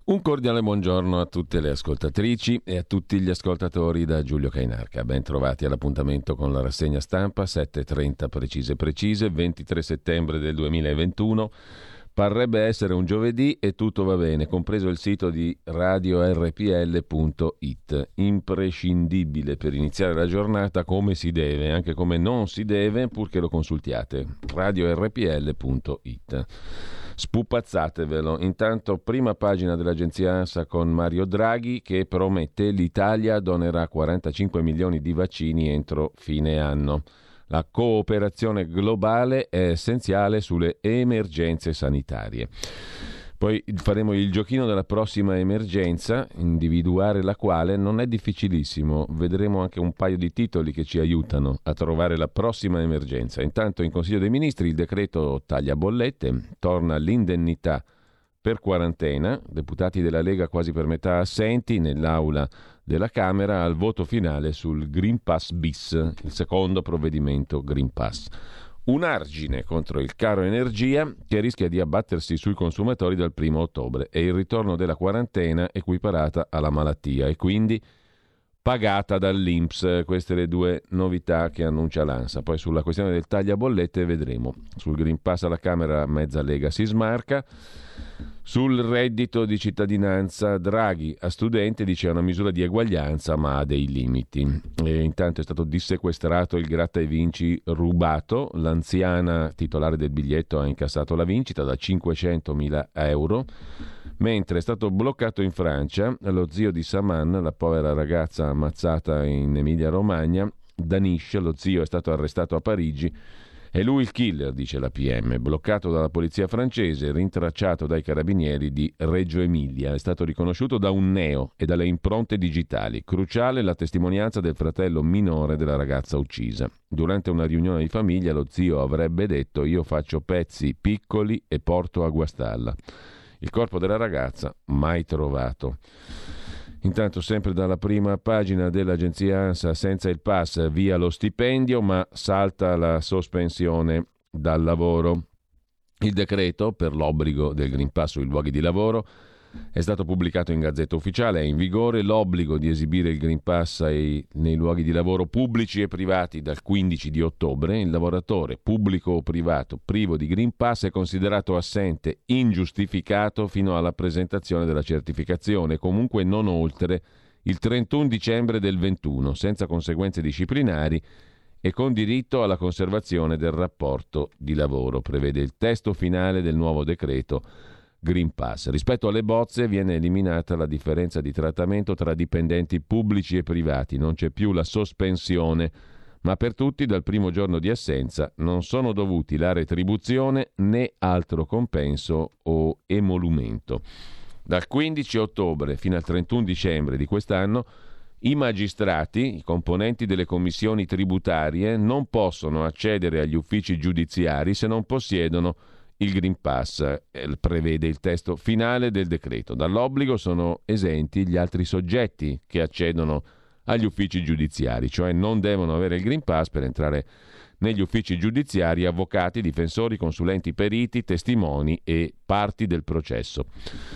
Un cordiale buongiorno a tutte le ascoltatrici e a tutti gli ascoltatori da Giulio Cainarca. Ben trovati all'appuntamento con la rassegna stampa, 7:30 precise, 23 settembre del 2021. Parrebbe essere un giovedì e tutto va bene, compreso il sito di radiorpl.it, imprescindibile per iniziare la giornata come si deve, anche come non si deve, purché lo consultiate, radiorpl.it. Spupazzatevelo. Intanto, prima pagina dell'agenzia ANSA con Mario Draghi che promette l'Italia donerà 45 milioni di vaccini entro fine anno. La cooperazione globale è essenziale sulle emergenze sanitarie. Poi faremo il giochino della prossima emergenza, individuare la quale non è difficilissimo. Vedremo anche un paio di titoli che ci aiutano a trovare la prossima emergenza. Intanto in Consiglio dei Ministri il decreto taglia bollette, torna l'indennità per quarantena, deputati della Lega quasi per metà assenti nell'aula della Camera al voto finale sul Green Pass bis, il secondo provvedimento Green Pass. Un argine contro il caro energia che rischia di abbattersi sui consumatori dal 1 ottobre e il ritorno della quarantena equiparata alla malattia e quindi pagata dall'INPS. Queste le due novità che annuncia l'ANSA. Poi sulla questione del tagliabollette vedremo. Sul Green Pass alla Camera mezza Lega si smarca. Sul reddito di cittadinanza Draghi a studente dice è una misura di eguaglianza ma ha dei limiti. E intanto è stato dissequestrato il gratta e vinci rubato. L'anziana titolare del biglietto ha incassato la vincita da 500.000 euro, mentre è stato bloccato in Francia lo zio di Saman, la povera ragazza ammazzata in Emilia-Romagna. Danish, lo zio, è stato arrestato a Parigi. È lui il killer, dice la PM, bloccato dalla polizia francese, rintracciato dai carabinieri di Reggio Emilia. È stato riconosciuto da un neo e dalle impronte digitali. Cruciale la testimonianza del fratello minore della ragazza uccisa. Durante una riunione di famiglia lo zio avrebbe detto: io faccio pezzi piccoli e porto a guastarla. Il corpo della ragazza mai trovato. Intanto sempre dalla prima pagina dell'agenzia ANSA, senza il pass via lo stipendio, ma salta la sospensione dal lavoro. Il decreto per l'obbligo del Green Pass sui luoghi di lavoro è stato pubblicato in Gazzetta Ufficiale, è in vigore l'obbligo di esibire il Green Pass nei luoghi di lavoro pubblici e privati dal 15 di ottobre. Il lavoratore pubblico o privato privo di Green Pass è considerato assente ingiustificato fino alla presentazione della certificazione, comunque non oltre il 31 dicembre del 21, senza conseguenze disciplinari e con diritto alla conservazione del rapporto di lavoro, prevede il testo finale del nuovo decreto Green Pass. Rispetto alle bozze viene eliminata la differenza di trattamento tra dipendenti pubblici e privati, non c'è più la sospensione, ma per tutti dal primo giorno di assenza non sono dovuti la retribuzione né altro compenso o emolumento. Dal 15 ottobre fino al 31 dicembre di quest'anno i magistrati, i componenti delle commissioni tributarie, non possono accedere agli uffici giudiziari se non possiedono il Green Pass, prevede il testo finale del decreto. Dall'obbligo sono esenti gli altri soggetti che accedono agli uffici giudiziari, cioè non devono avere il Green Pass per entrare negli uffici giudiziari avvocati, difensori, consulenti, periti, testimoni e parti del processo.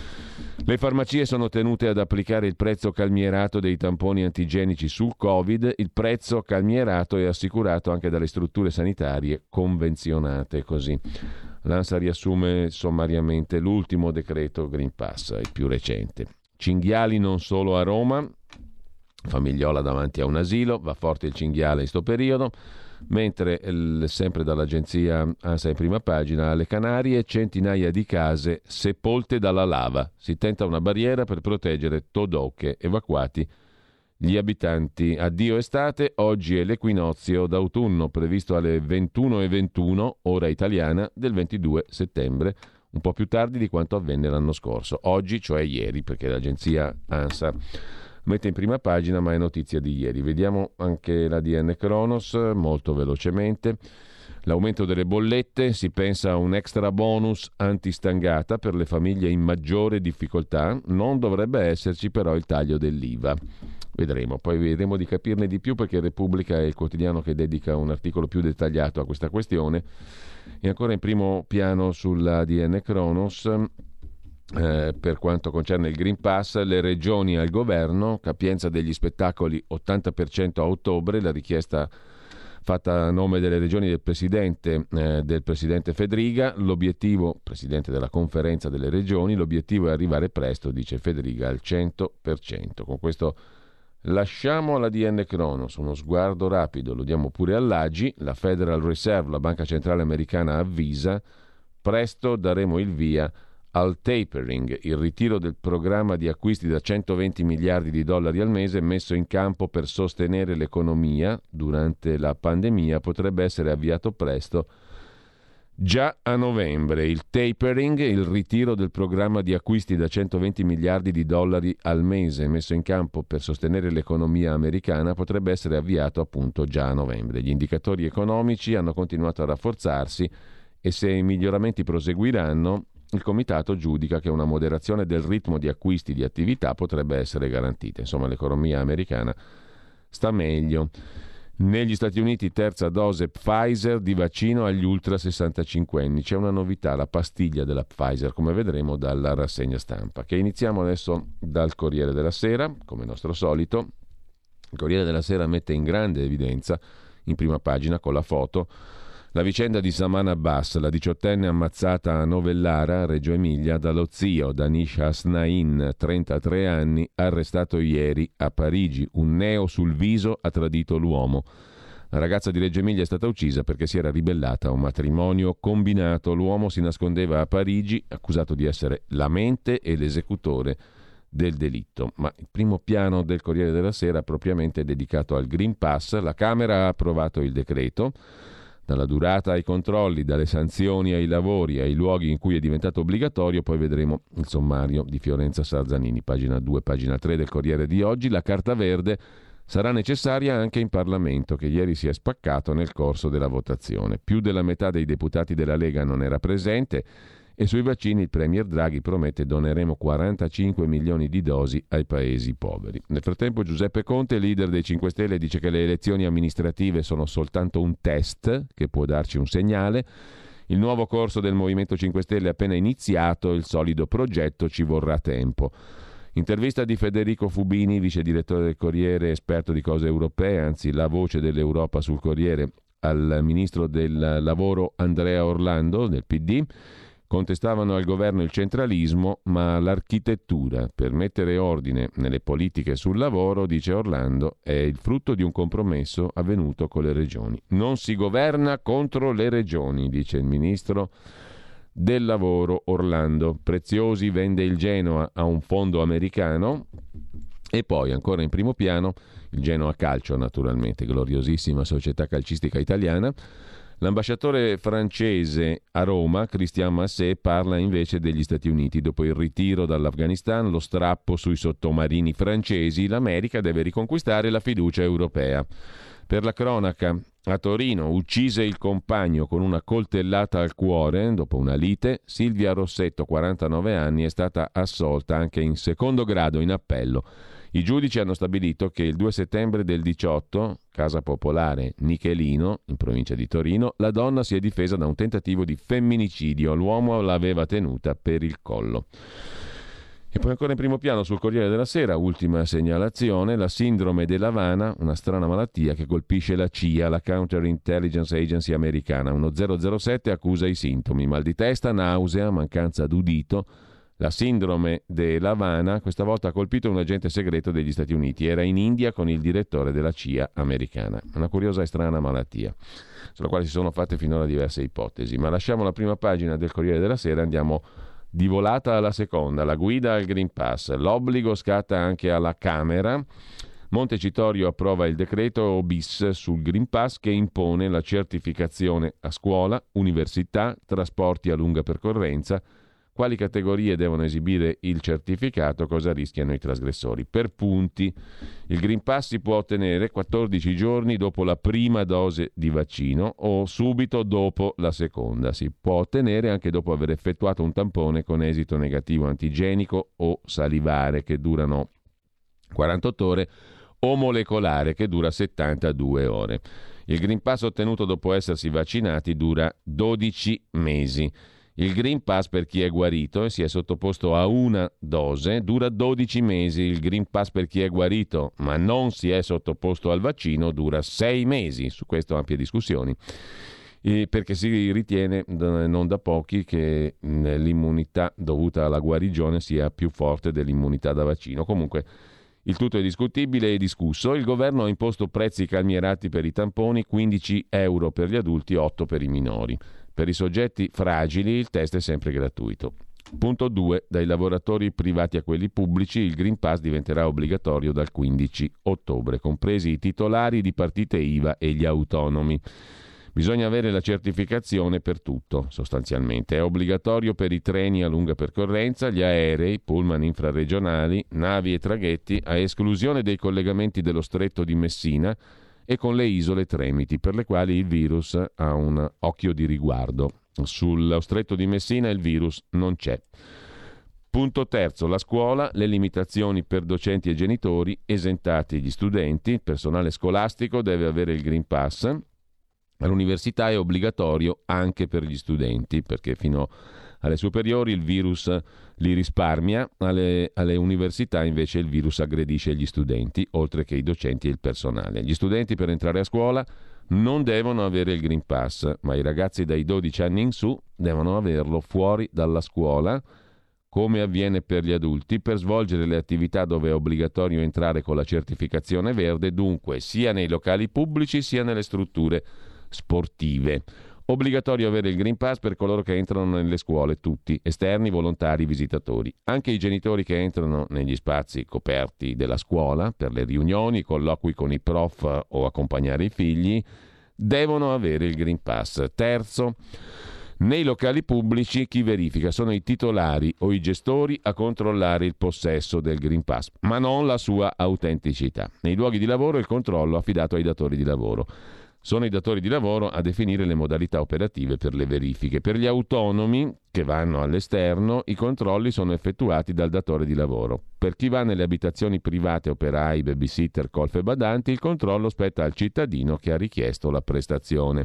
Le farmacie sono tenute ad applicare il prezzo calmierato dei tamponi antigenici sul Covid. Il prezzo calmierato è assicurato anche dalle strutture sanitarie convenzionate. Così l'ANSA riassume sommariamente l'ultimo decreto Green Pass, il più recente. Cinghiali non solo a Roma, famigliola davanti a un asilo, va forte il cinghiale in sto periodo. Mentre sempre dall'agenzia ANSA in prima pagina, alle Canarie centinaia di case sepolte dalla lava. Si tenta una barriera per proteggere Todoche, evacuati gli abitanti. Addio estate, oggi è l'equinozio d'autunno previsto alle 21:21 ora italiana del 22 settembre, un po' più tardi di quanto avvenne l'anno scorso. Oggi, cioè ieri, perché l'agenzia ANSA mette in prima pagina, ma è notizia di ieri. Vediamo anche l'ADN Cronos molto velocemente. L'aumento delle bollette, si pensa a un extra bonus antistangata per le famiglie in maggiore difficoltà, non dovrebbe esserci però il taglio dell'IVA. Vedremo, poi vedremo di capirne di più perché Repubblica è il quotidiano che dedica un articolo più dettagliato a questa questione. E ancora in primo piano sull'ADN Cronos per quanto concerne il Green Pass, le regioni al governo, capienza degli spettacoli 80% a ottobre, la richiesta fatta a nome delle regioni del presidente Fedriga, l'obiettivo, presidente della conferenza delle regioni, l'obiettivo è arrivare presto, dice Fedriga, al 100%. Con questo lasciamo l'ADN Cronos, uno sguardo rapido, lo diamo pure all'AGI, la Federal Reserve, la banca centrale americana, avvisa, presto daremo il via al tapering, il ritiro del programma di acquisti da 120 miliardi di dollari al mese messo in campo per sostenere l'economia durante la pandemia potrebbe essere avviato presto, già a novembre. Il tapering, il ritiro del programma di acquisti da 120 miliardi di dollari al mese messo in campo per sostenere l'economia americana potrebbe essere avviato appunto già a novembre. Gli indicatori economici hanno continuato a rafforzarsi e se i miglioramenti proseguiranno, il comitato giudica che una moderazione del ritmo di acquisti di attività potrebbe essere garantita. Insomma, l'economia americana sta meglio. Negli Stati Uniti terza dose Pfizer di vaccino agli ultra 65 anni. C'è una novità, la pastiglia della Pfizer, come vedremo dalla rassegna stampa, che iniziamo adesso dal Corriere della Sera, come nostro solito. Il Corriere della Sera mette in grande evidenza, in prima pagina con la foto, la vicenda di Saman Abbas, la 18enne ammazzata a Novellara, Reggio Emilia, dallo zio Danish Hasnain, 33 anni, arrestato ieri a Parigi. Un neo sul viso ha tradito l'uomo. La ragazza di Reggio Emilia è stata uccisa perché si era ribellata a un matrimonio combinato. L'uomo si nascondeva a Parigi, accusato di essere la mente e l'esecutore del delitto. Ma il primo piano del Corriere della Sera propriamente è dedicato al Green Pass. La Camera ha approvato il decreto. Dalla durata ai controlli, dalle sanzioni ai lavori, ai luoghi in cui è diventato obbligatorio, poi vedremo il sommario di Fiorenza Sarzanini, pagina 2, pagina 3 del Corriere di oggi. La carta verde sarà necessaria anche in Parlamento, che ieri si è spaccato nel corso della votazione. Più della metà dei deputati della Lega non era presente e sui vaccini il premier Draghi promette doneremo 45 milioni di dosi ai paesi poveri. Nel frattempo Giuseppe Conte, leader dei 5 Stelle, dice che le elezioni amministrative sono soltanto un test che può darci un segnale. Il nuovo corso del Movimento 5 Stelle è appena iniziato, il solido progetto ci vorrà tempo. Intervista di Federico Fubini, vice direttore del Corriere, esperto di cose europee, anzi la voce dell'Europa sul Corriere, al ministro del lavoro Andrea Orlando del PD. Contestavano al governo il centralismo, ma l'architettura per mettere ordine nelle politiche sul lavoro, dice Orlando, è il frutto di un compromesso avvenuto con le regioni. Non si governa contro le regioni, dice il ministro del lavoro Orlando. Preziosi vende il Genoa a un fondo americano. E poi ancora in primo piano il Genoa Calcio, naturalmente, gloriosissima società calcistica italiana. L'ambasciatore francese a Roma, Christian Massé, parla invece degli Stati Uniti. Dopo il ritiro dall'Afghanistan, lo strappo sui sottomarini francesi, l'America deve riconquistare la fiducia europea. Per la cronaca, a Torino uccise il compagno con una coltellata al cuore dopo una lite. Silvia Rossetto, 49 anni, è stata assolta anche in secondo grado in appello. I giudici hanno stabilito che il 2 settembre del 18, Casa Popolare Nichelino, in provincia di Torino, la donna si è difesa da un tentativo di femminicidio. L'uomo l'aveva tenuta per il collo. E poi ancora in primo piano sul Corriere della Sera, ultima segnalazione, la sindrome dell'Havana, una strana malattia che colpisce la CIA, la Counter Intelligence Agency americana. Uno 007 accusa i sintomi: mal di testa, nausea, mancanza d'udito. La sindrome dell'Havana questa volta ha colpito un agente segreto degli Stati Uniti. Era in India con il direttore della CIA americana. Una curiosa e strana malattia, sulla quale si sono fatte finora diverse ipotesi. Ma lasciamo la prima pagina del Corriere della Sera e andiamo di volata alla seconda. La guida al Green Pass. L'obbligo scatta anche alla Camera. Montecitorio approva il decreto bis sul Green Pass che impone la certificazione a scuola, università, trasporti a lunga percorrenza. Quali categorie devono esibire il certificato? Cosa rischiano i trasgressori? Per punti. Il Green Pass si può ottenere 14 giorni dopo la prima dose di vaccino o subito dopo la seconda. Si può ottenere anche dopo aver effettuato un tampone con esito negativo antigenico o salivare che durano 48 ore o molecolare che dura 72 ore. Il Green Pass ottenuto dopo essersi vaccinati dura 12 mesi. Il Green Pass per chi è guarito e si è sottoposto a una dose dura 12 mesi. Il Green Pass per chi è guarito ma non si è sottoposto al vaccino dura 6 mesi. Su questo ampie discussioni. Perché si ritiene non da pochi che l'immunità dovuta alla guarigione sia più forte dell'immunità da vaccino. Comunque il tutto è discutibile e discusso. Il governo ha imposto prezzi calmierati per i tamponi, 15 euro per gli adulti, 8 per i minori. Per i soggetti fragili il test è sempre gratuito. Punto 2. Dai lavoratori privati a quelli pubblici il Green Pass diventerà obbligatorio dal 15 ottobre, compresi i titolari di partite IVA e gli autonomi. Bisogna avere la certificazione per tutto, sostanzialmente. È obbligatorio per i treni a lunga percorrenza, gli aerei, pullman infraregionali, navi e traghetti, a esclusione dei collegamenti dello Stretto di Messina e con le isole Tremiti, per le quali il virus ha un occhio di riguardo. Sullo Stretto di Messina il virus non c'è. Punto terzo, la scuola, le limitazioni per docenti e genitori, esentati gli studenti, il personale scolastico deve avere il Green Pass. All'università è obbligatorio anche per gli studenti, perché fino alle superiori il virus li risparmia, alle università invece il virus aggredisce gli studenti, oltre che i docenti e il personale. Gli studenti per entrare a scuola non devono avere il Green Pass, ma i ragazzi dai 12 anni in su devono averlo fuori dalla scuola, come avviene per gli adulti, per svolgere le attività dove è obbligatorio entrare con la certificazione verde, dunque sia nei locali pubblici sia nelle strutture sportive. Obbligatorio avere il Green Pass per coloro che entrano nelle scuole, tutti, esterni, volontari, visitatori. Anche i genitori che entrano negli spazi coperti della scuola, per le riunioni, colloqui con i prof o accompagnare i figli, devono avere il Green Pass. Terzo, nei locali pubblici chi verifica sono i titolari o i gestori a controllare il possesso del Green Pass, ma non la sua autenticità. Nei luoghi di lavoro il controllo è affidato ai datori di lavoro. Sono i datori di lavoro a definire le modalità operative per le verifiche. Per gli autonomi che vanno all'esterno, i controlli sono effettuati dal datore di lavoro. Per chi va nelle abitazioni private, operai, babysitter, colf e badanti, il controllo spetta al cittadino che ha richiesto la prestazione.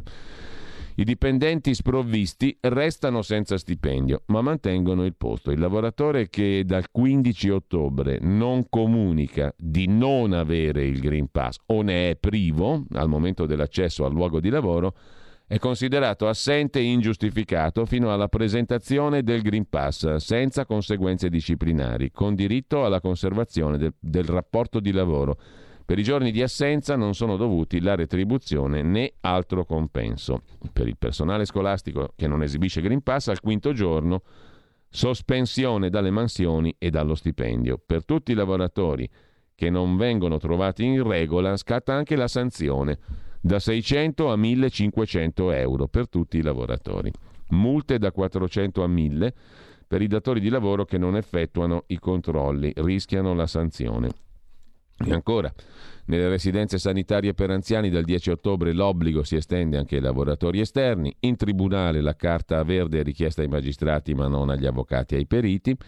I dipendenti sprovvisti restano senza stipendio, ma mantengono il posto. Il lavoratore che dal 15 ottobre non comunica di non avere il Green Pass o ne è privo al momento dell'accesso al luogo di lavoro è considerato assente e ingiustificato fino alla presentazione del Green Pass, senza conseguenze disciplinari, con diritto alla conservazione del rapporto di lavoro. Per i giorni di assenza non sono dovuti la retribuzione né altro compenso. Per il personale scolastico che non esibisce Green Pass, al quinto giorno sospensione dalle mansioni e dallo stipendio. Per tutti i lavoratori che non vengono trovati in regola scatta anche la sanzione da 600 a 1.500 euro per tutti i lavoratori. Multe da 400 a 1.000 per i datori di lavoro che non effettuano i controlli, rischiano la sanzione. E ancora, nelle residenze sanitarie per anziani dal 10 ottobre l'obbligo si estende anche ai lavoratori esterni. In tribunale la carta verde è richiesta ai magistrati ma non agli avvocati e ai periti.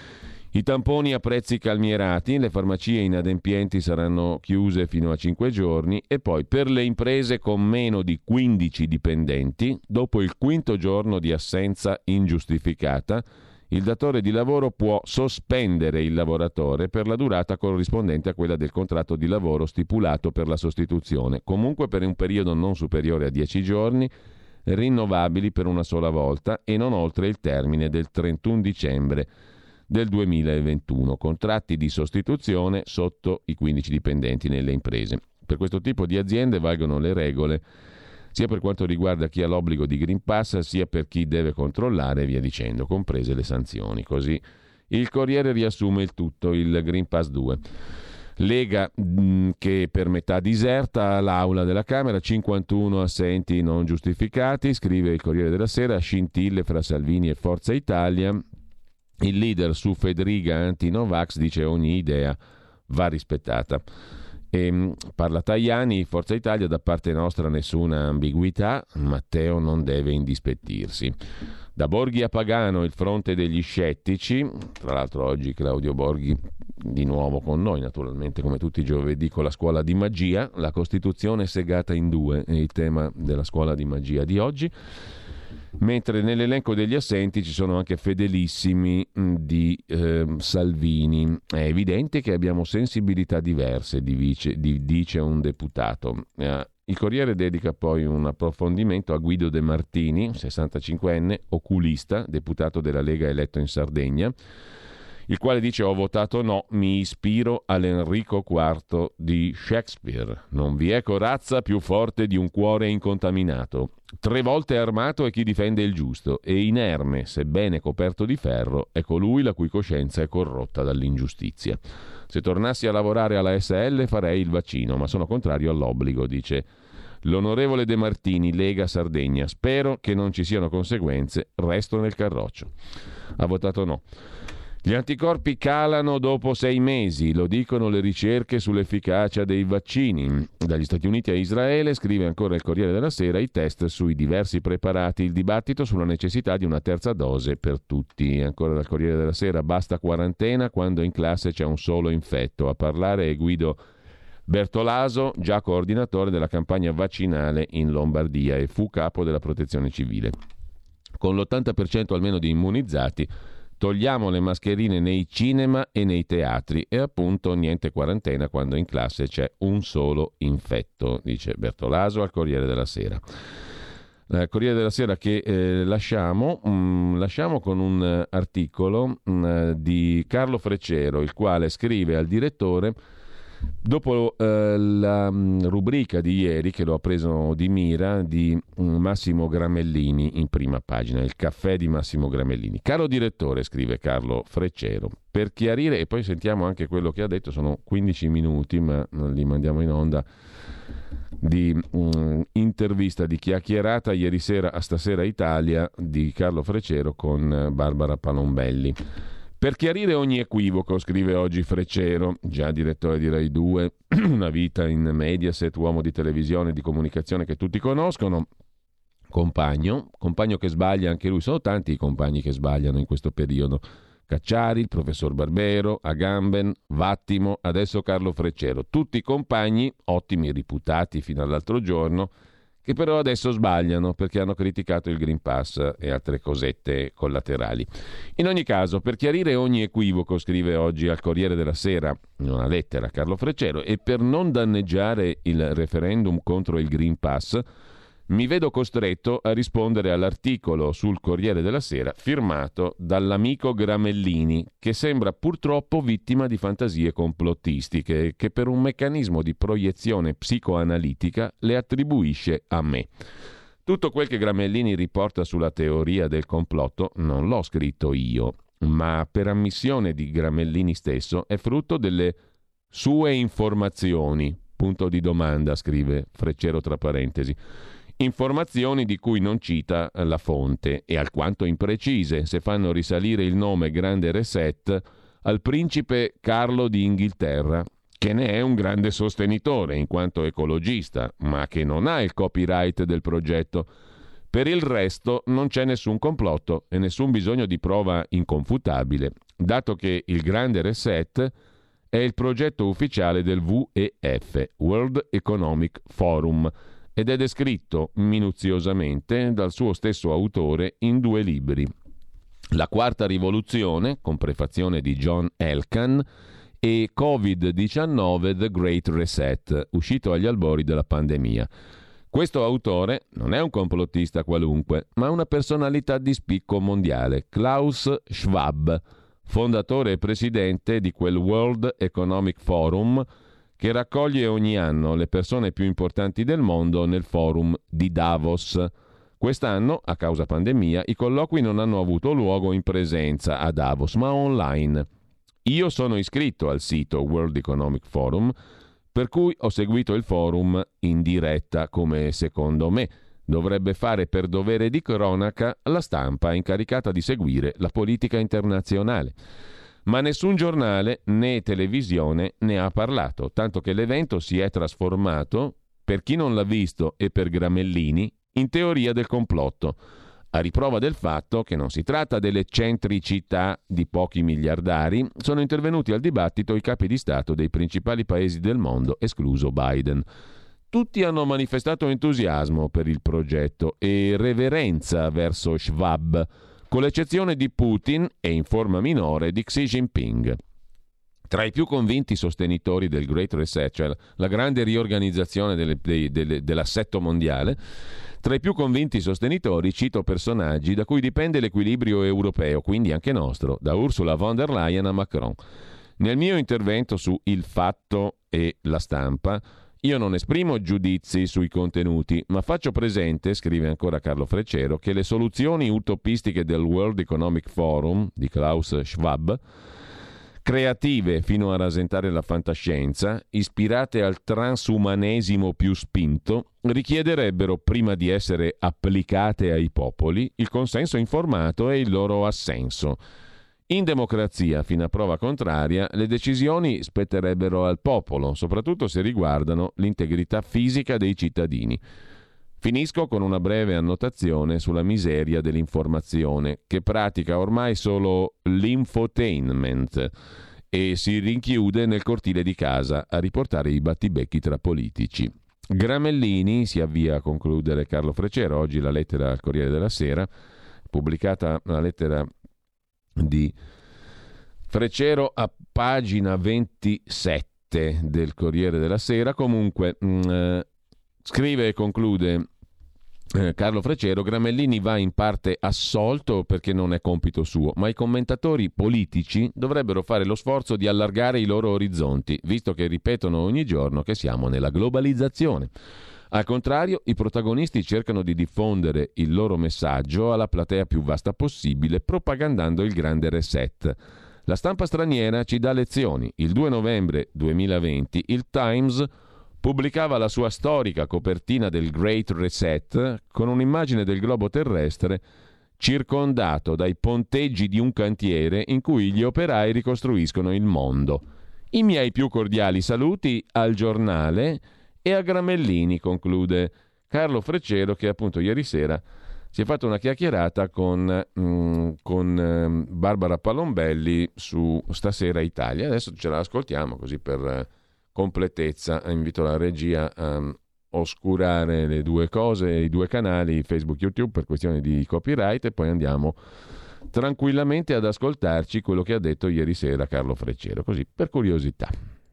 I tamponi a prezzi calmierati, le farmacie inadempienti saranno chiuse fino a 5 giorni e poi per le imprese con meno di 15 dipendenti, dopo il quinto giorno di assenza ingiustificata, il datore di lavoro può sospendere il lavoratore per la durata corrispondente a quella del contratto di lavoro stipulato per la sostituzione, comunque per un periodo non superiore a 10 giorni, rinnovabili per una sola volta e non oltre il termine del 31 dicembre del 2021. Contratti di sostituzione sotto i 15 dipendenti nelle imprese. Per questo tipo di aziende valgono le regole sia per quanto riguarda chi ha l'obbligo di Green Pass, sia per chi deve controllare e via dicendo, comprese le sanzioni. Così il Corriere riassume il tutto, il Green Pass 2. Lega che per metà diserta l'Aula della Camera, 51 assenti non giustificati, scrive il Corriere della Sera, scintille fra Salvini e Forza Italia. Il leader su Federica anti-Novax dice ogni idea va rispettata. E parla Tajani, Forza Italia, da parte nostra nessuna ambiguità, Matteo non deve indispettirsi. Da Borghi a Pagano il fronte degli scettici, tra l'altro oggi Claudio Borghi di nuovo con noi, naturalmente come tutti i giovedì con la scuola di magia, la Costituzione segata in due è il tema della scuola di magia di oggi. mentre nell'elenco degli assenti ci sono anche fedelissimi di Salvini. È evidente che abbiamo sensibilità diverse, dice un deputato. Il Corriere dedica poi un approfondimento a Guido De Martini, 65enne, oculista, deputato della Lega eletto in Sardegna, il quale dice: ho votato no, mi ispiro all'Enrico IV di Shakespeare. Non vi è corazza più forte di un cuore incontaminato. 3 volte armato è chi difende il giusto, e inerme, sebbene coperto di ferro, è colui la cui coscienza è corrotta dall'ingiustizia. Se tornassi a lavorare alla SL farei il vaccino, ma sono contrario all'obbligo, dice l'onorevole De Martini, Lega Sardegna. Spero che non ci siano conseguenze, resto nel carroccio. Ha votato no. Gli anticorpi calano dopo 6 mesi, lo dicono le ricerche sull'efficacia dei vaccini. Dagli Stati Uniti a Israele, scrive ancora il Corriere della Sera, i test sui diversi preparati, il dibattito sulla necessità di una terza dose per tutti. Ancora dal Corriere della Sera, basta quarantena quando in classe c'è un solo infetto. A parlare è Guido Bertolaso, già coordinatore della campagna vaccinale in Lombardia e fu capo della Protezione Civile. Con l'80% almeno di immunizzati, togliamo le mascherine nei cinema e nei teatri e appunto niente quarantena quando in classe c'è un solo infetto, dice Bertolaso al Corriere della Sera. Corriere della Sera che lasciamo con un articolo di Carlo Freccero, il quale scrive al direttore dopo la rubrica di ieri, che lo ha preso di mira, di Massimo Gramellini in prima pagina, il caffè di Massimo Gramellini. Caro direttore, scrive Carlo Freccero, per chiarire, e poi sentiamo anche quello che ha detto, sono 15 minuti ma non li mandiamo in onda, di intervista, di chiacchierata ieri sera a Stasera Italia di Carlo Freccero con Barbara Palombelli. Per chiarire ogni equivoco, scrive oggi Freccero, già direttore di Rai 2, una vita in Mediaset, uomo di televisione e di comunicazione che tutti conoscono, compagno che sbaglia anche lui, sono tanti i compagni che sbagliano in questo periodo, Cacciari, il professor Barbero, Agamben, Vattimo, adesso Carlo Freccero, tutti compagni ottimi, reputati fino all'altro giorno, che però adesso sbagliano perché hanno criticato il Green Pass e altre cosette collaterali. In ogni caso, per chiarire ogni equivoco, scrive oggi al Corriere della Sera in una lettera a Carlo Freccero, e per non danneggiare il referendum contro il Green Pass, mi vedo costretto a rispondere all'articolo sul Corriere della Sera firmato dall'amico Gramellini, che sembra purtroppo vittima di fantasie complottistiche che per un meccanismo di proiezione psicoanalitica le attribuisce a me. Tutto quel che Gramellini riporta sulla teoria del complotto non l'ho scritto io, ma per ammissione di Gramellini stesso è frutto delle sue informazioni, punto di domanda, scrive Freccero tra parentesi. Informazioni di cui non cita la fonte e alquanto imprecise, se fanno risalire il nome Grande Reset al principe Carlo di Inghilterra, che ne è un grande sostenitore in quanto ecologista, ma che non ha il copyright del progetto. Per il resto non c'è nessun complotto e nessun bisogno di prova inconfutabile, dato che il Grande Reset è il progetto ufficiale del WEF, World Economic Forum, ed è descritto minuziosamente dal suo stesso autore in 2 libri. La quarta rivoluzione, con prefazione di John Elkann, e Covid-19 The Great Reset, uscito agli albori della pandemia. Questo autore non è un complottista qualunque, ma una personalità di spicco mondiale, Klaus Schwab, fondatore e presidente di quel World Economic Forum che raccoglie ogni anno le persone più importanti del mondo nel forum di Davos. Quest'anno, a causa pandemia, i colloqui non hanno avuto luogo in presenza a Davos, ma online. Io sono iscritto al sito World Economic Forum, per cui ho seguito il forum in diretta, come secondo me dovrebbe fare per dovere di cronaca la stampa incaricata di seguire la politica internazionale. Ma nessun giornale né televisione ne ha parlato, tanto che l'evento si è trasformato, per chi non l'ha visto e per Gramellini, in teoria del complotto, a riprova del fatto che non si tratta delle centricità di pochi miliardari. Sono intervenuti al dibattito i capi di Stato dei principali paesi del mondo, escluso Biden. tutti hanno manifestato entusiasmo per il progetto e reverenza verso Schwab, con l'eccezione di Putin e in forma minore di Xi Jinping. Tra i più convinti sostenitori del Great Reset, cioè la grande riorganizzazione dell'assetto mondiale, tra i più convinti sostenitori cito personaggi da cui dipende l'equilibrio europeo, quindi anche nostro, da Ursula von der Leyen a Macron. Nel mio intervento su Il Fatto e La Stampa, io non esprimo giudizi sui contenuti, ma faccio presente, scrive ancora Carlo Freccero, che le soluzioni utopistiche del World Economic Forum di Klaus Schwab, creative fino a rasentare la fantascienza, ispirate al transumanesimo più spinto, richiederebbero, prima di essere applicate ai popoli, il consenso informato e il loro assenso. In democrazia, fino a prova contraria, le decisioni spetterebbero al popolo, soprattutto se riguardano l'integrità fisica dei cittadini. Finisco con una breve annotazione sulla miseria dell'informazione, che pratica ormai solo l'infotainment e si rinchiude nel cortile di casa a riportare i battibecchi tra politici. Gramellini, si avvia a concludere Carlo Freccero, oggi la lettera al Corriere della Sera, pubblicata la lettera di Freccero a pagina 27 del Corriere della Sera. Comunque scrive e conclude Carlo Freccero: Gramellini va in parte assolto perché non è compito suo, ma i commentatori politici dovrebbero fare lo sforzo di allargare i loro orizzonti, visto che ripetono ogni giorno che siamo nella globalizzazione. Al contrario, i protagonisti cercano di diffondere il loro messaggio alla platea più vasta possibile, propagandando il grande reset. La stampa straniera ci dà lezioni. Il 2 novembre 2020 il Times pubblicava la sua storica copertina del Great Reset con un'immagine del globo terrestre circondato dai ponteggi di un cantiere in cui gli operai ricostruiscono il mondo. I miei più cordiali saluti al giornale e a Gramellini, conclude Carlo Freccero, che appunto ieri sera si è fatto una chiacchierata con Barbara Palombelli su Stasera Italia. Adesso ce la ascoltiamo così per completezza. Invito la regia a oscurare le due cose, i due canali Facebook e YouTube per questioni di copyright, e poi andiamo tranquillamente ad ascoltarci quello che ha detto ieri sera Carlo Freccero, così per curiosità.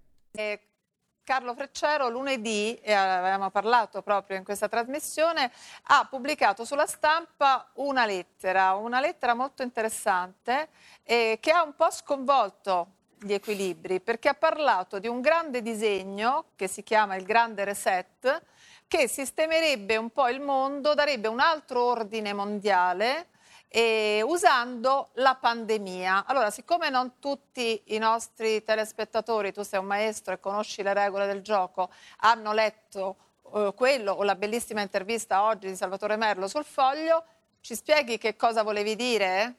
Carlo Freccero lunedì, e avevamo parlato proprio in questa trasmissione, ha pubblicato sulla Stampa una lettera molto interessante che ha un po' sconvolto gli equilibri, perché ha parlato di un grande disegno che si chiama il Grande Reset, che sistemerebbe un po' il mondo, darebbe un altro ordine mondiale usando la pandemia. Allora, siccome non tutti i nostri telespettatori, tu sei un maestro e conosci le regole del gioco, hanno letto quello o la bellissima intervista oggi di Salvatore Merlo sul Foglio, ci spieghi che cosa volevi dire?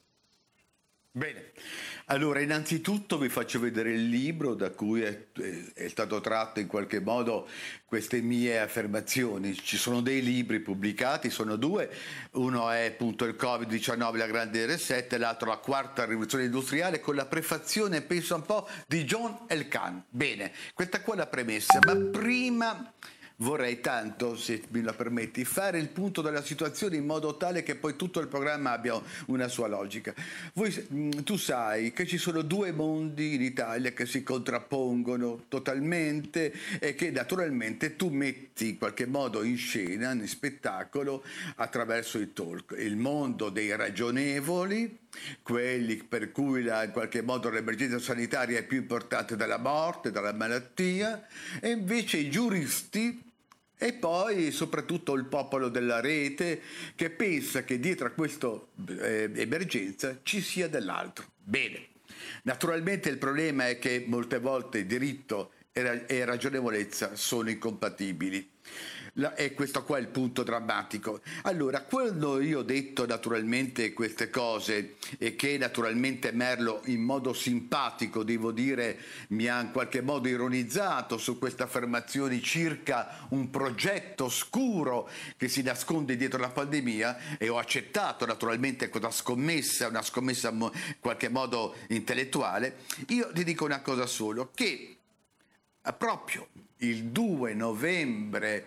Bene, allora innanzitutto vi faccio vedere il libro da cui è stato tratto in qualche modo queste mie affermazioni. Ci sono dei libri pubblicati, sono due, uno è appunto il Covid-19, la grande reset, e l'altro la quarta rivoluzione industriale, con la prefazione, penso un po', di John Elkann. Bene, questa qua è la premessa, ma prima vorrei tanto, se me lo permetti, fare il punto della situazione in modo tale che poi tutto il programma abbia una sua logica. Tu sai che ci sono due mondi in Italia che si contrappongono totalmente e che naturalmente tu metti in qualche modo in scena, in spettacolo, attraverso il talk. Il mondo dei ragionevoli, quelli per cui in qualche modo l'emergenza sanitaria è più importante della morte, della malattia, e invece i giuristi e poi soprattutto il popolo della rete che pensa che dietro a questa emergenza ci sia dell'altro. Bene, naturalmente il problema è che molte volte diritto e ragionevolezza sono incompatibili. E questo qua è il punto drammatico. Allora, quando io ho detto naturalmente queste cose e che naturalmente Merlo in modo simpatico, devo dire, mi ha in qualche modo ironizzato su queste affermazioni circa un progetto oscuro che si nasconde dietro la pandemia, e ho accettato naturalmente questa scommessa, una scommessa in qualche modo intellettuale, io ti dico una cosa solo, che proprio il 2 novembre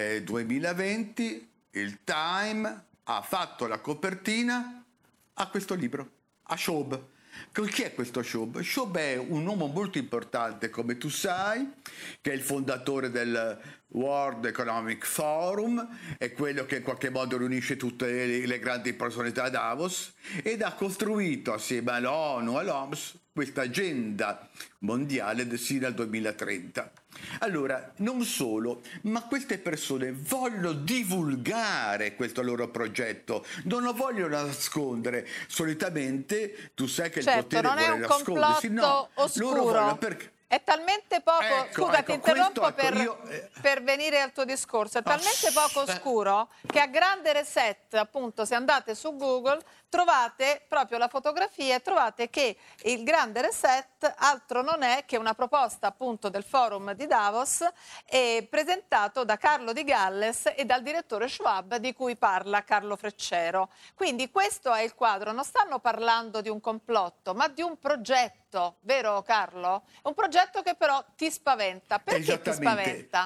2020 il Time ha fatto la copertina a questo libro, a Schaub. Chi è questo Schaub? Schaub è un uomo molto importante, come tu sai, che è il fondatore del World Economic Forum, è quello che in qualche modo riunisce tutte le grandi personalità a Davos ed ha costruito assieme all'ONU, all'OMS, questa agenda mondiale sino al 2030. Allora, non solo, ma queste persone vogliono divulgare questo loro progetto, non lo vogliono nascondere. Solitamente tu sai che il potere vuole nascondersi. No, oscuro. Loro vogliono perché... È talmente poco, scusa, ti interrompo per venire al tuo discorso, è talmente poco oscuro che a Grande Reset, appunto, se andate su Google, trovate proprio la fotografia e trovate che il Grande Reset altro non è che una proposta appunto del forum di Davos presentato da Carlo Di Galles e dal direttore Schwab di cui parla Carlo Freccero. Quindi questo è il quadro, non stanno parlando di un complotto ma di un progetto, vero Carlo? È un progetto che però ti spaventa. Perché ti spaventa?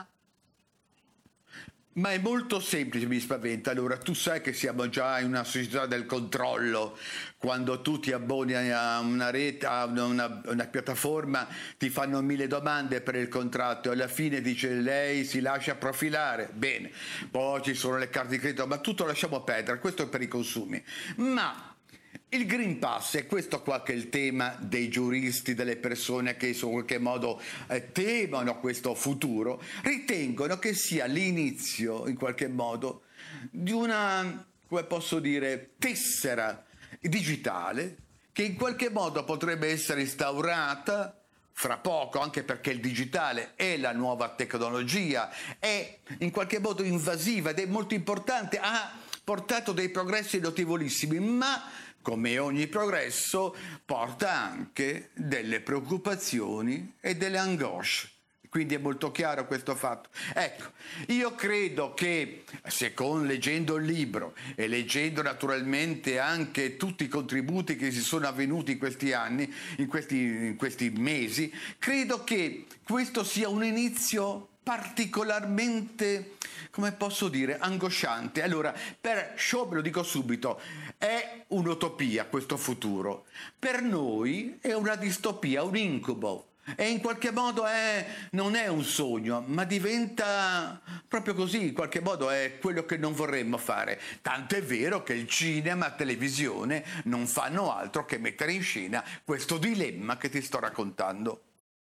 Ma è molto semplice, mi spaventa. Allora, tu sai che siamo già in una società del controllo. Quando tu ti abboni a una rete, a una piattaforma, ti fanno 1000 domande per il contratto e alla fine dice lei si lascia profilare. Bene, poi ci sono le carte di credito, ma tutto lasciamo perdere, questo è per i consumi. Ma il Green Pass è questo qua che è il tema dei giuristi, delle persone che in qualche modo temono questo futuro, ritengono che sia l'inizio in qualche modo di una, come posso dire, tessera digitale che in qualche modo potrebbe essere instaurata fra poco, anche perché il digitale è la nuova tecnologia, è in qualche modo invasiva ed è molto importante, ha portato dei progressi notevolissimi, ma come ogni progresso porta anche delle preoccupazioni e delle angosce. Quindi è molto chiaro questo fatto. Ecco, io credo che leggendo il libro e leggendo naturalmente anche tutti i contributi che si sono avvenuti in questi anni, in questi mesi, credo che questo sia un inizio particolarmente, come posso dire, angosciante. Allora, per Schaub, lo dico subito, è un'utopia questo futuro. Per noi è una distopia, un incubo. E in qualche modo non è un sogno, ma diventa proprio così, in qualche modo è quello che non vorremmo fare. Tanto è vero che il cinema e la televisione non fanno altro che mettere in scena questo dilemma che ti sto raccontando.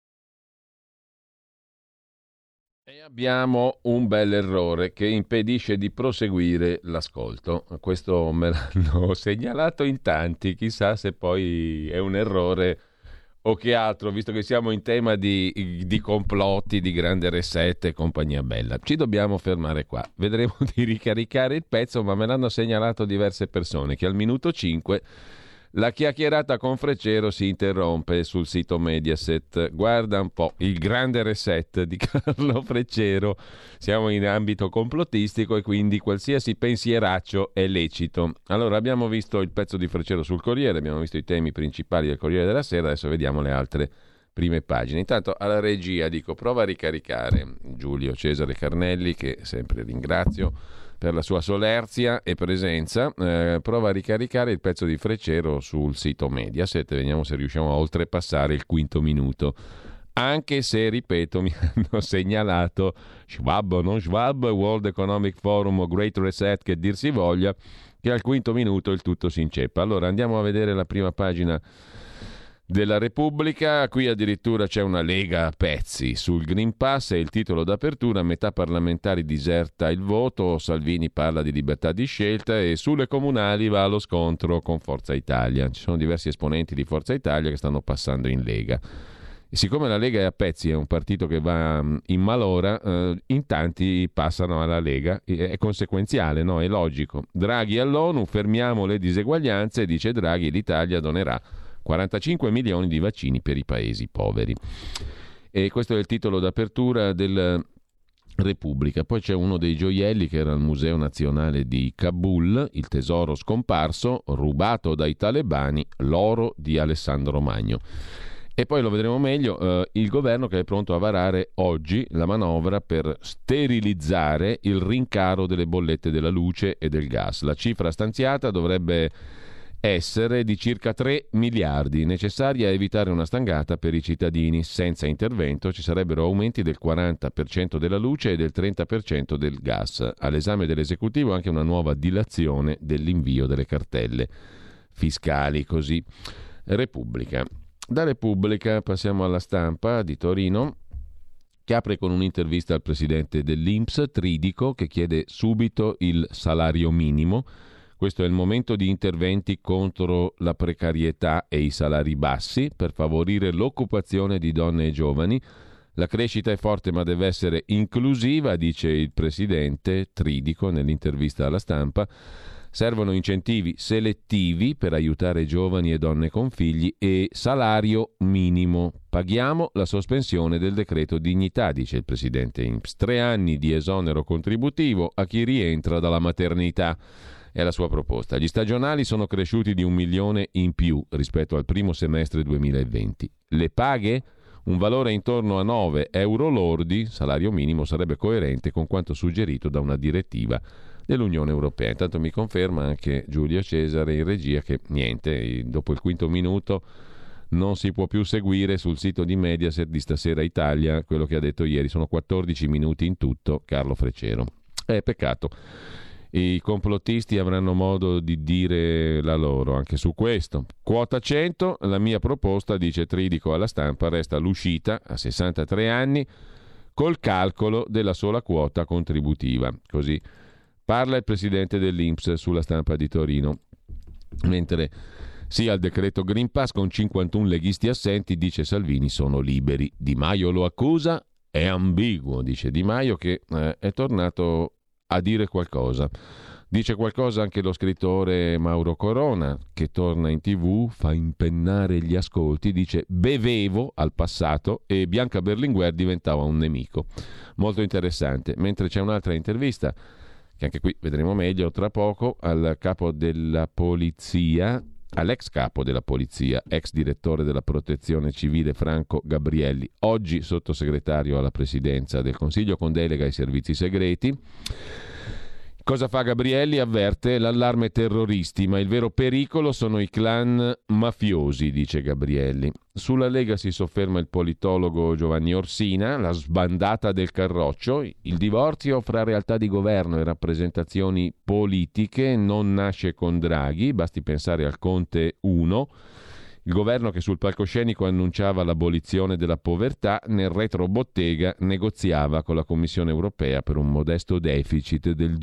E abbiamo un bel errore che impedisce di proseguire l'ascolto. Questo me l'hanno segnalato in tanti, chissà se poi è un errore o che altro, visto che siamo in tema di complotti, di Grande Reset e compagnia bella. Ci dobbiamo fermare qua. Vedremo di ricaricare il pezzo, ma me l'hanno segnalato diverse persone che al minuto 5 la chiacchierata con Freccero si interrompe sul sito Mediaset. Guarda un po', il Grande Reset di Carlo Freccero. Siamo in ambito complottistico e quindi qualsiasi pensieraccio è lecito. Allora, abbiamo visto il pezzo di Freccero sul Corriere, abbiamo visto i temi principali del Corriere della Sera, adesso vediamo le altre prime pagine. Intanto alla regia dico, prova a ricaricare Giulio Cesare Carnelli, che sempre ringrazio per la sua solerzia e presenza, prova a ricaricare il pezzo di Freccero sul sito Mediaset, vediamo se riusciamo a oltrepassare il quinto minuto, anche se, ripeto, mi hanno segnalato Schwab o non Schwab, World Economic Forum o Great Reset, che dir si voglia, che al quinto minuto il tutto si inceppa. Allora andiamo a vedere la prima pagina della Repubblica. Qui addirittura c'è una Lega a pezzi sul Green Pass e il titolo d'apertura: metà parlamentari diserta il voto, Salvini parla di libertà di scelta e sulle comunali va allo scontro con Forza Italia. Ci sono diversi esponenti di Forza Italia che stanno passando in Lega e siccome la Lega è a pezzi, è un partito che va in malora, in tanti passano alla Lega, è conseguenziale, no? È logico. Draghi all'ONU, fermiamo le diseguaglianze, dice Draghi, l'Italia donerà 45 milioni di vaccini per i paesi poveri. E questo è il titolo d'apertura del Repubblica. Poi c'è uno dei gioielli che era al Museo Nazionale di Kabul, il tesoro scomparso, rubato dai talebani, l'oro di Alessandro Magno. E poi lo vedremo meglio, il governo che è pronto a varare oggi la manovra per sterilizzare il rincaro delle bollette della luce e del gas. La cifra stanziata dovrebbe essere di circa 3 miliardi, necessari a evitare una stangata per i cittadini. Senza intervento ci sarebbero aumenti del 40% della luce e del 30% del gas. All'esame dell'esecutivo anche una nuova dilazione dell'invio delle cartelle fiscali. Così Repubblica. Da Repubblica passiamo alla Stampa di Torino, che apre con un'intervista al presidente dell'INPS, Tridico, che chiede subito il salario minimo. Questo è il momento di interventi contro la precarietà e i salari bassi per favorire l'occupazione di donne e giovani. La crescita è forte ma deve essere inclusiva, dice il presidente Tridico nell'intervista alla Stampa. Servono incentivi selettivi per aiutare giovani e donne con figli e salario minimo. Paghiamo la sospensione del decreto dignità, dice il presidente INPS. 3 anni di esonero contributivo a chi rientra dalla maternità. È la sua proposta. Gli stagionali sono cresciuti di 1 milione in più rispetto al primo semestre 2020. Le paghe? Un valore intorno a 9 euro lordi, salario minimo, sarebbe coerente con quanto suggerito da una direttiva dell'Unione Europea. Intanto mi conferma anche Giulio Cesare in regia che niente, dopo il 5° minuto non si può più seguire sul sito di Mediaset di Stasera Italia quello che ha detto ieri. Sono 14 minuti in tutto Carlo Freccero. Peccato. I complottisti avranno modo di dire la loro anche su questo. Quota 100, la mia proposta, dice Tridico alla Stampa, resta l'uscita a 63 anni col calcolo della sola quota contributiva. Così parla il presidente dell'INPS sulla Stampa di Torino. Mentre sì al decreto Green Pass con 51 leghisti assenti, dice Salvini, sono liberi. Di Maio lo accusa, è ambiguo, dice Di Maio, che è tornato a dire qualcosa. Dice qualcosa anche lo scrittore Mauro Corona, che torna in TV, fa impennare gli ascolti, dice bevevo al passato e Bianca Berlinguer diventava un nemico. Molto interessante. Mentre c'è un'altra intervista, che anche qui vedremo meglio tra poco, al capo della polizia, all'ex capo della polizia, ex direttore della protezione civile Franco Gabrielli, oggi sottosegretario alla presidenza del Consiglio con delega ai servizi segreti. Cosa fa Gabrielli? Avverte l'allarme terroristi, ma il vero pericolo sono i clan mafiosi, dice Gabrielli. Sulla Lega si sofferma il politologo Giovanni Orsina, la sbandata del Carroccio, il divorzio fra realtà di governo e rappresentazioni politiche non nasce con Draghi, basti pensare al Conte 1, il governo che sul palcoscenico annunciava l'abolizione della povertà, nel retrobottega negoziava con la Commissione europea per un modesto deficit del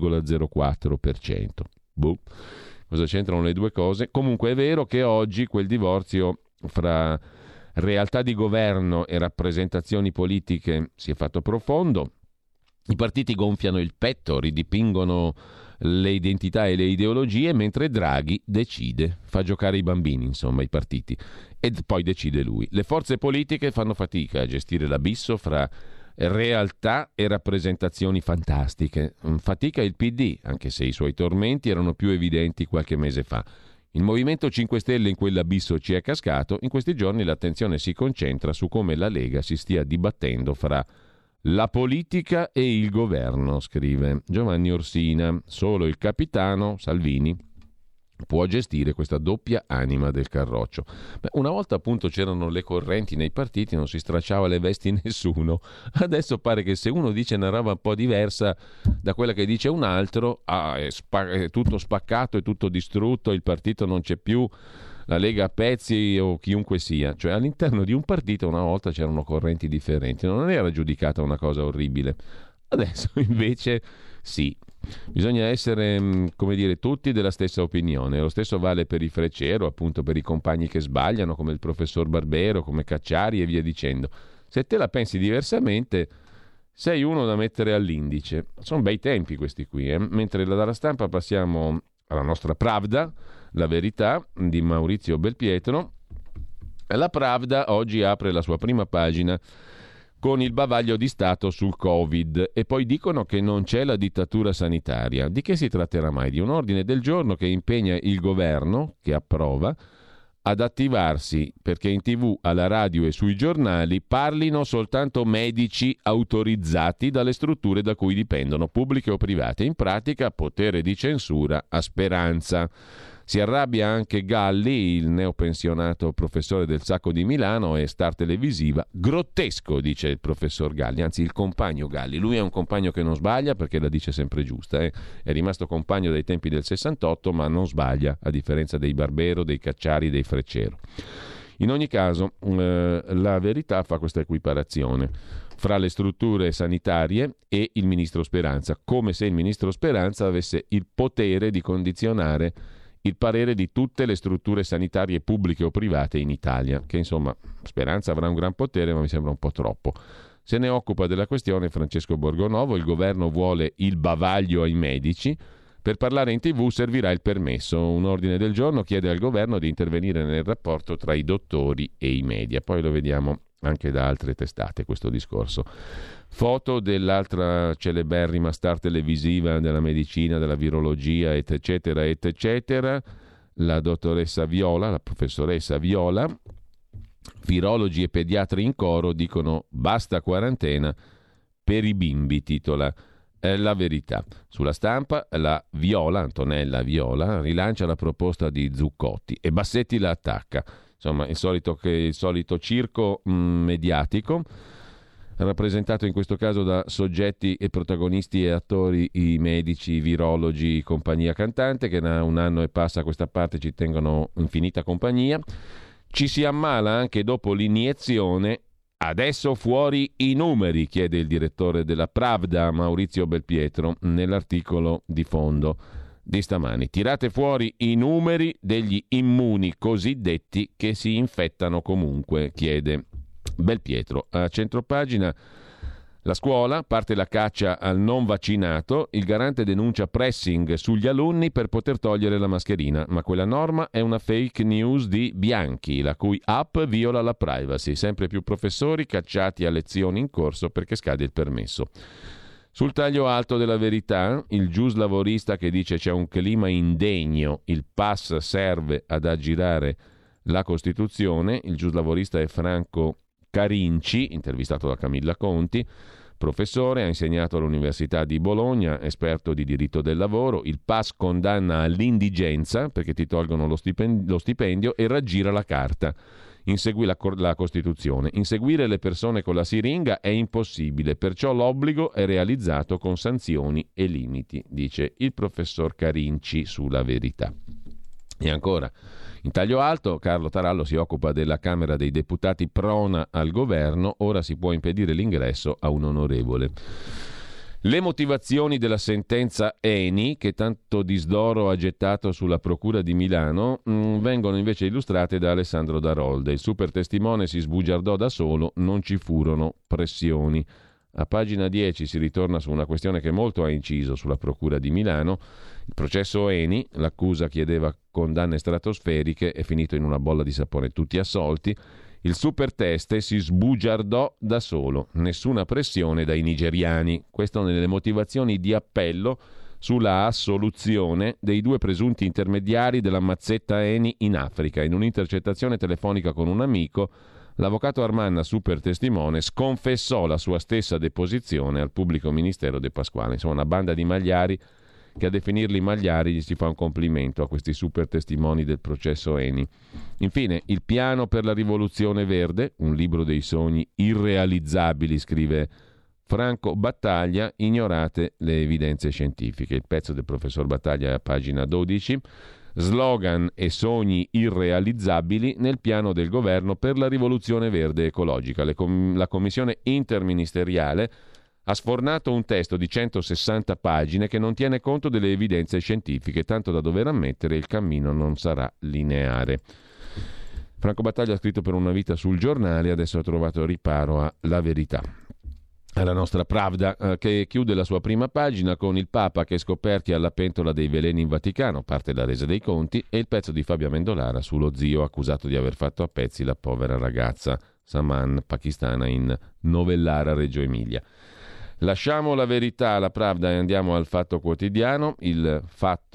2,04%. Boh, cosa c'entrano le due cose? Comunque è vero che oggi quel divorzio fra realtà di governo e rappresentazioni politiche si è fatto profondo. I partiti gonfiano il petto, ridipingono le identità e le ideologie, mentre Draghi decide, fa giocare i bambini, insomma, i partiti, e poi decide lui. Le forze politiche fanno fatica a gestire l'abisso fra realtà e rappresentazioni fantastiche. Fatica il PD, anche se i suoi tormenti erano più evidenti qualche mese fa. Il Movimento 5 Stelle in quell'abisso ci è cascato. In questi giorni l'attenzione si concentra su come la Lega si stia dibattendo fra la politica e il governo, scrive Giovanni Orsina. Solo il capitano Salvini può gestire questa doppia anima del Carroccio. Una volta appunto c'erano le correnti nei partiti, non si stracciava le vesti nessuno. Adesso pare che se uno dice una roba un po' diversa da quella che dice un altro, è tutto spaccato, è tutto distrutto, il partito non c'è più, la Lega a pezzi o chiunque sia. Cioè all'interno di un partito una volta c'erano correnti differenti, non era giudicata una cosa orribile. Adesso invece sì, bisogna essere, come dire, tutti della stessa opinione. Lo stesso vale per il Freccero, appunto per i compagni che sbagliano, come il professor Barbero, come Cacciari e via dicendo. Se te la pensi diversamente, sei uno da mettere all'indice. Sono bei tempi questi qui, Mentre dalla Stampa passiamo alla nostra Pravda, La Verità di Maurizio Belpietro. La Pravda oggi apre la sua prima pagina con il bavaglio di Stato sul Covid e poi dicono che non c'è la dittatura sanitaria. Di che si tratterà mai? Di un ordine del giorno che impegna il governo, che approva, ad attivarsi perché in TV, alla radio e sui giornali parlino soltanto medici autorizzati dalle strutture da cui dipendono, pubbliche o private. In pratica, potere di censura a Speranza. Si arrabbia anche Galli, il neopensionato professore del Sacco di Milano e star televisiva. Grottesco, dice il professor Galli, anzi il compagno Galli. Lui è un compagno che non sbaglia perché la dice sempre giusta. È rimasto compagno dai tempi del 68, ma non sbaglia, a differenza dei Barbero, dei Cacciari, dei Freccero. In ogni caso, la Verità fa questa equiparazione fra le strutture sanitarie e il ministro Speranza, come se il ministro Speranza avesse il potere di condizionare il parere di tutte le strutture sanitarie pubbliche o private in Italia, che insomma Speranza avrà un gran potere, ma mi sembra un po' troppo. Se ne occupa della questione Francesco Borgonovo. Il governo vuole il bavaglio ai medici. Per parlare in TV servirà il permesso. Un ordine del giorno chiede al governo di intervenire nel rapporto tra i dottori e i media. Poi lo vediamo anche da altre testate questo discorso. Foto dell'altra celeberrima star televisiva della medicina, della virologia, eccetera, eccetera, la dottoressa Viola, la professoressa Viola. Virologi e pediatri in coro dicono basta quarantena per i bimbi, titola La Verità. Sulla Stampa la Viola, Antonella Viola, rilancia la proposta di Zuccotti e Bassetti la attacca. Insomma, il solito circo mediatico, rappresentato in questo caso da soggetti e protagonisti e attori, i medici, i virologi, compagnia cantante, che da un anno e passa a questa parte ci tengono infinita compagnia. Ci si ammala anche dopo l'iniezione. Adesso fuori i numeri, chiede il direttore della Pravda, Maurizio Belpietro, nell'articolo di fondo di stamani. Tirate fuori i numeri degli immuni cosiddetti che si infettano comunque, chiede Belpietro. A centropagina la scuola, parte la caccia al non vaccinato, il garante denuncia pressing sugli alunni per poter togliere la mascherina, ma quella norma è una fake news di Bianchi, la cui app viola la privacy. Sempre più professori cacciati a lezioni in corso perché scade il permesso. Sul taglio alto della Verità, il giuslavorista che dice c'è un clima indegno, il pass serve ad aggirare la Costituzione. Il giuslavorista è Franco Carinci, intervistato da Camilla Conti, professore, ha insegnato all'Università di Bologna, esperto di diritto del lavoro. Il pass condanna all'indigenza perché ti tolgono lo stipendio e raggira la carta. Insegui la Costituzione. Inseguire le persone con la siringa è impossibile, perciò l'obbligo è realizzato con sanzioni e limiti, dice il professor Carinci sulla Verità. E ancora, in taglio alto, Carlo Tarallo si occupa della Camera dei Deputati, prona al governo, ora si può impedire l'ingresso a un onorevole. Le motivazioni della sentenza Eni, che tanto disdoro ha gettato sulla Procura di Milano, vengono invece illustrate da Alessandro Darolde. Il super testimone si sbugiardò da solo, non ci furono pressioni. A pagina 10 si ritorna su una questione che molto ha inciso sulla Procura di Milano. Il processo Eni, l'accusa chiedeva condanne stratosferiche, è finito in una bolla di sapone, tutti assolti. Il super teste si sbugiardò da solo, nessuna pressione dai nigeriani. Questo nelle motivazioni di appello sulla assoluzione dei due presunti intermediari della mazzetta Eni in Africa. In un'intercettazione telefonica con un amico, l'avvocato Armanna, super testimone, sconfessò la sua stessa deposizione al pubblico ministero De Pasquale. Insomma, una banda di magliari che a definirli magliari gli si fa un complimento a questi super testimoni del processo Eni. Infine, il piano per la rivoluzione verde, un libro dei sogni irrealizzabili, scrive Franco Battaglia, ignorate le evidenze scientifiche. Il pezzo del professor Battaglia è a pagina 12. Slogan e sogni irrealizzabili nel piano del governo per la rivoluzione verde ecologica. La commissione interministeriale ha sfornato un testo di 160 pagine che non tiene conto delle evidenze scientifiche, tanto da dover ammettere il cammino non sarà lineare. Franco Battaglia ha scritto per una vita sul Giornale, adesso ha trovato riparo a La Verità. Alla nostra Pravda, che chiude la sua prima pagina con il Papa che scoperchia alla pentola dei veleni in Vaticano, parte la resa dei conti, e il pezzo di Fabio Amendolara sullo zio accusato di aver fatto a pezzi la povera ragazza Saman, pakistana, in Novellara, Reggio Emilia. Lasciamo La Verità alla Pravda e andiamo al Fatto Quotidiano. Il Fatto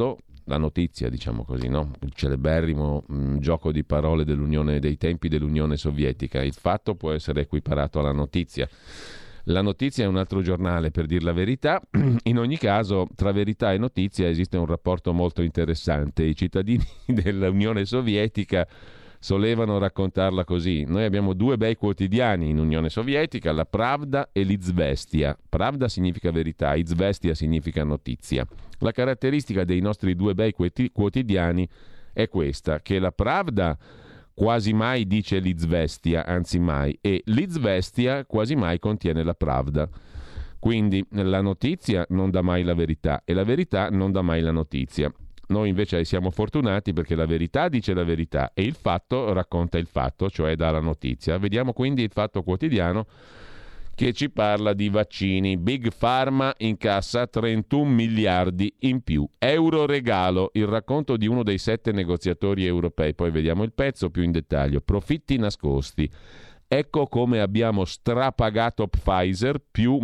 la notizia, diciamo così, no? Il celeberrimo gioco di parole dei tempi dell'Unione Sovietica. Il fatto può essere equiparato alla notizia. La notizia è un altro giornale, per dir la verità. In ogni caso, tra verità e notizia esiste un rapporto molto interessante. I cittadini dell'Unione Sovietica solevano raccontarla così: noi abbiamo due bei quotidiani in Unione Sovietica, la Pravda e l'Izvestia. Pravda significa verità, Izvestia significa notizia. La caratteristica dei nostri due bei quotidiani è questa, che la Pravda quasi mai dice l'Izvestia, anzi mai, e l'Izvestia quasi mai contiene la Pravda. Quindi la notizia non dà mai la verità e la verità non dà mai la notizia. Noi invece siamo fortunati perché la verità dice la verità e il fatto racconta il fatto, cioè dà la notizia. Vediamo quindi il Fatto Quotidiano che ci parla di vaccini. Big Pharma incassa 31 miliardi in più. Euro regalo, il racconto di uno dei 7 negoziatori europei. Poi vediamo il pezzo più in dettaglio. Profitti nascosti. Ecco come abbiamo strapagato Pfizer più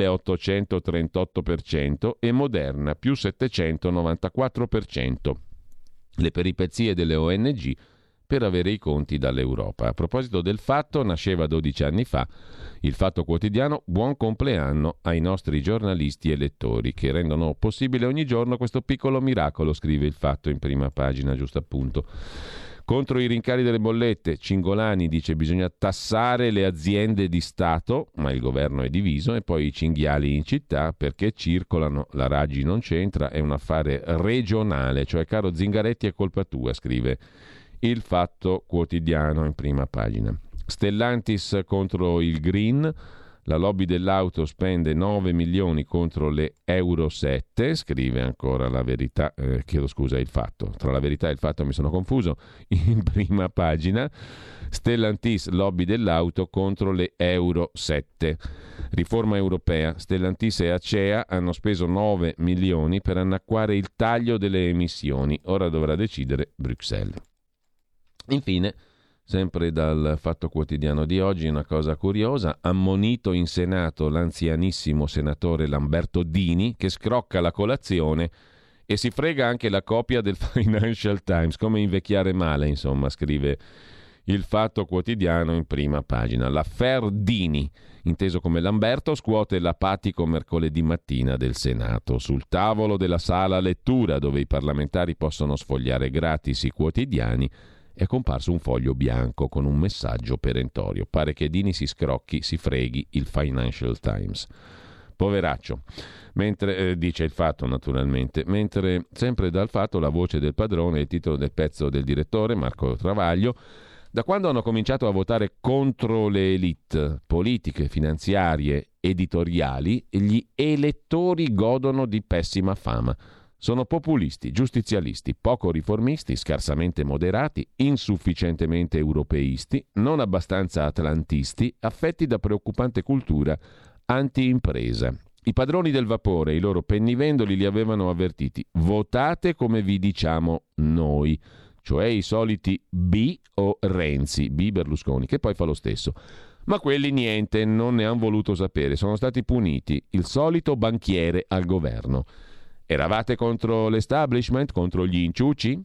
1838% e Moderna più 794%. Le peripezie delle ONG per avere i conti dall'Europa. A proposito del Fatto, nasceva 12 anni fa il Fatto Quotidiano. Buon compleanno ai nostri giornalisti e lettori che rendono possibile ogni giorno questo piccolo miracolo, scrive il Fatto in prima pagina, giusto appunto. Contro i rincari delle bollette, Cingolani dice bisogna tassare le aziende di Stato, ma il governo è diviso, e poi i cinghiali in città perché circolano, la Raggi non c'entra, è un affare regionale, cioè caro Zingaretti è colpa tua, scrive il Fatto Quotidiano in prima pagina. Stellantis contro il Green, la lobby dell'auto spende 9 milioni contro le Euro 7, scrive ancora la Verità, il Fatto. Tra la Verità e il Fatto mi sono confuso, in prima pagina. Stellantis, lobby dell'auto contro le Euro 7. Riforma europea, Stellantis e Acea hanno speso 9 milioni per annacquare il taglio delle emissioni. Ora dovrà decidere Bruxelles. Infine, sempre dal Fatto Quotidiano di oggi, una cosa curiosa: ammonito in Senato l'anzianissimo senatore Lamberto Dini che scrocca la colazione e si frega anche la copia del Financial Times. Come invecchiare male, insomma, scrive il Fatto Quotidiano in prima pagina. L'affaire Dini, inteso come Lamberto, scuote l'apatico mercoledì mattina del Senato. Sul tavolo della sala lettura, dove i parlamentari possono sfogliare gratis i quotidiani, è comparso un foglio bianco con un messaggio perentorio. Pare che Dini si scrocchi, si freghi il Financial Times. Poveraccio. Mentre dice il Fatto, naturalmente. Mentre sempre dal Fatto la voce del padrone, il titolo del pezzo del direttore Marco Travaglio: da quando hanno cominciato a votare contro le elite politiche, finanziarie, editoriali, gli elettori godono di pessima fama. Sono populisti, giustizialisti, poco riformisti, scarsamente moderati, insufficientemente europeisti, non abbastanza atlantisti, affetti da preoccupante cultura anti-impresa. I padroni del vapore e i loro pennivendoli li avevano avvertiti: votate come vi diciamo noi, cioè i soliti B o Renzi, B Berlusconi, che poi fa lo stesso. Ma quelli niente, non ne hanno voluto sapere, sono stati puniti, il solito banchiere al governo. Eravate contro l'establishment, contro gli inciuci?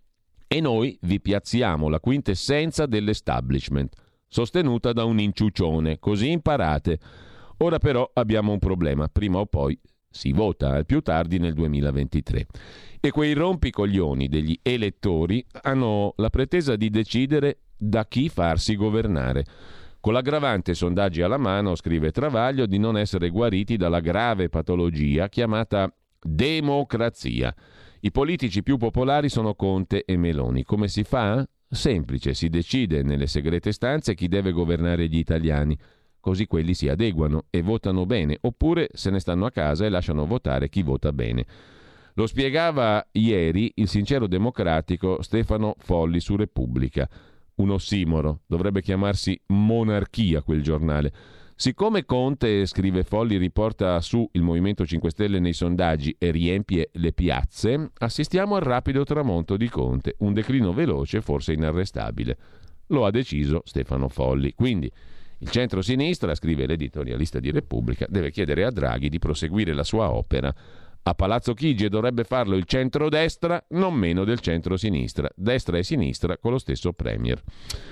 E noi vi piazziamo la quintessenza dell'establishment, sostenuta da un inciucione, così imparate. Ora però abbiamo un problema, prima o poi si vota, al più tardi nel 2023. E quei rompicoglioni degli elettori hanno la pretesa di decidere da chi farsi governare. Con l'aggravante, sondaggi alla mano, scrive Travaglio, di non essere guariti dalla grave patologia chiamata democrazia. I politici più popolari sono Conte e Meloni. Come si fa? Semplice, si decide nelle segrete stanze chi deve governare gli italiani, così quelli si adeguano e votano bene, oppure se ne stanno a casa e lasciano votare chi vota bene. Lo spiegava ieri il sincero democratico Stefano Folli su Repubblica. Un ossimoro, dovrebbe chiamarsi Monarchia quel giornale. Siccome Conte, scrive Folli, riporta su il Movimento 5 Stelle nei sondaggi e riempie le piazze, assistiamo al rapido tramonto di Conte, un declino veloce, forse inarrestabile. Lo ha deciso Stefano Folli. Quindi il centro-sinistra, scrive l'editorialista di Repubblica, deve chiedere a Draghi di proseguire la sua opera A Palazzo Chigi dovrebbe farlo il centrodestra, non meno del centrosinistra. Destra e sinistra con lo stesso premier.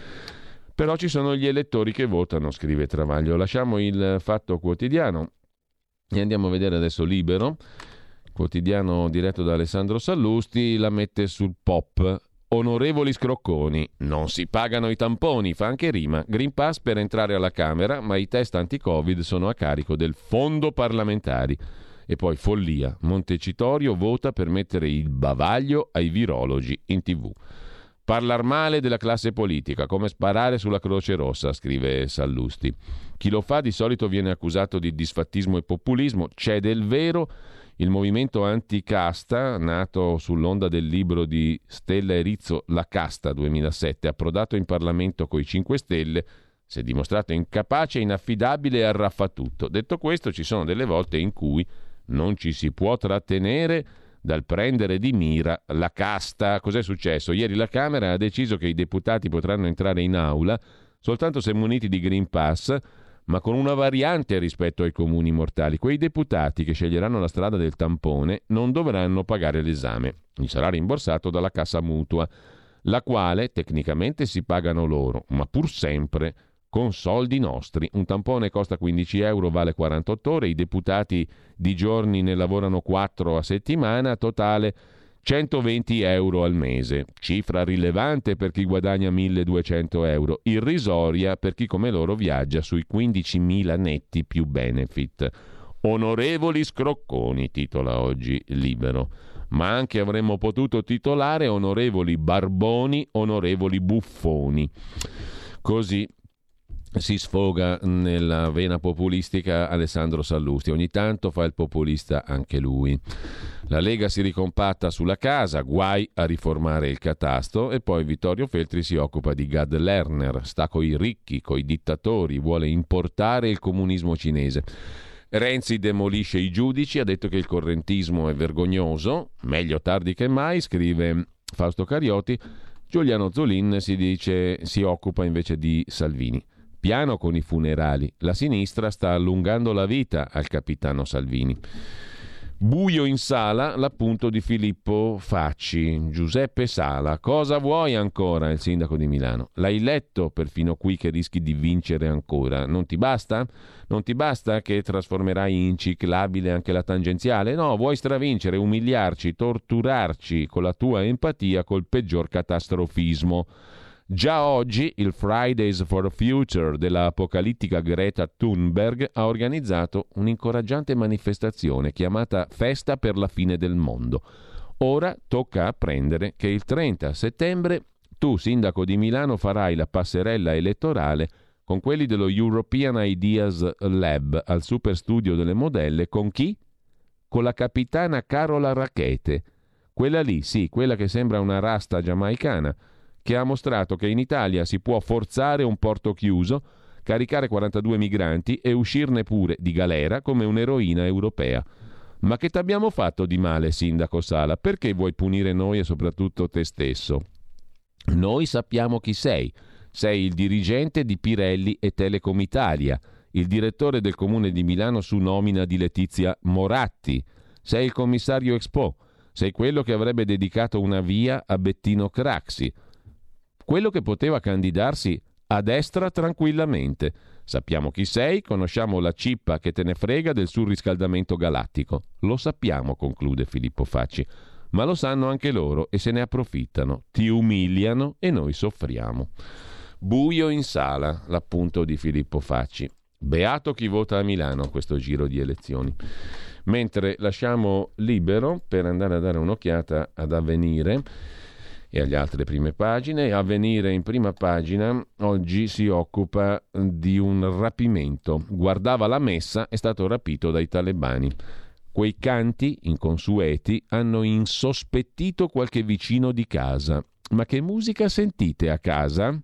Però ci sono gli elettori che votano, scrive Travaglio. Lasciamo il Fatto Quotidiano e andiamo a vedere adesso Libero, quotidiano diretto da Alessandro Sallusti, la mette sul pop. Onorevoli scrocconi, non si pagano i tamponi, fa anche rima. Green Pass per entrare alla Camera, ma i test anti-Covid sono a carico del fondo parlamentari. E poi follia, Montecitorio vota per mettere il bavaglio ai virologi in TV. Parlar male della classe politica, come sparare sulla Croce Rossa, scrive Sallusti. Chi lo fa di solito viene accusato di disfattismo e populismo, c'è del vero. Il movimento anticasta, nato sull'onda del libro di Stella e Rizzo La Casta 2007, approdato in Parlamento coi 5 Stelle, si è dimostrato incapace, inaffidabile e arraffa tutto. Detto questo, ci sono delle volte in cui non ci si può trattenere dal prendere di mira la casta. Cos'è successo? Ieri la Camera ha deciso che i deputati potranno entrare in aula soltanto se muniti di Green Pass, ma con una variante rispetto ai comuni mortali. Quei deputati che sceglieranno la strada del tampone non dovranno pagare l'esame. Gli sarà rimborsato dalla cassa mutua, la quale tecnicamente si pagano loro, ma pur sempre con soldi nostri. Un tampone costa 15 euro, vale 48 ore, i deputati di giorni ne lavorano 4 a settimana, totale 120 euro al mese, cifra rilevante per chi guadagna 1.200 euro, irrisoria per chi come loro viaggia sui 15.000 netti più benefit. Onorevoli scrocconi, titola oggi Libero, ma anche avremmo potuto titolare onorevoli barboni, onorevoli buffoni. Così si sfoga nella vena populistica Alessandro Sallusti. Ogni tanto fa il populista anche lui. La Lega si ricompatta sulla casa, guai a riformare il catasto, e poi Vittorio Feltri si occupa di Gad Lerner, sta coi ricchi, coi dittatori, vuole importare il comunismo cinese. Renzi demolisce i giudici, ha detto che il correntismo è vergognoso, meglio tardi che mai, scrive Fausto Carioti. Giuliano Zolin si occupa invece di Salvini. Piano con i funerali, la sinistra sta allungando la vita al capitano Salvini. Buio in sala, l'appunto di Filippo Facci. Giuseppe Sala, cosa vuoi ancora? Il sindaco di Milano. L'hai letto perfino qui che rischi di vincere ancora? Non ti basta? Non ti basta che trasformerai in ciclabile anche la tangenziale? No, vuoi stravincere, umiliarci, torturarci con la tua empatia col peggior catastrofismo. Già oggi il Fridays for Future della apocalittica Greta Thunberg ha organizzato un'incoraggiante manifestazione chiamata Festa per la fine del mondo. Ora tocca apprendere che il 30 settembre tu, sindaco di Milano, farai la passerella elettorale con quelli dello European Ideas Lab al super studio delle modelle. Con chi? Con la capitana Carola Rackete. Quella lì, sì, quella che sembra una rasta giamaicana, che ha mostrato che in Italia si può forzare un porto chiuso, caricare 42 migranti e uscirne pure di galera come un'eroina europea. Ma che t'abbiamo fatto di male, sindaco Sala? Perché vuoi punire noi e soprattutto te stesso? Noi sappiamo chi sei. Sei il dirigente di Pirelli e Telecom Italia, il direttore del Comune di Milano su nomina di Letizia Moratti. Sei il commissario Expo. Sei quello che avrebbe dedicato una via a Bettino Craxi. Quello che poteva candidarsi a destra tranquillamente. Sappiamo chi sei, conosciamo la cippa che te ne frega del surriscaldamento galattico. Lo sappiamo, conclude Filippo Facci, ma lo sanno anche loro e se ne approfittano. Ti umiliano e noi soffriamo. Buio in sala, l'appunto di Filippo Facci. Beato chi vota a Milano a questo giro di elezioni. Mentre lasciamo Libero per andare a dare un'occhiata ad Avvenire e agli altre prime pagine. Avvenire in prima pagina oggi si occupa di un rapimento. Guardava la messa, è stato rapito dai talebani. Quei canti inconsueti hanno insospettito qualche vicino di casa. Ma che musica sentite a casa?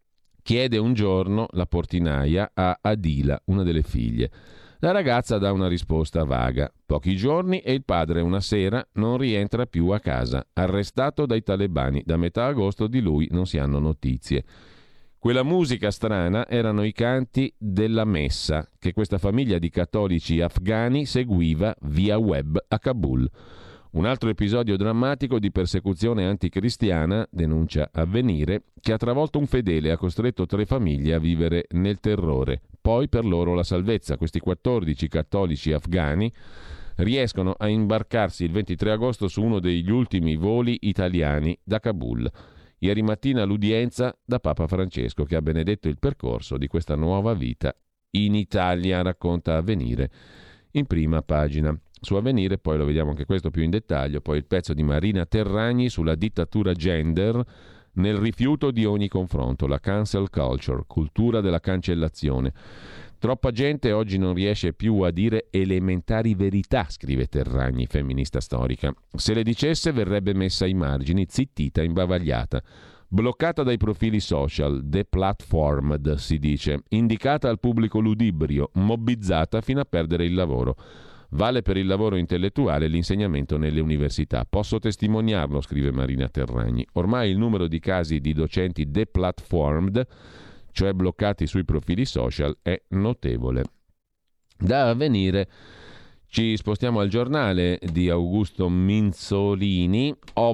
Chiede un giorno la portinaia a Adila, una delle figlie. La ragazza dà una risposta vaga. Pochi giorni e il padre una sera non rientra più a casa, arrestato dai talebani. Da metà agosto di lui non si hanno notizie. Quella musica strana erano i canti della messa che questa famiglia di cattolici afghani seguiva via web a Kabul. Un altro episodio drammatico di persecuzione anticristiana, denuncia Avvenire, che ha travolto un fedele e ha costretto 3 famiglie a vivere nel terrore. Poi per loro la salvezza. Questi 14 cattolici afghani riescono a imbarcarsi il 23 agosto su uno degli ultimi voli italiani da Kabul. Ieri mattina l'udienza da Papa Francesco che ha benedetto il percorso di questa nuova vita in Italia, racconta Avvenire in prima pagina. Su Avvenire poi lo vediamo anche questo più in dettaglio, poi il pezzo di Marina Terragni sulla dittatura gender nel rifiuto di ogni confronto, la cancel culture, cultura della cancellazione. Troppa gente oggi non riesce più a dire elementari verità, scrive Terragni, femminista storica. Se le dicesse verrebbe messa ai margini, zittita, imbavagliata. Bloccata dai profili social, deplatformed si dice, indicata al pubblico ludibrio, mobbizzata fino a perdere il lavoro. Vale per il lavoro intellettuale e l'insegnamento nelle università. Posso testimoniarlo, scrive Marina Terragni. Ormai il numero di casi di docenti deplatformed, cioè bloccati sui profili social, è notevole. Da Avvenire ci spostiamo al Giornale di Augusto Minzolini.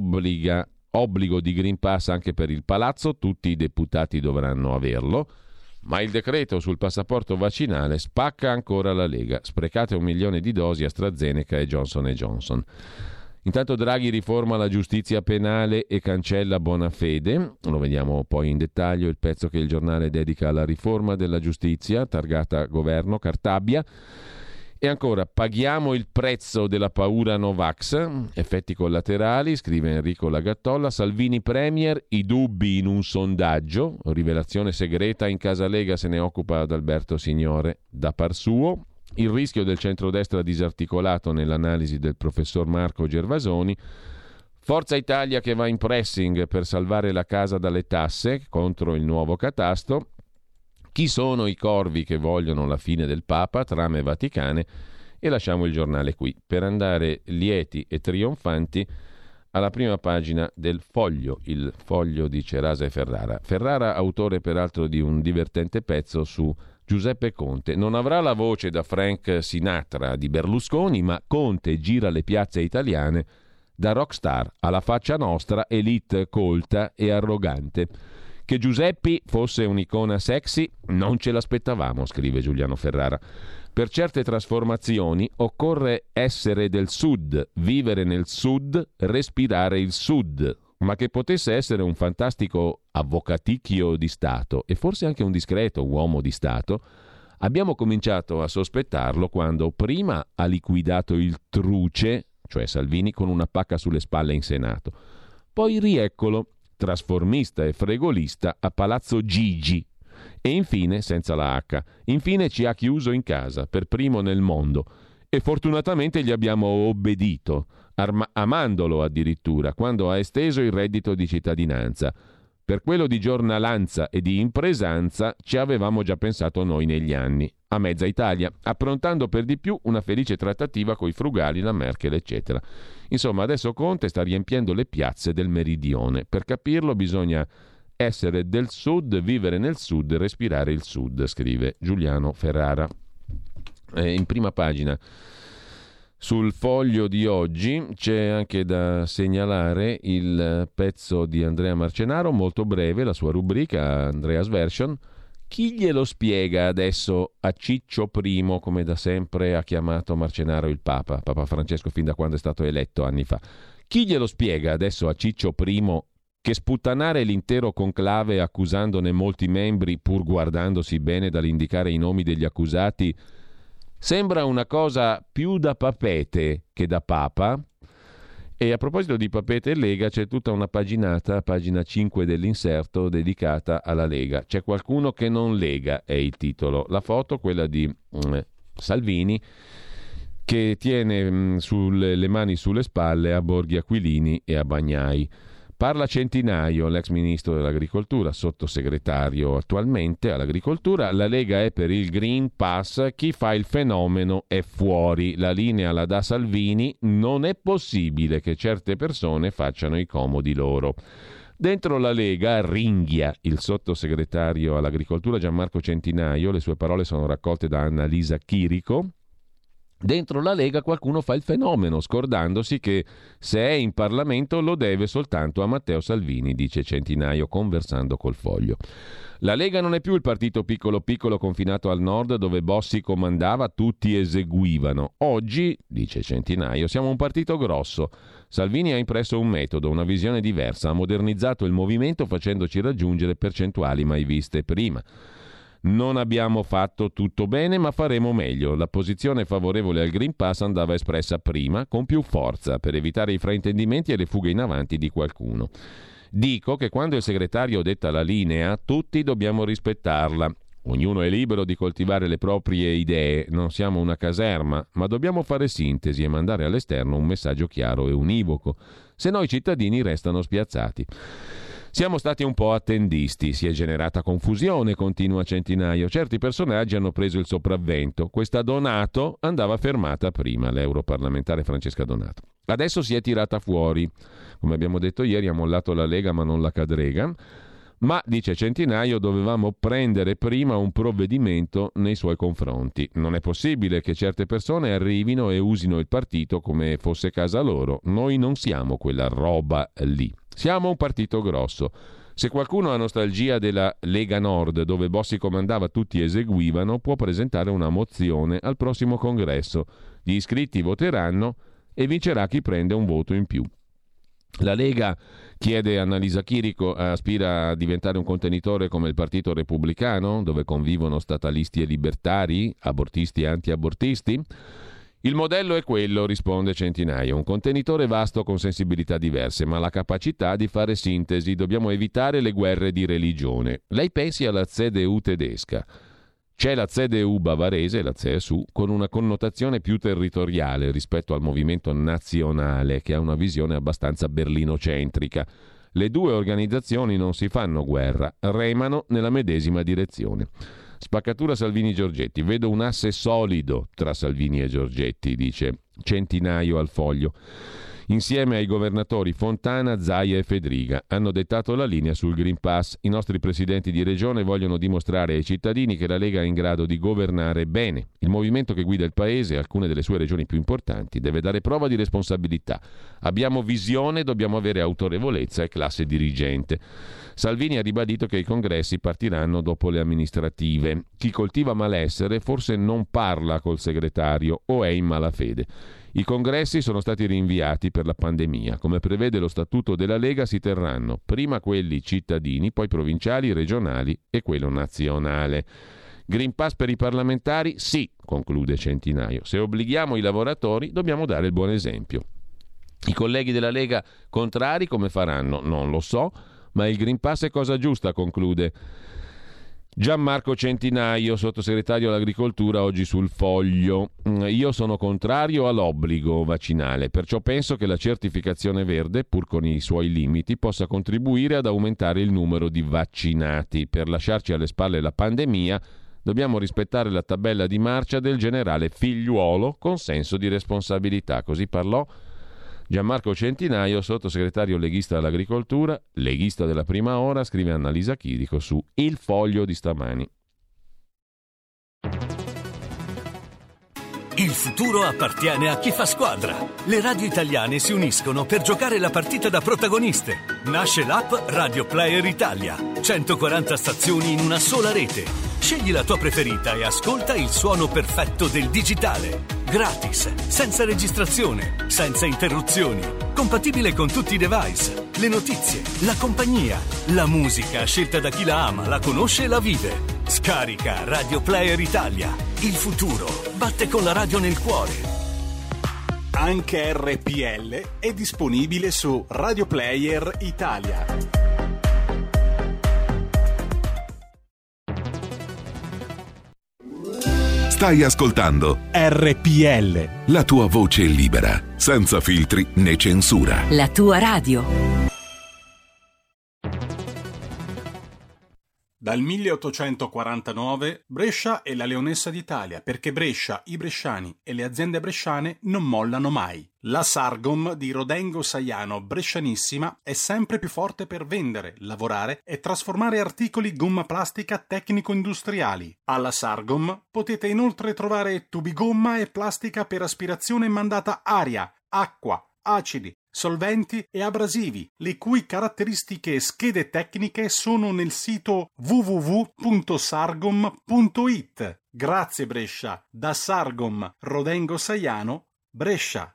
Obbligo di Green Pass anche per il Palazzo, tutti i deputati dovranno averlo, ma il decreto sul passaporto vaccinale spacca ancora la Lega. Sprecate 1 milione di dosi AstraZeneca e Johnson & Johnson. Intanto Draghi riforma la giustizia penale e cancella Bonafede. Lo vediamo poi in dettaglio, il pezzo che il giornale dedica alla riforma della giustizia, targata Governo Cartabia. E ancora, paghiamo il prezzo della paura Novax, effetti collaterali, scrive Enrico Lagattolla. Salvini premier, i dubbi in un sondaggio, rivelazione segreta in casa Lega, se ne occupa Adalberto Signore da par suo. Il rischio del centrodestra disarticolato nell'analisi del professor Marco Gervasoni. Forza Italia che va in pressing per salvare la casa dalle tasse contro il nuovo catasto. Chi sono i corvi che vogliono la fine del Papa? Trame vaticane. E lasciamo il giornale qui per andare lieti e trionfanti alla prima pagina del Foglio, il Foglio di Cerasa e Ferrara. Ferrara, autore peraltro di un divertente pezzo su Giuseppe Conte. Non avrà la voce da Frank Sinatra di Berlusconi, ma Conte gira le piazze italiane da rockstar alla faccia nostra, elite colta e arrogante. Che Giuseppi fosse un'icona sexy non ce l'aspettavamo, scrive Giuliano Ferrara. Per certe trasformazioni occorre essere del sud, vivere nel sud, respirare il sud, ma che potesse essere un fantastico avvocaticchio di Stato e forse anche un discreto uomo di Stato, abbiamo cominciato a sospettarlo quando prima ha liquidato il truce, cioè Salvini, con una pacca sulle spalle in Senato. Poi rieccolo, trasformista e fregolista a Palazzo Gigi. E infine, senza la H, infine ci ha chiuso in casa, per primo nel mondo. E fortunatamente gli abbiamo obbedito, amandolo addirittura, quando ha esteso il reddito di cittadinanza. Per quello di giornalanza e di impresanza ci avevamo già pensato noi negli anni, a mezza Italia, approntando per di più una felice trattativa coi frugali, la Merkel, eccetera. Insomma, adesso Conte sta riempiendo le piazze del meridione. Per capirlo bisogna essere del sud, vivere nel sud, respirare il sud, scrive Giuliano Ferrara. In prima pagina sul Foglio di oggi c'è anche da segnalare il pezzo di Andrea Marcenaro, molto breve, la sua rubrica Andrea's Version. Chi glielo spiega adesso a Ciccio I, come da sempre ha chiamato Marcenaro il Papa Francesco fin da quando è stato eletto anni fa? Chi glielo spiega adesso a Ciccio I che sputtanare l'intero conclave accusandone molti membri pur guardandosi bene dall'indicare i nomi degli accusati sembra una cosa più da papete che da papa? E a proposito di papete e Lega c'è tutta una paginata, pagina 5 dell'inserto, dedicata alla Lega. C'è qualcuno che non lega, è il titolo. La foto, quella di Salvini, che tiene le mani sulle spalle a Borghi Aquilini e a Bagnai. Parla Centinaio, l'ex ministro dell'agricoltura, sottosegretario attualmente all'agricoltura. La Lega è per il Green Pass, chi fa il fenomeno è fuori. La linea la dà Salvini, non è possibile che certe persone facciano i comodi loro. Dentro la Lega ringhia il sottosegretario all'agricoltura Gianmarco Centinaio, le sue parole sono raccolte da Annalisa Chirico. Dentro la Lega qualcuno fa il fenomeno, scordandosi che se è in Parlamento lo deve soltanto a Matteo Salvini, dice Centinaio conversando col Foglio. La Lega non è più il partito piccolo piccolo confinato al nord dove Bossi comandava, tutti eseguivano. Oggi, dice Centinaio, siamo un partito grosso. Salvini ha impresso un metodo, una visione diversa, ha modernizzato il movimento facendoci raggiungere percentuali mai viste prima. Non abbiamo fatto tutto bene, ma faremo meglio. La posizione favorevole al Green Pass andava espressa prima, con più forza, per evitare i fraintendimenti e le fughe in avanti di qualcuno. Dico che quando il segretario detta la linea, tutti dobbiamo rispettarla. Ognuno è libero di coltivare le proprie idee, non siamo una caserma, ma dobbiamo fare sintesi e mandare all'esterno un messaggio chiaro e univoco, se no i cittadini restano spiazzati. Siamo stati un po' attendisti, si è generata confusione, continua Centinaio. Certi personaggi hanno preso il sopravvento. Questa Donato andava fermata prima, l'europarlamentare Francesca Donato. Adesso si è tirata fuori. Come abbiamo detto ieri, ha mollato la Lega ma non la cadrega. Ma, dice Centinaio, dovevamo prendere prima un provvedimento nei suoi confronti. Non è possibile che certe persone arrivino e usino il partito come fosse casa loro. Noi non siamo quella roba lì. Siamo un partito grosso. Se qualcuno ha nostalgia della Lega Nord, dove Bossi comandava tutti eseguivano, può presentare una mozione al prossimo congresso. Gli iscritti voteranno e vincerà chi prende un voto in più. La Lega, chiede Annalisa Chirico, aspira a diventare un contenitore come il Partito Repubblicano, dove convivono statalisti e libertari, abortisti e anti-abortisti? Il modello è quello, risponde Centinaio, un contenitore vasto con sensibilità diverse, ma la capacità di fare sintesi. Dobbiamo evitare le guerre di religione. Lei pensi alla CDU tedesca. C'è la CDU bavarese, la CSU, con una connotazione più territoriale rispetto al movimento nazionale, che ha una visione abbastanza berlinocentrica. Le due organizzazioni non si fanno guerra, remano nella medesima direzione. Spaccatura Salvini-Giorgetti. Vedo un asse solido tra Salvini e Giorgetti, dice Centinaio al Foglio. Insieme ai governatori Fontana, Zaia e Fedriga hanno dettato la linea sul Green Pass. I nostri presidenti di regione vogliono dimostrare ai cittadini che la Lega è in grado di governare bene. Il movimento che guida il paese e alcune delle sue regioni più importanti deve dare prova di responsabilità. Abbiamo visione, dobbiamo avere autorevolezza e classe dirigente. Salvini ha ribadito che i congressi partiranno dopo le amministrative. Chi coltiva malessere forse non parla col segretario o è in malafede. I congressi sono stati rinviati per la pandemia. Come prevede lo statuto della Lega, si terranno prima quelli cittadini, poi provinciali, regionali e quello nazionale. Green Pass per i parlamentari? Sì, conclude Centinaio. Se obblighiamo i lavoratori, dobbiamo dare il buon esempio. I colleghi della Lega contrari come faranno? Non lo so, ma il Green Pass è cosa giusta, conclude Gianmarco Centinaio, sottosegretario all'agricoltura, oggi sul Foglio. Io sono contrario all'obbligo vaccinale, perciò penso che la certificazione verde, pur con i suoi limiti, possa contribuire ad aumentare il numero di vaccinati. Per lasciarci alle spalle la pandemia, dobbiamo rispettare la tabella di marcia del generale Figliuolo con senso di responsabilità. Così parlò Gianmarco Centinaio, sottosegretario leghista all'agricoltura, leghista della prima ora, scrive Annalisa Chirico su Il Foglio di stamani. Il futuro appartiene a chi fa squadra. Le radio italiane si uniscono per giocare la partita da protagoniste. Nasce l'app Radio Player Italia. 140 stazioni in una sola rete. Scegli la tua preferita e ascolta il suono perfetto del digitale. Gratis, senza registrazione, senza interruzioni. Compatibile con tutti i device. Le notizie, la compagnia, la musica scelta da chi la ama, la conosce e la vive. Scarica Radio Player Italia. Il futuro batte con la radio nel cuore. Anche RPL è disponibile su Radio Player Italia. Stai ascoltando RPL, la tua voce libera, senza filtri né censura. La tua radio. Dal 1849 Brescia è la leonessa d'Italia, perché Brescia, i bresciani e le aziende bresciane non mollano mai. La Sargom di Rodengo Saiano Brescianissima è sempre più forte per vendere, lavorare e trasformare articoli gomma plastica tecnico-industriali. Alla Sargom potete inoltre trovare tubi gomma e plastica per aspirazione mandata aria, acqua, acidi, solventi e abrasivi, le cui caratteristiche e schede tecniche sono nel sito www.sargom.it. Grazie Brescia, da Sargom Rodengo Saiano, Brescia.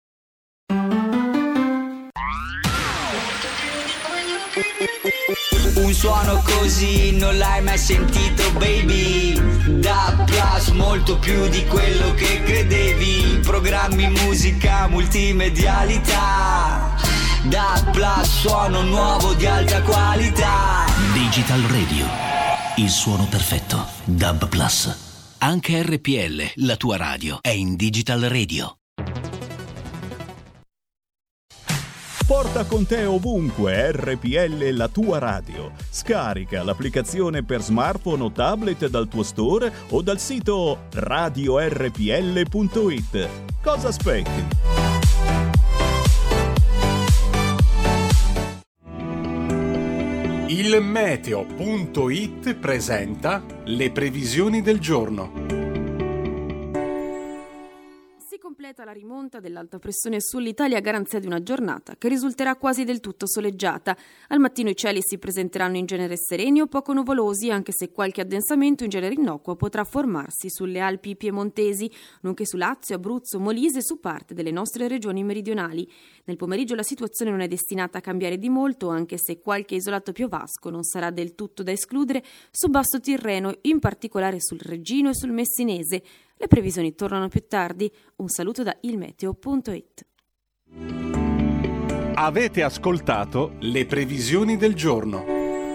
Un suono così non l'hai mai sentito, baby. Da Plus, molto più di quello che credevi. Programmi, musica, multimedialità. Da Plus, suono nuovo di alta qualità. Digital Radio, il suono perfetto. DAB Plus. Anche RPL, la tua radio, è in Digital Radio. Porta con te ovunque RPL, la tua radio. Scarica l'applicazione per smartphone o tablet dal tuo store o dal sito radiorpl.it. Cosa aspetti? Il meteo.it presenta le previsioni del giorno. La rimonta dell'alta pressione sull'Italia a garanzia di una giornata che risulterà quasi del tutto soleggiata. Al mattino i cieli si presenteranno in genere sereni o poco nuvolosi, anche se qualche addensamento in genere innocuo potrà formarsi sulle Alpi piemontesi, nonché su Lazio, Abruzzo, Molise e su parte delle nostre regioni meridionali. Nel pomeriggio la situazione non è destinata a cambiare di molto, anche se qualche isolato piovasco non sarà del tutto da escludere su Basso Tirreno, in particolare sul Reggino e sul Messinese. Le previsioni tornano più tardi. Un saluto da ilmeteo.it. Avete ascoltato le previsioni del giorno.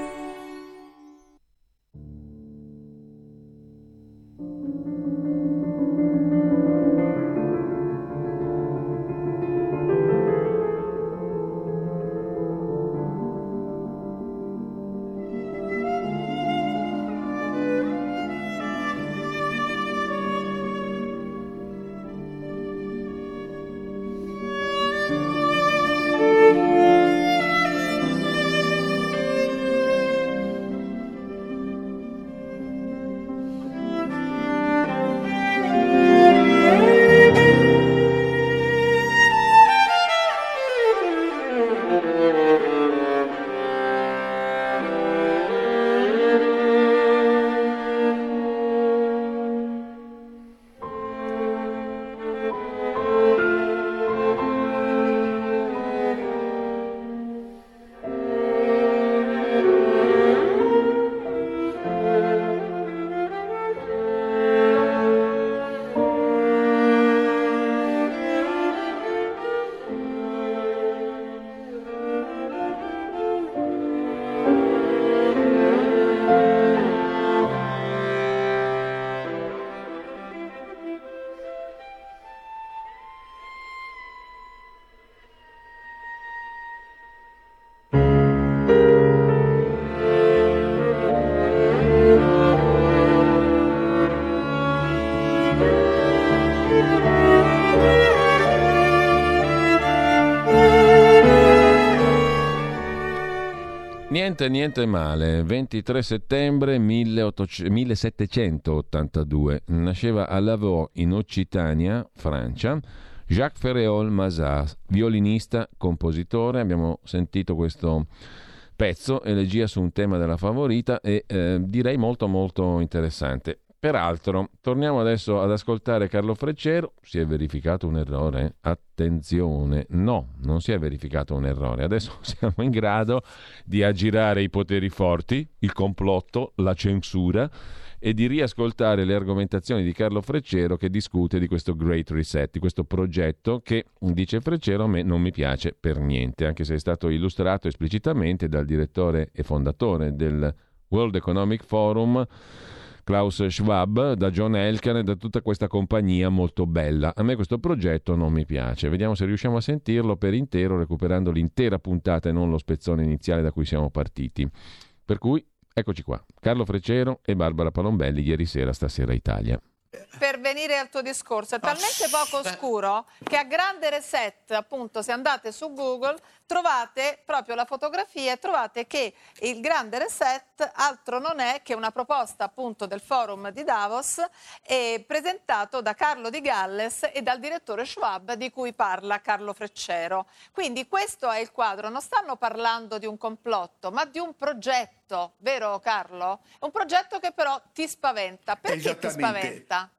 Niente male, 23 settembre 1782, nasceva a Lavaux in Occitania, Francia, Jacques Ferréol-Mazas, violinista, compositore. Abbiamo sentito questo pezzo, elegia su un tema della favorita e direi molto molto interessante. Peraltro, torniamo adesso ad ascoltare Carlo Freccero. Si è verificato un errore? Attenzione, no, non si è verificato un errore. Adesso siamo in grado di aggirare i poteri forti, il complotto, la censura e di riascoltare le argomentazioni di Carlo Freccero che discute di questo Great Reset, di questo progetto che, dice Freccero, a me non mi piace per niente, anche se è stato illustrato esplicitamente dal direttore e fondatore del World Economic Forum, Klaus Schwab, da John Elkann e da tutta questa compagnia molto bella. A me questo progetto non mi piace. Vediamo se riusciamo a sentirlo per intero, recuperando l'intera puntata e non lo spezzone iniziale da cui siamo partiti. Per cui Eccoci qua, Carlo Freccero e Barbara Palombelli ieri sera Stasera Italia. Per venire al tuo discorso, è talmente poco oscuro che a grande reset, appunto, se andate su Google trovate proprio la fotografia e trovate che il grande reset altro non è che una proposta appunto del forum di Davos presentato da Carlo Di Galles e dal direttore Schwab di cui parla Carlo Freccero. Quindi questo è il quadro, non stanno parlando di un complotto ma di un progetto, vero Carlo? È un progetto che però ti spaventa. Perché ti spaventa?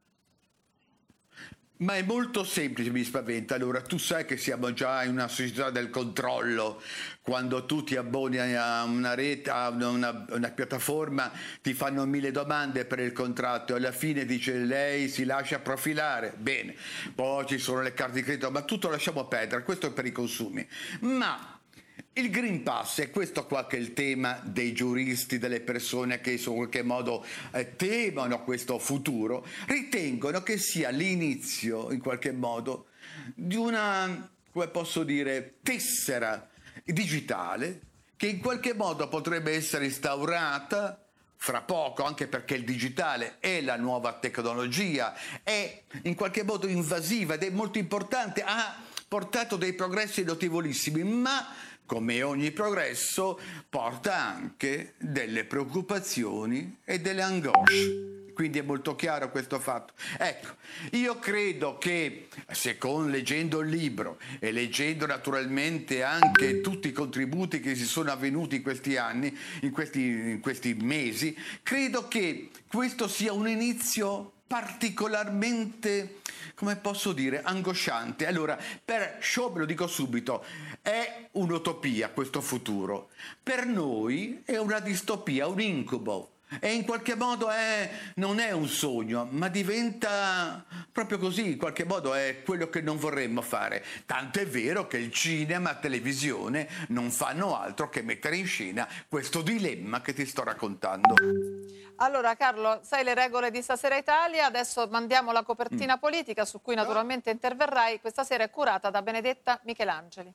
Ma è molto semplice, mi spaventa. Allora, tu sai che siamo già in una società del controllo. Quando tu ti abboni a una rete, a una piattaforma, ti fanno 1000 domande per il contratto e alla fine dice lei si lascia profilare. Bene, poi ci sono le carte di credito, ma tutto lasciamo perdere, questo è per i consumi. Ma il Green Pass è questo qua che è il tema dei giuristi, delle persone che in qualche modo temono questo futuro, ritengono che sia l'inizio in qualche modo di una, come posso dire, tessera digitale che in qualche modo potrebbe essere instaurata fra poco, anche perché il digitale è la nuova tecnologia, è in qualche modo invasiva ed è molto importante, ha portato dei progressi notevolissimi, ma come ogni progresso porta anche delle preoccupazioni e delle angosce. Quindi è molto chiaro questo fatto. Ecco, io credo che, leggendo il libro e leggendo naturalmente anche tutti i contributi che si sono avvenuti in questi anni, in questi mesi, credo che questo sia un inizio particolarmente, come posso dire, angosciante. Allora, per Schwab, lo dico subito, è un'utopia questo futuro. Per noi è una distopia, un incubo. E in qualche modo non è un sogno, ma diventa proprio così, in qualche modo è quello che non vorremmo fare. Tanto è vero che il cinema, la televisione non fanno altro che mettere in scena questo dilemma che ti sto raccontando. Allora Carlo, sai le regole di Stasera Italia, adesso mandiamo la copertina politica su cui naturalmente interverrai. Questa sera è curata da Benedetta Michelangeli.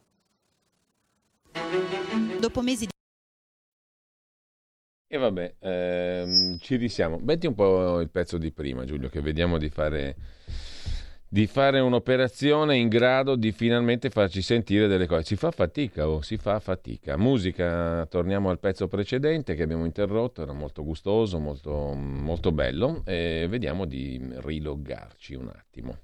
Dopo mesi di... E vabbè, ci risiamo. Metti un po' il pezzo di prima, Giulio, che vediamo di fare un'operazione in grado di finalmente farci sentire delle cose. Si fa fatica. Musica, torniamo al pezzo precedente che abbiamo interrotto, era molto gustoso, molto, molto bello, e vediamo di riloggarci un attimo.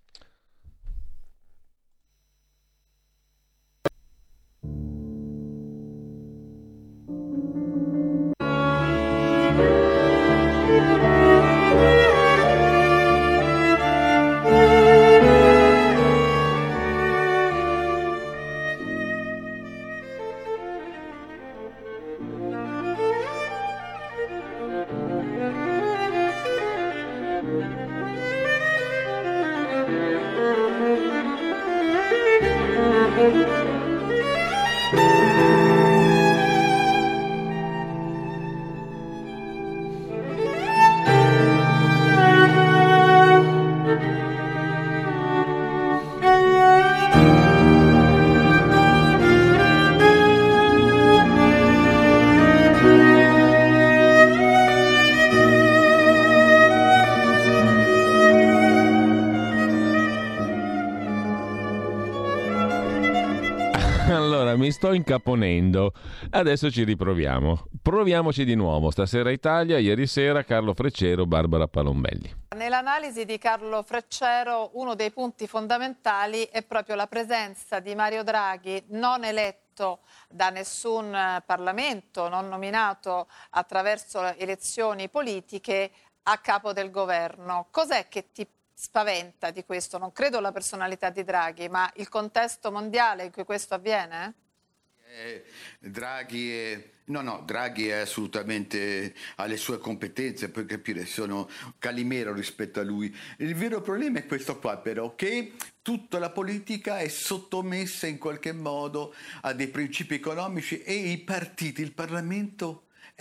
Mi sto incaponendo, adesso ci riproviamo. Proviamoci di nuovo. Stasera Italia, ieri sera Carlo Freccero, Barbara Palombelli. Nell'analisi di Carlo Freccero uno dei punti fondamentali è proprio la presenza di Mario Draghi, non eletto da nessun Parlamento, non nominato attraverso elezioni politiche, a capo del governo. Cos'è che ti spaventa di questo? Non credo la personalità di Draghi, ma il contesto mondiale in cui questo avviene? Draghi è assolutamente, ha le sue competenze, puoi capire, sono Calimero rispetto a lui. Il vero problema è questo qua, però, che tutta la politica è sottomessa in qualche modo a dei principi economici e i partiti, il Parlamento è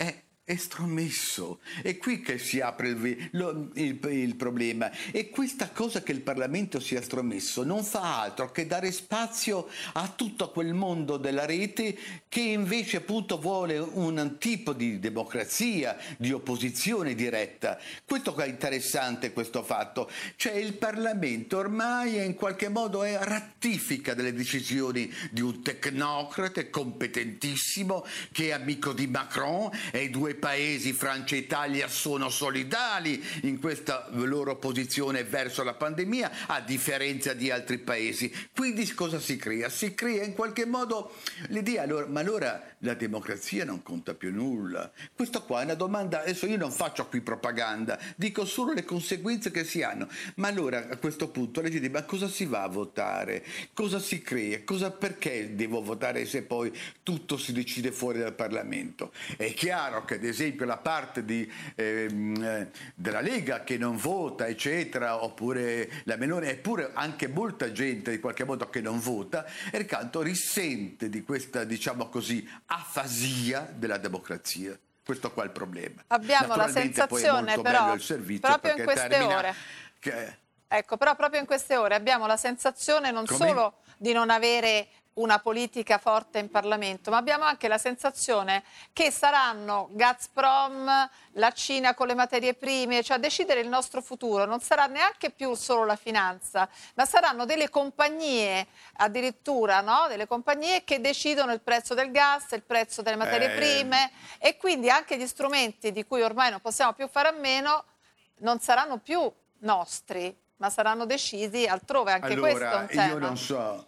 estromesso. È qui che si apre il problema. E questa cosa che il Parlamento sia estromesso non fa altro che dare spazio a tutto quel mondo della rete che invece appunto vuole un tipo di democrazia, di opposizione diretta. Questo è interessante, questo fatto. Cioè il Parlamento ormai in qualche modo ratifica delle decisioni di un tecnocrate competentissimo che è amico di Macron, e i due paesi, Francia e Italia, sono solidali in questa loro posizione verso la pandemia, a differenza di altri paesi. Quindi cosa si crea? Si crea in qualche modo l'idea, ma allora la democrazia non conta più nulla. Questo qua è una domanda, adesso io non faccio qui propaganda, dico solo le conseguenze che si hanno. Ma allora a questo punto legge di ma cosa si va a votare? Cosa si crea? Perché devo votare se poi tutto si decide fuori dal Parlamento? È chiaro che ad esempio la parte della Lega che non vota eccetera, oppure la Meloni, eppure anche molta gente in qualche modo che non vota, e accanto risente di questa, diciamo così, afasia della democrazia. Questo qua è il problema. Abbiamo la sensazione però proprio in queste ore ecco, però proprio in queste ore abbiamo la sensazione non solo di non avere una politica forte in Parlamento, ma abbiamo anche la sensazione che saranno Gazprom, la Cina con le materie prime, cioè a decidere il nostro futuro. Non sarà neanche più solo la finanza, ma saranno delle compagnie, addirittura, no? Delle compagnie che decidono il prezzo del gas, il prezzo delle materie prime, e quindi anche gli strumenti di cui ormai non possiamo più fare a meno non saranno più nostri, ma saranno decisi altrove. Anche questo è un tema. Io non so.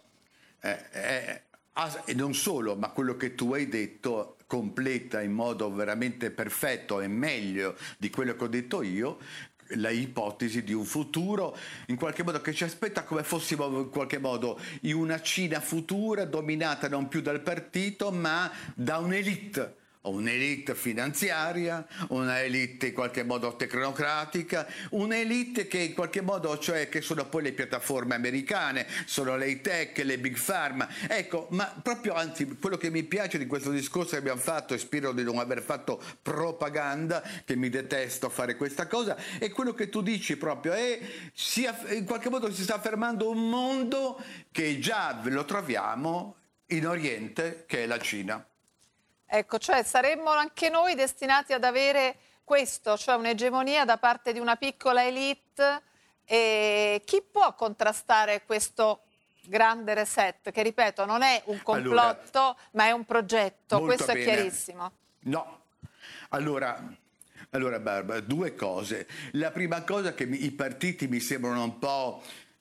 E non solo, ma quello che tu hai detto completa in modo veramente perfetto e meglio di quello che ho detto io la ipotesi di un futuro in qualche modo che ci aspetta come fossimo in qualche modo in una Cina futura dominata non più dal partito ma da un'elite. Un'elite finanziaria, un'elite in qualche modo tecnocratica, un'elite che in qualche modo, cioè che sono poi le piattaforme americane, sono le high-tech, le big pharma. Ecco, ma proprio anzi, quello che mi piace di questo discorso che abbiamo fatto, e spero di non aver fatto propaganda, che mi detesto fare questa cosa, è quello che tu dici proprio, in qualche modo si sta affermando un mondo che già lo troviamo in Oriente, che è la Cina. Ecco, cioè saremmo anche noi destinati ad avere questo, cioè un'egemonia da parte di una piccola elite. E chi può contrastare questo grande reset, che ripeto non è un complotto ma è un progetto, questo è chiarissimo. No, allora Barbara, due cose. La prima cosa è che i partiti mi sembrano un po'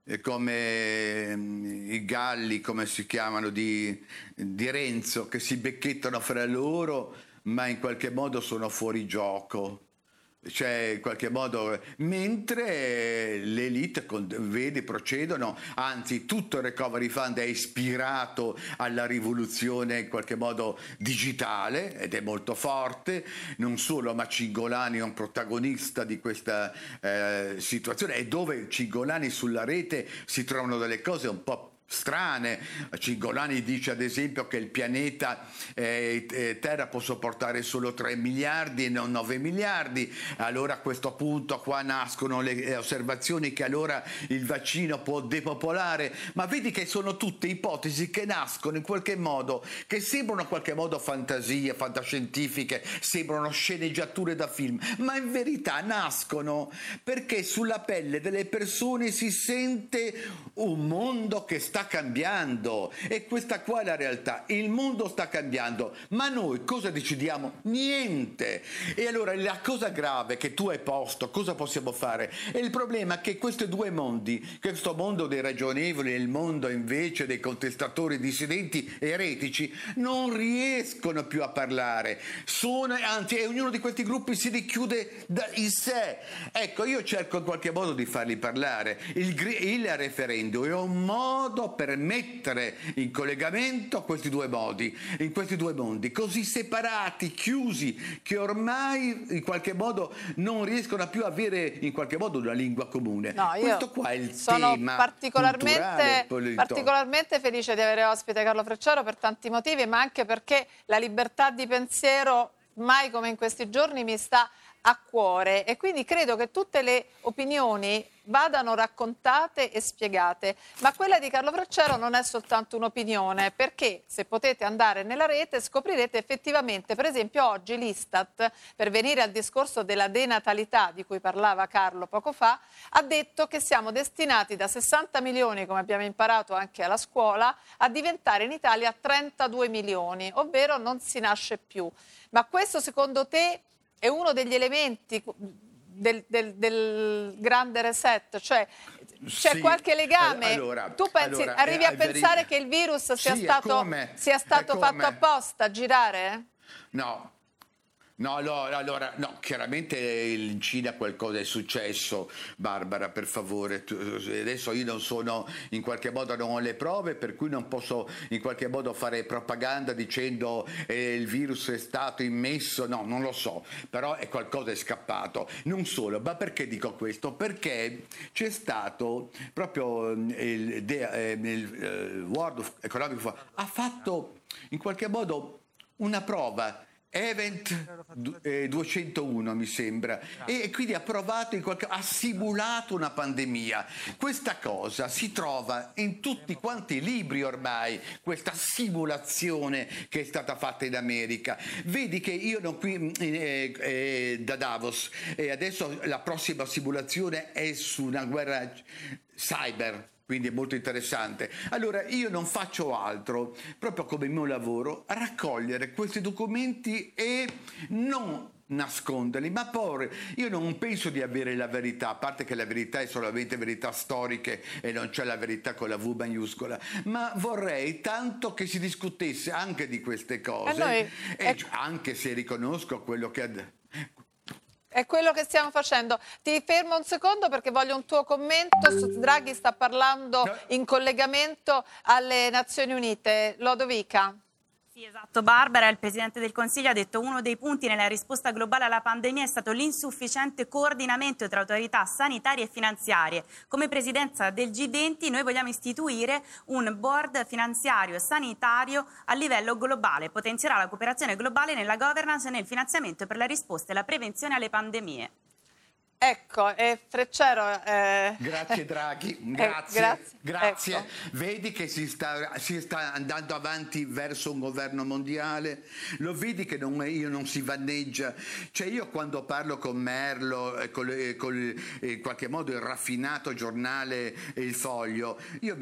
come i galli, come si chiamano, di Renzo, che si becchettano fra loro ma in qualche modo sono fuori gioco. Cioè in qualche modo, mentre le elite procedono, anzi tutto il recovery fund è ispirato alla rivoluzione in qualche modo digitale ed è molto forte, non solo, ma Cingolani è un protagonista di questa situazione, e dove Cingolani sulla rete si trovano delle cose un po' strane. Cingolani dice ad esempio che il pianeta Terra può sopportare solo 3 miliardi e non 9 miliardi. Allora a questo punto qua nascono le osservazioni che allora il vaccino può depopolare, ma vedi che sono tutte ipotesi che nascono in qualche modo, che sembrano in qualche modo fantasie fantascientifiche, sembrano sceneggiature da film, ma in verità nascono perché sulla pelle delle persone si sente un mondo che sta cambiando, e questa qua è la realtà. Il mondo sta cambiando, ma noi cosa decidiamo? Niente. E allora la cosa grave che tu hai posto, cosa possiamo fare? E il problema è che questi due mondi, questo mondo dei ragionevoli e il mondo invece dei contestatori dissidenti e eretici, non riescono più a parlare, anzi ognuno di questi gruppi si richiude in sé. Ecco, io cerco in qualche modo di farli parlare. Il referendum è un modo per mettere in collegamento questi due modi, in questi due mondi così separati, chiusi, che ormai in qualche modo non riescono più a avere in qualche modo una lingua comune. No, questo qua è il sono tema particolarmente felice di avere ospite Carlo Freccero per tanti motivi, ma anche perché la libertà di pensiero mai come in questi giorni mi sta a cuore, e quindi credo che tutte le opinioni vadano raccontate e spiegate, ma quella di Carlo Freccero non è soltanto un'opinione, perché se potete andare nella rete scoprirete effettivamente, per esempio oggi l'Istat, per venire al discorso della denatalità di cui parlava Carlo poco fa, ha detto che siamo destinati da 60 milioni, come abbiamo imparato anche alla scuola, a diventare in Italia 32 milioni, ovvero non si nasce più. Ma questo secondo te è uno degli elementi del grande reset, cioè c'è sì, qualche legame? Tu pensi, arrivi a pensare che il virus sia stato fatto apposta, girare? No, chiaramente in Cina qualcosa è successo, Barbara, per favore. Adesso io non sono, in qualche modo non ho le prove, per cui non posso in qualche modo fare propaganda dicendo il virus è stato immesso, no, non lo so, però è qualcosa è scappato. Non solo, ma perché dico questo? Perché c'è stato proprio il World Economic Forum ha fatto in qualche modo una prova, Event 201 mi sembra, e quindi ha provato ha simulato una pandemia. Questa cosa si trova in tutti quanti i libri ormai, questa simulazione che è stata fatta in America. Vedi che io non qui da Davos, e adesso la prossima simulazione è su una guerra cyber, quindi è molto interessante. Allora io non faccio altro, proprio come il mio lavoro, raccogliere questi documenti e non nasconderli, ma poi io non penso di avere la verità, a parte che la verità è solamente verità storiche e non c'è la verità con la V maiuscola, ma vorrei tanto che si discutesse anche di queste cose, anche se riconosco quello che È quello che stiamo facendo. Ti fermo un secondo perché voglio un tuo commento. Draghi sta parlando in collegamento alle Nazioni Unite. Lodovica. Sì, esatto, Barbara, il Presidente del Consiglio ha detto uno dei punti nella risposta globale alla pandemia è stato l'insufficiente coordinamento tra autorità sanitarie e finanziarie. Come Presidenza del G20 noi vogliamo istituire un board finanziario e sanitario a livello globale, potenzierà la cooperazione globale nella governance e nel finanziamento per la risposta e la prevenzione alle pandemie. Ecco, Freccero... Grazie Draghi, grazie. Ecco. Vedi che si sta andando avanti verso un governo mondiale? Lo vedi che io non si vanneggia? Cioè io quando parlo con Merlo, in qualche modo il raffinato giornale Il Foglio, io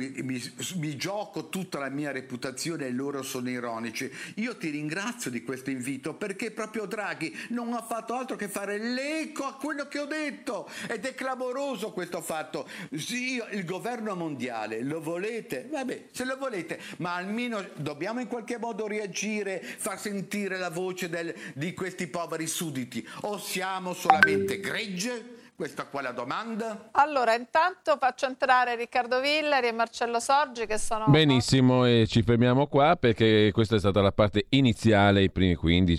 mi gioco tutta la mia reputazione e loro sono ironici. Io ti ringrazio di questo invito perché proprio Draghi non ha fatto altro che fare l'eco a quello che ho detto. Ed è clamoroso questo fatto. Sì, il governo mondiale lo volete? Vabbè, se lo volete, ma almeno dobbiamo in qualche modo reagire, far sentire la voce di questi poveri sudditi, o siamo solamente gregge? Questa qua è la domanda. Allora, intanto faccio entrare Riccardo Villeri e Marcello Sorgi che sono... Benissimo, e ci fermiamo qua perché questa è stata la parte iniziale, i primi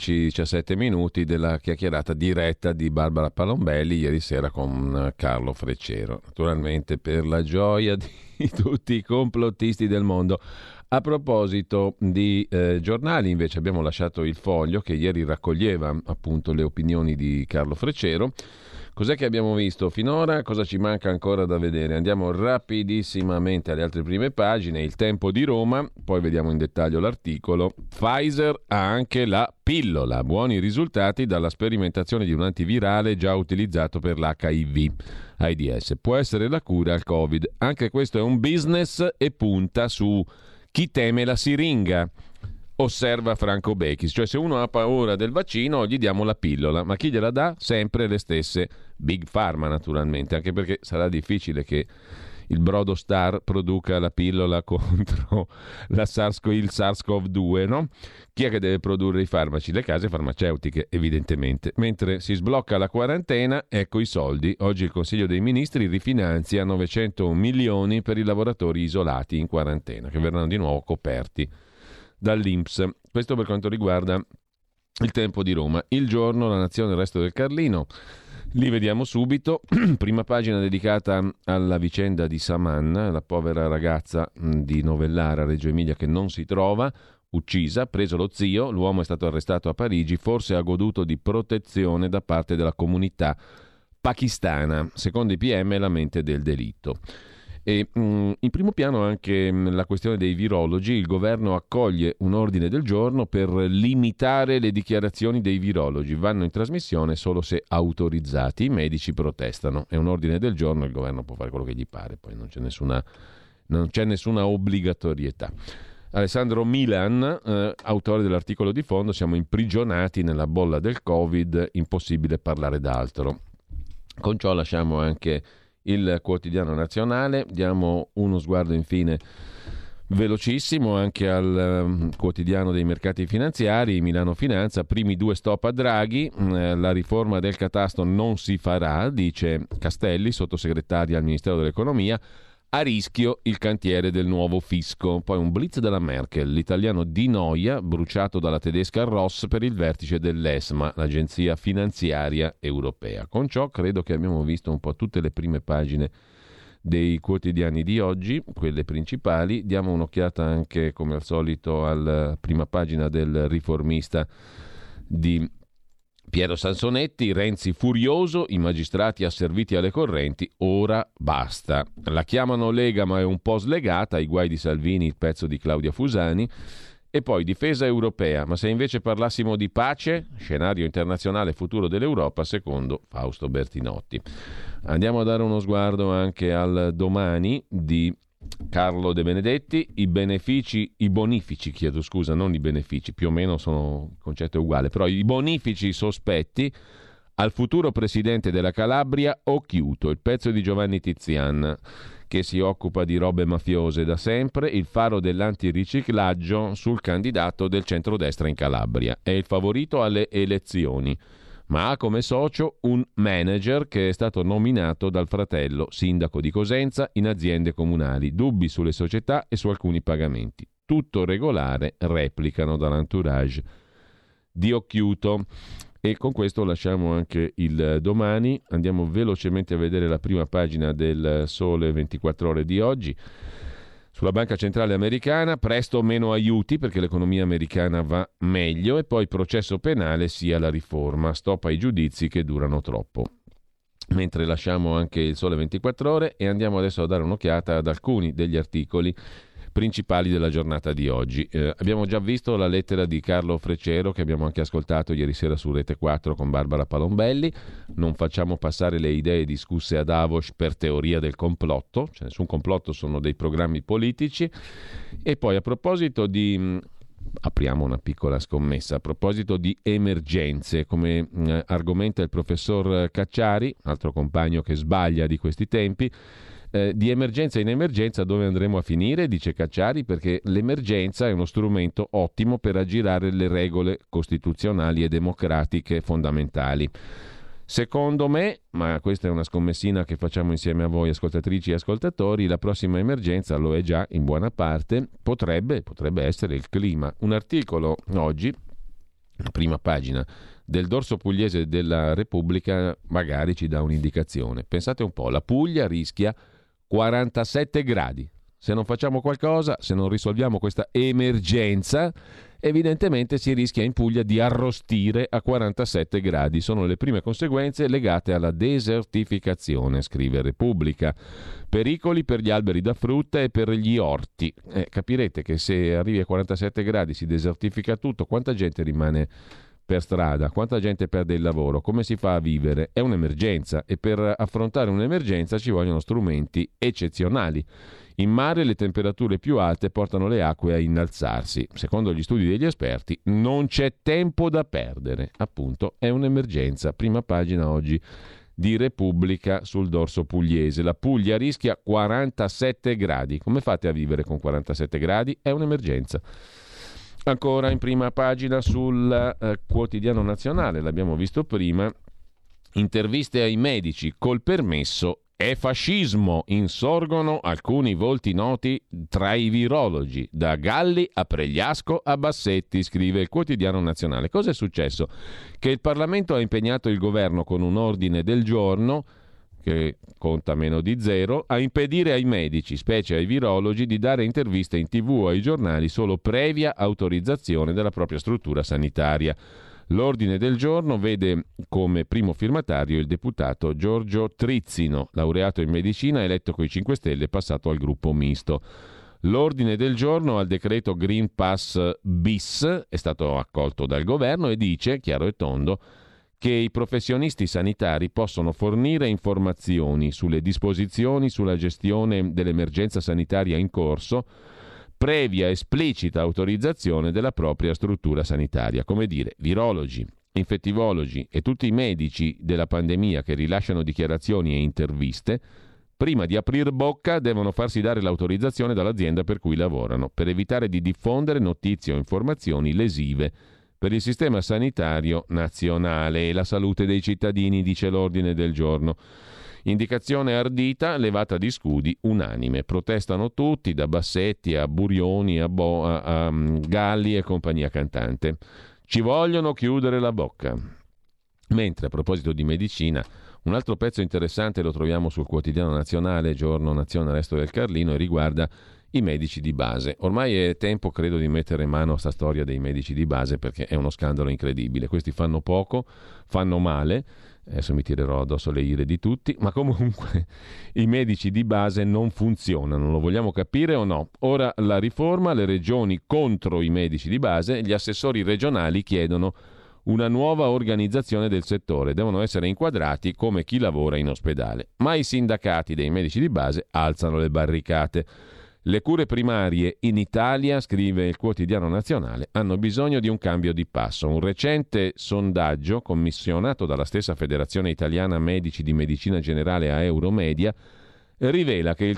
15-17 minuti della chiacchierata diretta di Barbara Palombelli ieri sera con Carlo Freccero. Naturalmente per la gioia di tutti i complottisti del mondo. A proposito di giornali, invece, abbiamo lasciato Il Foglio che ieri raccoglieva appunto le opinioni di Carlo Freccero. Cos'è che abbiamo visto finora? Cosa ci manca ancora da vedere? Andiamo rapidissimamente alle altre prime pagine. Il Tempo di Roma, poi vediamo in dettaglio l'articolo. Pfizer ha anche la pillola. Buoni risultati dalla sperimentazione di un antivirale già utilizzato per l'HIV. AIDS. Può essere la cura al Covid. Anche questo è un business e punta su chi teme la siringa. Osserva Franco Bechis, cioè se uno ha paura del vaccino gli diamo la pillola, ma chi gliela dà? Sempre le stesse Big Pharma naturalmente, anche perché sarà difficile che il brodo Star produca la pillola contro il SARS-CoV-2, no? Chi è che deve produrre i farmaci? Le case farmaceutiche, evidentemente. Mentre si sblocca la quarantena, ecco i soldi. Oggi il Consiglio dei Ministri rifinanzia 900 milioni per i lavoratori isolati in quarantena, che verranno di nuovo coperti dall'Inps. Questo per quanto riguarda Il Tempo di Roma. Il Giorno, La Nazione, il Resto del Carlino. Li vediamo subito. Prima pagina dedicata alla vicenda di Saman, la povera ragazza di Novellara, Reggio Emilia, che non si trova. uccisa, preso lo zio, l'uomo è stato arrestato a Parigi, forse ha goduto di protezione da parte della comunità pakistana, secondo i PM è la mente del delitto. E in primo piano anche la questione dei virologi. Il governo accoglie un ordine del giorno per limitare le dichiarazioni dei virologi, vanno in trasmissione solo se autorizzati, i medici protestano, è un ordine del giorno, il governo può fare quello che gli pare, poi non c'è nessuna obbligatorietà. Alessandro Milan, autore dell'articolo di fondo, siamo imprigionati nella bolla del Covid, impossibile parlare d'altro. Con ciò lasciamo anche il quotidiano nazionale, diamo uno sguardo infine velocissimo anche al quotidiano dei mercati finanziari, Milano Finanza, primi 2 stop a Draghi, la riforma del catasto non si farà, dice Castelli, sottosegretario al Ministero dell'Economia, a rischio il cantiere del nuovo fisco. Poi un blitz della Merkel, l'italiano Di Noia, bruciato dalla tedesca Ross per il vertice dell'ESMA, l'agenzia finanziaria europea. Con ciò credo che abbiamo visto un po' tutte le prime pagine dei quotidiani di oggi, quelle principali. Diamo un'occhiata anche, come al solito, alla prima pagina del Riformista di Piero Sansonetti. Renzi furioso, i magistrati asserviti alle correnti, ora basta. La chiamano Lega ma è un po' slegata, i guai di Salvini, il pezzo di Claudia Fusani. E poi difesa europea, ma se invece parlassimo di pace, scenario internazionale futuro dell'Europa, secondo Fausto Bertinotti. Andiamo a dare uno sguardo anche al Domani di Carlo De Benedetti. I bonifici, non i benefici, più o meno sono il concetto è uguale, però i bonifici sospetti al futuro presidente della Calabria Occhiuto, il pezzo di Giovanni Tizian, che si occupa di robe mafiose da sempre, il faro dell'antiriciclaggio sul candidato del centrodestra in Calabria. È il favorito alle elezioni, ma ha come socio un manager che è stato nominato dal fratello, sindaco di Cosenza, in aziende comunali. Dubbi sulle società e su alcuni pagamenti. Tutto regolare, replicano dall'entourage di Occhiuto. E con questo lasciamo anche il Domani. Andiamo velocemente a vedere la prima pagina del Sole 24 Ore di oggi. Sulla Banca Centrale Americana, presto meno aiuti perché l'economia americana va meglio, e poi processo penale sia la riforma, stop ai giudizi che durano troppo. Mentre lasciamo anche il Sole 24 Ore e andiamo adesso a dare un'occhiata ad alcuni degli articoli principali della giornata di oggi. Abbiamo già visto la lettera di Carlo Freccero che abbiamo anche ascoltato ieri sera su Rete 4 con Barbara Palombelli. Non facciamo passare le idee discusse a Davos per teoria del complotto, cioè nessun complotto, sono dei programmi politici. E poi a proposito di apriamo una piccola scommessa, a proposito di emergenze, come argomenta il professor Cacciari, altro compagno che sbaglia di questi tempi, di emergenza in emergenza dove andremo a finire, dice Cacciari, perché l'emergenza è uno strumento ottimo per aggirare le regole costituzionali e democratiche fondamentali. Secondo me, ma questa è una scommessina che facciamo insieme a voi ascoltatrici e ascoltatori, la prossima emergenza, lo è già in buona parte, potrebbe essere il clima. Un articolo oggi, prima pagina del dorso pugliese della Repubblica, magari ci dà un'indicazione. Pensate un po', la Puglia rischia 47 gradi. Se non facciamo qualcosa, se non risolviamo questa emergenza, evidentemente si rischia in Puglia di arrostire a 47 gradi. Sono le prime conseguenze legate alla desertificazione, scrive Repubblica. Pericoli per gli alberi da frutta e per gli orti. Capirete che se arrivi a 47 gradi si desertifica tutto, quanta gente rimane per strada, quanta gente perde il lavoro, come si fa a vivere? È un'emergenza e per affrontare un'emergenza ci vogliono strumenti eccezionali. In mare le temperature più alte portano le acque a innalzarsi. Secondo gli studi degli esperti non c'è tempo da perdere, appunto è un'emergenza. Prima pagina oggi di Repubblica sul dorso pugliese. La Puglia rischia 47 gradi. Come fate a vivere con 47 gradi? È un'emergenza. Ancora in prima pagina sul Quotidiano Nazionale, l'abbiamo visto prima, interviste ai medici, col permesso è fascismo, insorgono alcuni volti noti tra i virologi, da Galli a Pregliasco a Bassetti, scrive il Quotidiano Nazionale. Cosa è successo? Che il Parlamento ha impegnato il governo con un ordine del giorno che conta meno di 0, a impedire ai medici, specie ai virologi, di dare interviste in TV o ai giornali solo previa autorizzazione della propria struttura sanitaria. L'ordine del giorno vede come primo firmatario il deputato Giorgio Trizzino, laureato in medicina, eletto coi 5 Stelle, passato al gruppo misto. L'ordine del giorno al decreto Green Pass bis è stato accolto dal governo e dice, chiaro e tondo, che i professionisti sanitari possono fornire informazioni sulle disposizioni sulla gestione dell'emergenza sanitaria in corso, previa esplicita autorizzazione della propria struttura sanitaria. Come dire, virologi, infettivologi e tutti i medici della pandemia che rilasciano dichiarazioni e interviste, prima di aprir bocca devono farsi dare l'autorizzazione dall'azienda per cui lavorano, per evitare di diffondere notizie o informazioni lesive per il sistema sanitario nazionale e la salute dei cittadini, dice l'ordine del giorno. Indicazione ardita, levata di scudi unanime. Protestano tutti, da Bassetti a Burioni a Galli e compagnia cantante. Ci vogliono chiudere la bocca. Mentre, a proposito di medicina, un altro pezzo interessante lo troviamo sul Quotidiano Nazionale, Giorno, Nazione, Resto del Carlino, e riguarda i medici di base. Ormai è tempo, credo, di mettere mano a sta storia dei medici di base, perché è uno scandalo incredibile. Questi fanno poco, fanno male. Adesso mi tirerò addosso le ire di tutti, ma comunque i medici di base non funzionano, lo vogliamo capire o no? Ora la riforma, le regioni contro i medici di base, gli assessori regionali chiedono una nuova organizzazione del settore, devono essere inquadrati come chi lavora in ospedale, ma i sindacati dei medici di base alzano le barricate. Le cure primarie in Italia, scrive il Quotidiano Nazionale, hanno bisogno di un cambio di passo. Un recente sondaggio commissionato dalla stessa Federazione Italiana Medici di Medicina Generale a Euromedia rivela che il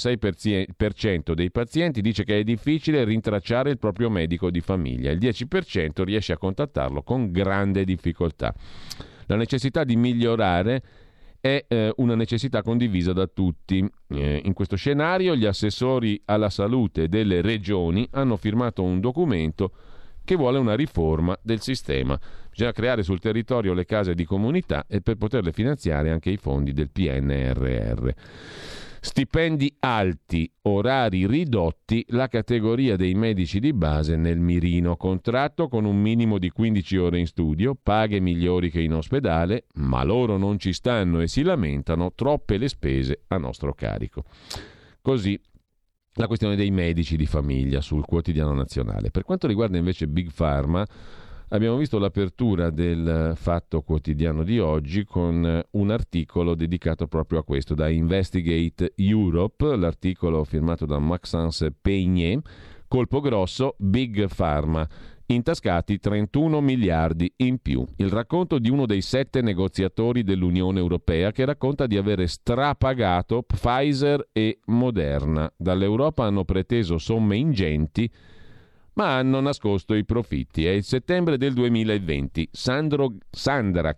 36% dei pazienti dice che è difficile rintracciare il proprio medico di famiglia, il 10% riesce a contattarlo con grande difficoltà. La necessità di migliorare è una necessità condivisa da tutti. In questo scenario gli assessori alla salute delle regioni hanno firmato un documento che vuole una riforma del sistema. Bisogna creare sul territorio le case di comunità e per poterle finanziare anche i fondi del PNRR. Stipendi alti, orari ridotti, la categoria dei medici di base nel mirino. Contratto con un minimo di 15 ore in studio, paghe migliori che in ospedale, ma loro non ci stanno e si lamentano, troppe le spese a nostro carico. Così la questione dei medici di famiglia sul Quotidiano Nazionale. Per quanto riguarda invece Big Pharma, abbiamo visto l'apertura del Fatto Quotidiano di oggi con un articolo dedicato proprio a questo, da Investigate Europe, l'articolo firmato da Maxence Peigné, colpo grosso, Big Pharma, intascati 31 miliardi in più. Il racconto di uno dei 7 negoziatori dell'Unione Europea che racconta di avere strapagato Pfizer e Moderna. Dall'Europa hanno preteso somme ingenti, ma hanno nascosto i profitti. È il settembre del 2020. Sandra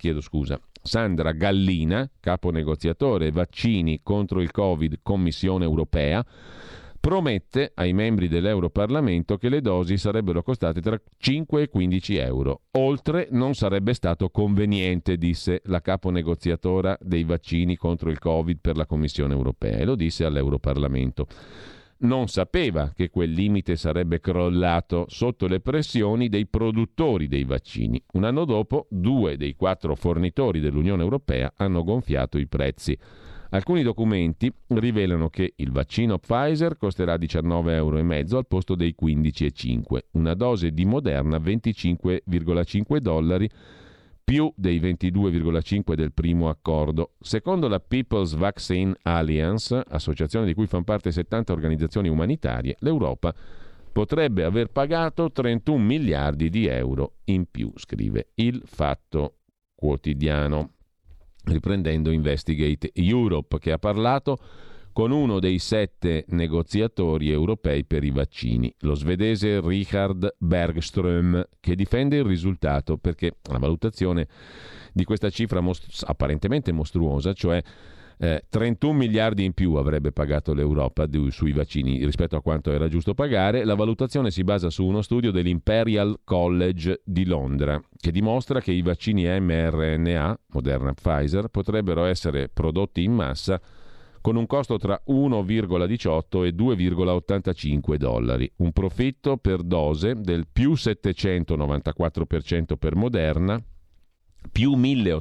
Gallina, capo negoziatore vaccini contro il Covid, Commissione Europea, promette ai membri dell'Europarlamento che le dosi sarebbero costate tra 5 e 15 euro. Oltre non sarebbe stato conveniente, disse la capo negoziatora dei vaccini contro il Covid per la Commissione Europea, e lo disse all'Europarlamento. Non sapeva che quel limite sarebbe crollato sotto le pressioni dei produttori dei vaccini. Un anno dopo, 2 dei 4 fornitori dell'Unione Europea hanno gonfiato i prezzi. Alcuni documenti rivelano che il vaccino Pfizer costerà 19,5 euro al posto dei 15,5. Una dose di Moderna 25,5 dollari più dei 22,5 del primo accordo. Secondo la People's Vaccine Alliance, associazione di cui fanno parte 70 organizzazioni umanitarie, l'Europa potrebbe aver pagato 31 miliardi di euro in più, scrive il Fatto Quotidiano, riprendendo Investigate Europe, che ha parlato con uno dei 7 negoziatori europei per i vaccini, lo svedese Richard Bergström, che difende il risultato perché la valutazione di questa cifra apparentemente mostruosa, cioè 31 miliardi in più avrebbe pagato l'Europa sui vaccini rispetto a quanto era giusto pagare. La valutazione si basa su uno studio dell'Imperial College di Londra che dimostra che i vaccini mRNA, Moderna Pfizer, potrebbero essere prodotti in massa con un costo tra 1,18 e 2,85 dollari, un profitto per dose del più 794% per Moderna, più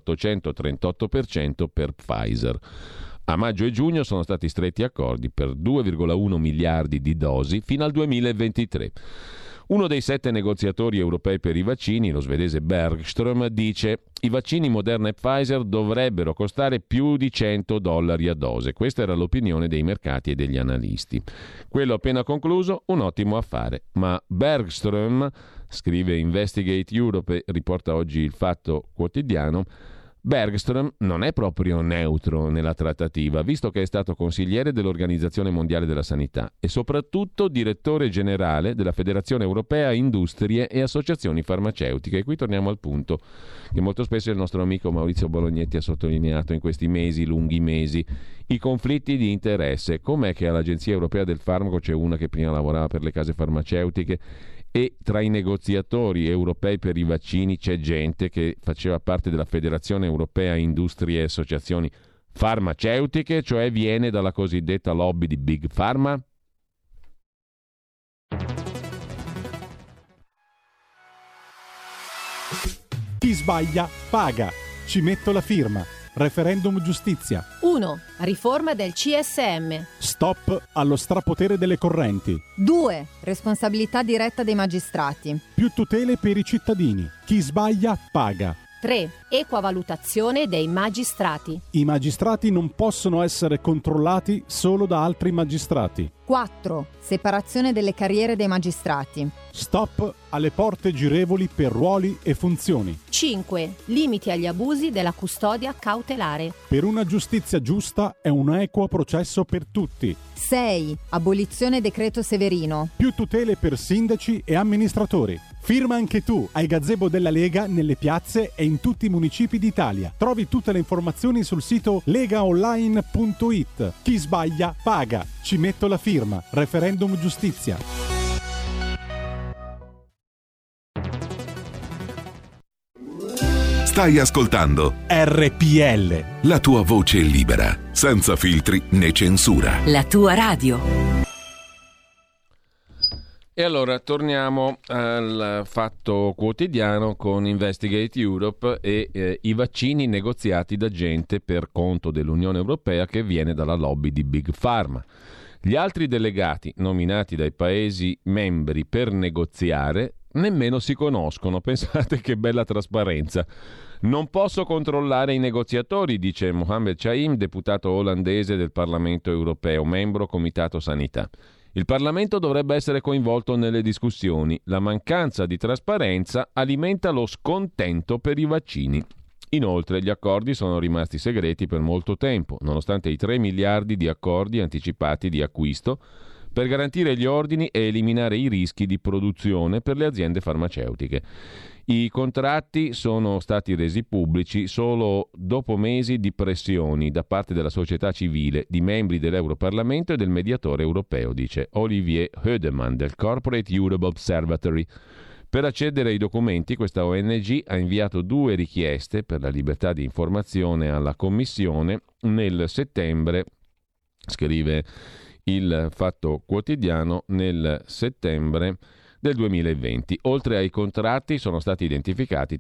1838% per Pfizer. A maggio e giugno sono stati stretti accordi per 2,1 miliardi di dosi fino al 2023. Uno dei 7 negoziatori europei per i vaccini, lo svedese Bergström, dice: i vaccini Moderna e Pfizer dovrebbero costare più di $100 a dose. Questa era l'opinione dei mercati e degli analisti. Quello appena concluso, un ottimo affare. Ma Bergström, scrive Investigate Europe, riporta oggi Il Fatto Quotidiano, Bergström non è proprio neutro nella trattativa, visto che è stato consigliere dell'Organizzazione Mondiale della Sanità e soprattutto direttore generale della Federazione Europea Industrie e Associazioni Farmaceutiche. E qui torniamo al punto che molto spesso il nostro amico Maurizio Bolognetti ha sottolineato in questi mesi, lunghi mesi: i conflitti di interesse. Com'è che all'Agenzia Europea del Farmaco c'è una che prima lavorava per le case farmaceutiche e tra i negoziatori europei per i vaccini c'è gente che faceva parte della Federazione Europea Industrie e Associazioni Farmaceutiche, cioè viene dalla cosiddetta lobby di Big Pharma? Chi sbaglia paga. Ci metto la firma. Referendum giustizia. 1. Riforma del CSM. Stop allo strapotere delle correnti. 2. Responsabilità diretta dei magistrati. Più tutele per i cittadini. Chi sbaglia paga. 3. Equa valutazione dei magistrati. I magistrati non possono essere controllati solo da altri magistrati. 4. Separazione delle carriere dei magistrati. Stop alle porte girevoli per ruoli e funzioni. 5. Limiti agli abusi della custodia cautelare. Per una giustizia giusta e un equo processo per tutti. 6. Abolizione decreto Severino. Più tutele per sindaci e amministratori. Firma anche tu ai gazebo della Lega nelle piazze e in tutti i municipi d'Italia. Trovi tutte le informazioni sul sito legaonline.it. Chi sbaglia paga. Ci metto la firma. Referendum giustizia. Stai ascoltando RPL, la tua voce libera, senza filtri né censura. La tua radio. E allora torniamo al Fatto Quotidiano con Investigate Europe e i vaccini negoziati da gente per conto dell'Unione Europea che viene dalla lobby di Big Pharma. Gli altri delegati nominati dai Paesi membri per negoziare nemmeno si conoscono. Pensate che bella trasparenza. Non posso controllare i negoziatori, dice Mohamed Chaim, deputato olandese del Parlamento europeo, membro Comitato Sanità. Il Parlamento dovrebbe essere coinvolto nelle discussioni. La mancanza di trasparenza alimenta lo scontento per i vaccini. Inoltre gli accordi sono rimasti segreti per molto tempo, nonostante i 3 miliardi di accordi anticipati di acquisto per garantire gli ordini e eliminare i rischi di produzione per le aziende farmaceutiche. I contratti sono stati resi pubblici solo dopo mesi di pressioni da parte della società civile, di membri dell'Europarlamento e del mediatore europeo, dice Olivier Hödemann del Corporate Europe Observatory. Per accedere ai documenti, questa ONG ha inviato 2 richieste per la libertà di informazione alla Commissione nel settembre, scrive il Fatto Quotidiano, nel settembre del 2020. Oltre ai contratti sono stati identificati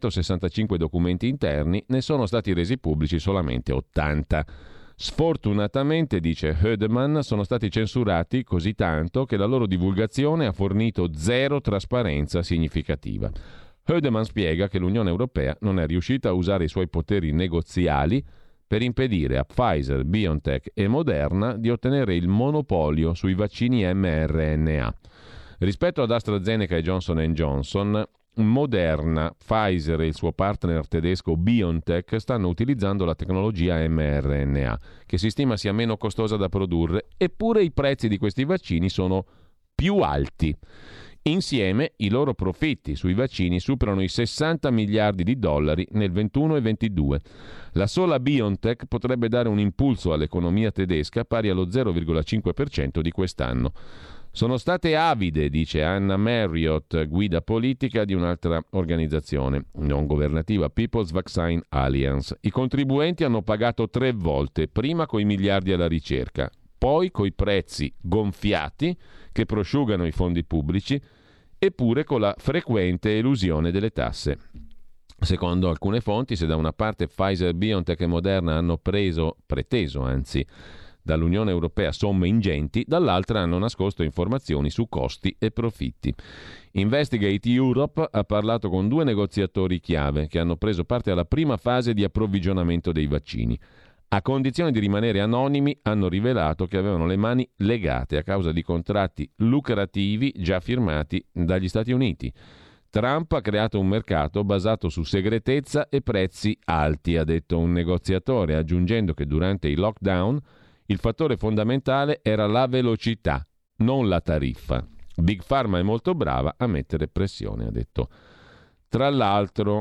365 documenti interni, ne sono stati resi pubblici solamente 80. Sfortunatamente, dice Hödemann, sono stati censurati così tanto che la loro divulgazione ha fornito zero trasparenza significativa. Hödemann spiega che l'Unione Europea non è riuscita a usare i suoi poteri negoziali per impedire a Pfizer, BioNTech e Moderna di ottenere il monopolio sui vaccini mRNA. Rispetto ad AstraZeneca e Johnson & Johnson, Moderna, Pfizer e il suo partner tedesco BioNTech stanno utilizzando la tecnologia mRNA, che si stima sia meno costosa da produrre, eppure i prezzi di questi vaccini sono più alti. Insieme i loro profitti sui vaccini superano i 60 miliardi di dollari nel 21 e 22. La sola BioNTech potrebbe dare un impulso all'economia tedesca pari allo 0,5% di quest'anno. Sono state avide, dice Anna Marriott, guida politica di un'altra organizzazione non governativa, People's Vaccine Alliance. I contribuenti hanno pagato 3 volte, prima coi miliardi alla ricerca, poi coi prezzi gonfiati che prosciugano i fondi pubblici, eppure con la frequente elusione delle tasse. Secondo alcune fonti, se da una parte Pfizer, BioNTech e Moderna hanno preteso dall'Unione Europea somme ingenti, dall'altra hanno nascosto informazioni su costi e profitti. Investigate Europe ha parlato con 2 negoziatori chiave che hanno preso parte alla prima fase di approvvigionamento dei vaccini. A condizione di rimanere anonimi, hanno rivelato che avevano le mani legate a causa di contratti lucrativi già firmati dagli Stati Uniti. Trump ha creato un mercato basato su segretezza e prezzi alti, ha detto un negoziatore, aggiungendo che durante i lockdown il fattore fondamentale era la velocità, non la tariffa. Big Pharma è molto brava a mettere pressione, ha detto. Tra l'altro,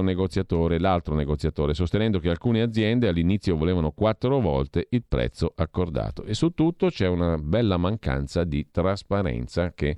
l'altro negoziatore, sostenendo che alcune aziende all'inizio volevano 4 volte il prezzo accordato. E su tutto c'è una bella mancanza di trasparenza che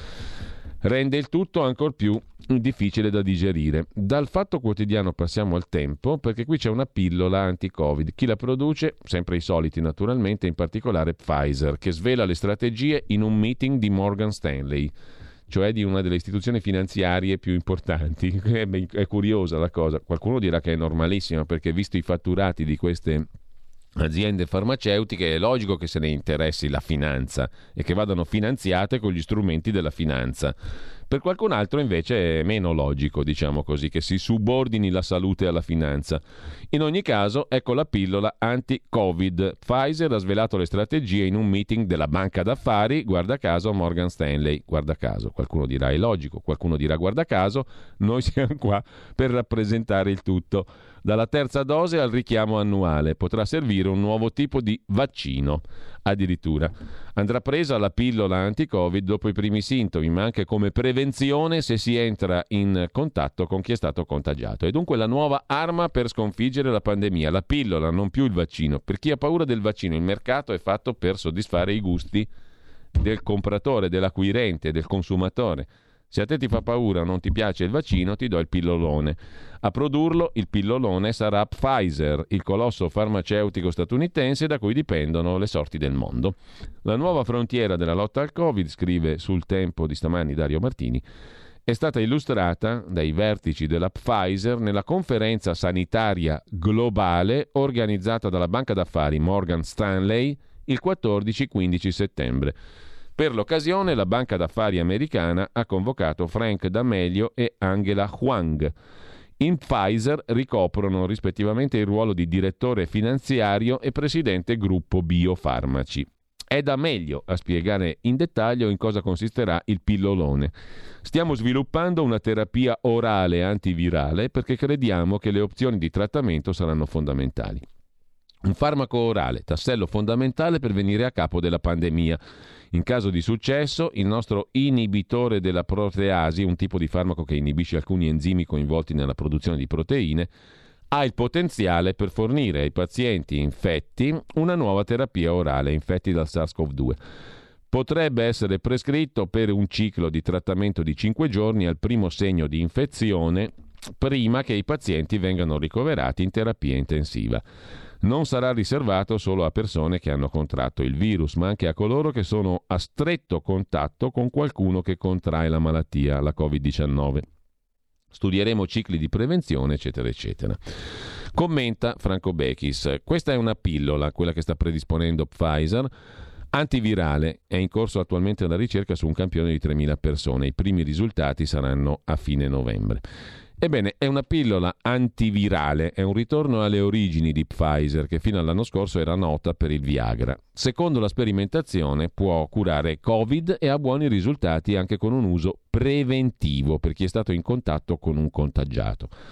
rende il tutto ancor più difficile da digerire. Dal Fatto Quotidiano passiamo al Tempo, perché qui c'è una pillola anti-Covid. Chi la produce? Sempre i soliti naturalmente, in particolare Pfizer, che svela le strategie in un meeting di Morgan Stanley, cioè di una delle istituzioni finanziarie più importanti. È curiosa la cosa. Qualcuno dirà che è normalissima, perché visto i fatturati di queste aziende farmaceutiche è logico che se ne interessi la finanza e che vadano finanziate con gli strumenti della finanza. Per qualcun altro invece è meno logico, diciamo così, che si subordini la salute alla finanza. In ogni caso, ecco la pillola anti-Covid. Pfizer ha svelato le strategie in un meeting della banca d'affari, guarda caso Morgan Stanley. Guarda caso, qualcuno dirà è logico, qualcuno dirà guarda caso, noi siamo qua per rappresentare il tutto. Dalla terza dose al richiamo annuale potrà servire un nuovo tipo di vaccino. Addirittura andrà presa la pillola anti-Covid dopo i primi sintomi, ma anche come prevenzione se si entra in contatto con chi è stato contagiato. È dunque la nuova arma per sconfiggere la pandemia, la pillola, non più il vaccino. Per chi ha paura del vaccino, il mercato è fatto per soddisfare i gusti del compratore, dell'acquirente, del consumatore. Se a te ti fa paura o non ti piace il vaccino, ti do il pillolone. A produrlo, il pillolone sarà Pfizer, il colosso farmaceutico statunitense da cui dipendono le sorti del mondo. La nuova frontiera della lotta al Covid, scrive sul Tempo di stamani Dario Martini, è stata illustrata dai vertici della Pfizer nella conferenza sanitaria globale organizzata dalla banca d'affari Morgan Stanley il 14-15 settembre. Per l'occasione la banca d'affari americana ha convocato Frank D'Amelio e Angela Huang. In Pfizer ricoprono rispettivamente il ruolo di direttore finanziario e presidente gruppo biofarmaci. È D'Amelio a spiegare in dettaglio in cosa consisterà il pillolone. Stiamo sviluppando una terapia orale antivirale perché crediamo che le opzioni di trattamento saranno fondamentali. Un farmaco orale, tassello fondamentale per venire a capo della pandemia. In caso di successo, il nostro inibitore della proteasi, un tipo di farmaco che inibisce alcuni enzimi coinvolti nella produzione di proteine, ha il potenziale per fornire ai pazienti infetti una nuova terapia orale infetti dal SARS-CoV-2. Potrebbe essere prescritto per un ciclo di trattamento di 5 giorni al primo segno di infezione, prima che i pazienti vengano ricoverati in terapia intensiva. Non sarà riservato solo a persone che hanno contratto il virus, ma anche a coloro che sono a stretto contatto con qualcuno che contrae la malattia, la Covid-19. Studieremo cicli di prevenzione, eccetera, eccetera. Commenta Franco Bechis. Questa è una pillola, quella che sta predisponendo Pfizer, antivirale. È in corso attualmente la ricerca su un campione di 3.000 persone. I primi risultati saranno a fine novembre. Ebbene, è una pillola antivirale, è un ritorno alle origini di Pfizer, che fino all'anno scorso era nota per il Viagra. Secondo la sperimentazione può curare Covid e ha buoni risultati anche con un uso preventivo per chi è stato in contatto con un contagiato.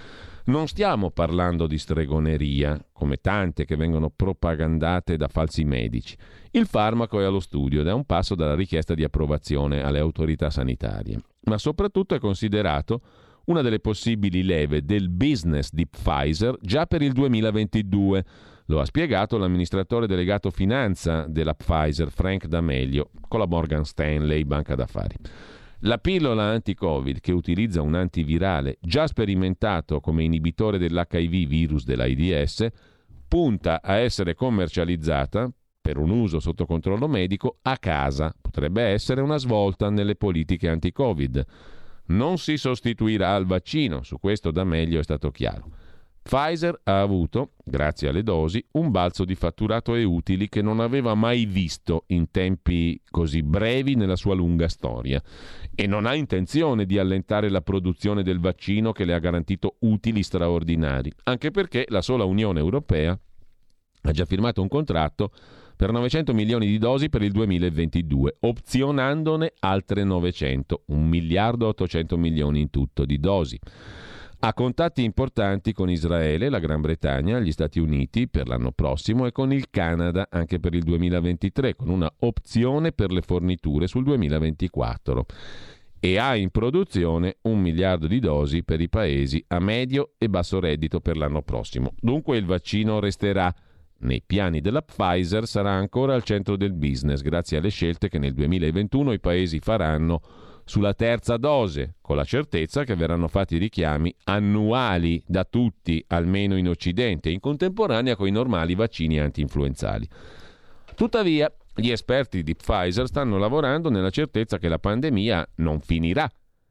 Non stiamo parlando di stregoneria, come tante che vengono propagandate da falsi medici. Il farmaco è allo studio ed è un passo dalla richiesta di approvazione alle autorità sanitarie, ma soprattutto è considerato una delle possibili leve del business di Pfizer già per il 2022. Lo ha spiegato l'amministratore delegato finanza della Pfizer, Frank D'Amelio, con la Morgan Stanley, banca d'affari. La pillola anti-Covid, che utilizza un antivirale già sperimentato come inibitore dell'HIV virus dell'AIDS, punta a essere commercializzata per un uso sotto controllo medico a casa. Potrebbe essere una svolta nelle politiche anti-Covid. Non si sostituirà al vaccino, su questo D'Amelio è stato chiaro. Pfizer ha avuto, grazie alle dosi, un balzo di fatturato e utili che non aveva mai visto in tempi così brevi nella sua lunga storia e non ha intenzione di allentare la produzione del vaccino che le ha garantito utili straordinari, anche perché la sola Unione Europea ha già firmato un contratto per 900 milioni di dosi per il 2022, opzionandone altre 900, 1 miliardo 800 milioni in tutto di dosi. Ha contatti importanti con Israele, la Gran Bretagna, gli Stati Uniti per l'anno prossimo e con il Canada anche per il 2023, con una opzione per le forniture sul 2024. E ha in produzione 1 miliardo di dosi per i paesi a medio e basso reddito per l'anno prossimo. Dunque il vaccino resterà nei piani della Pfizer, sarà ancora al centro del business, grazie alle scelte che nel 2021 i paesi faranno sulla terza dose, con la certezza che verranno fatti richiami annuali da tutti, almeno in Occidente, in contemporanea con i normali vaccini anti-influenzali. Tuttavia, gli esperti di Pfizer stanno lavorando nella certezza che la pandemia non finirà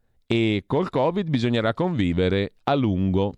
e col Covid bisognerà convivere a lungo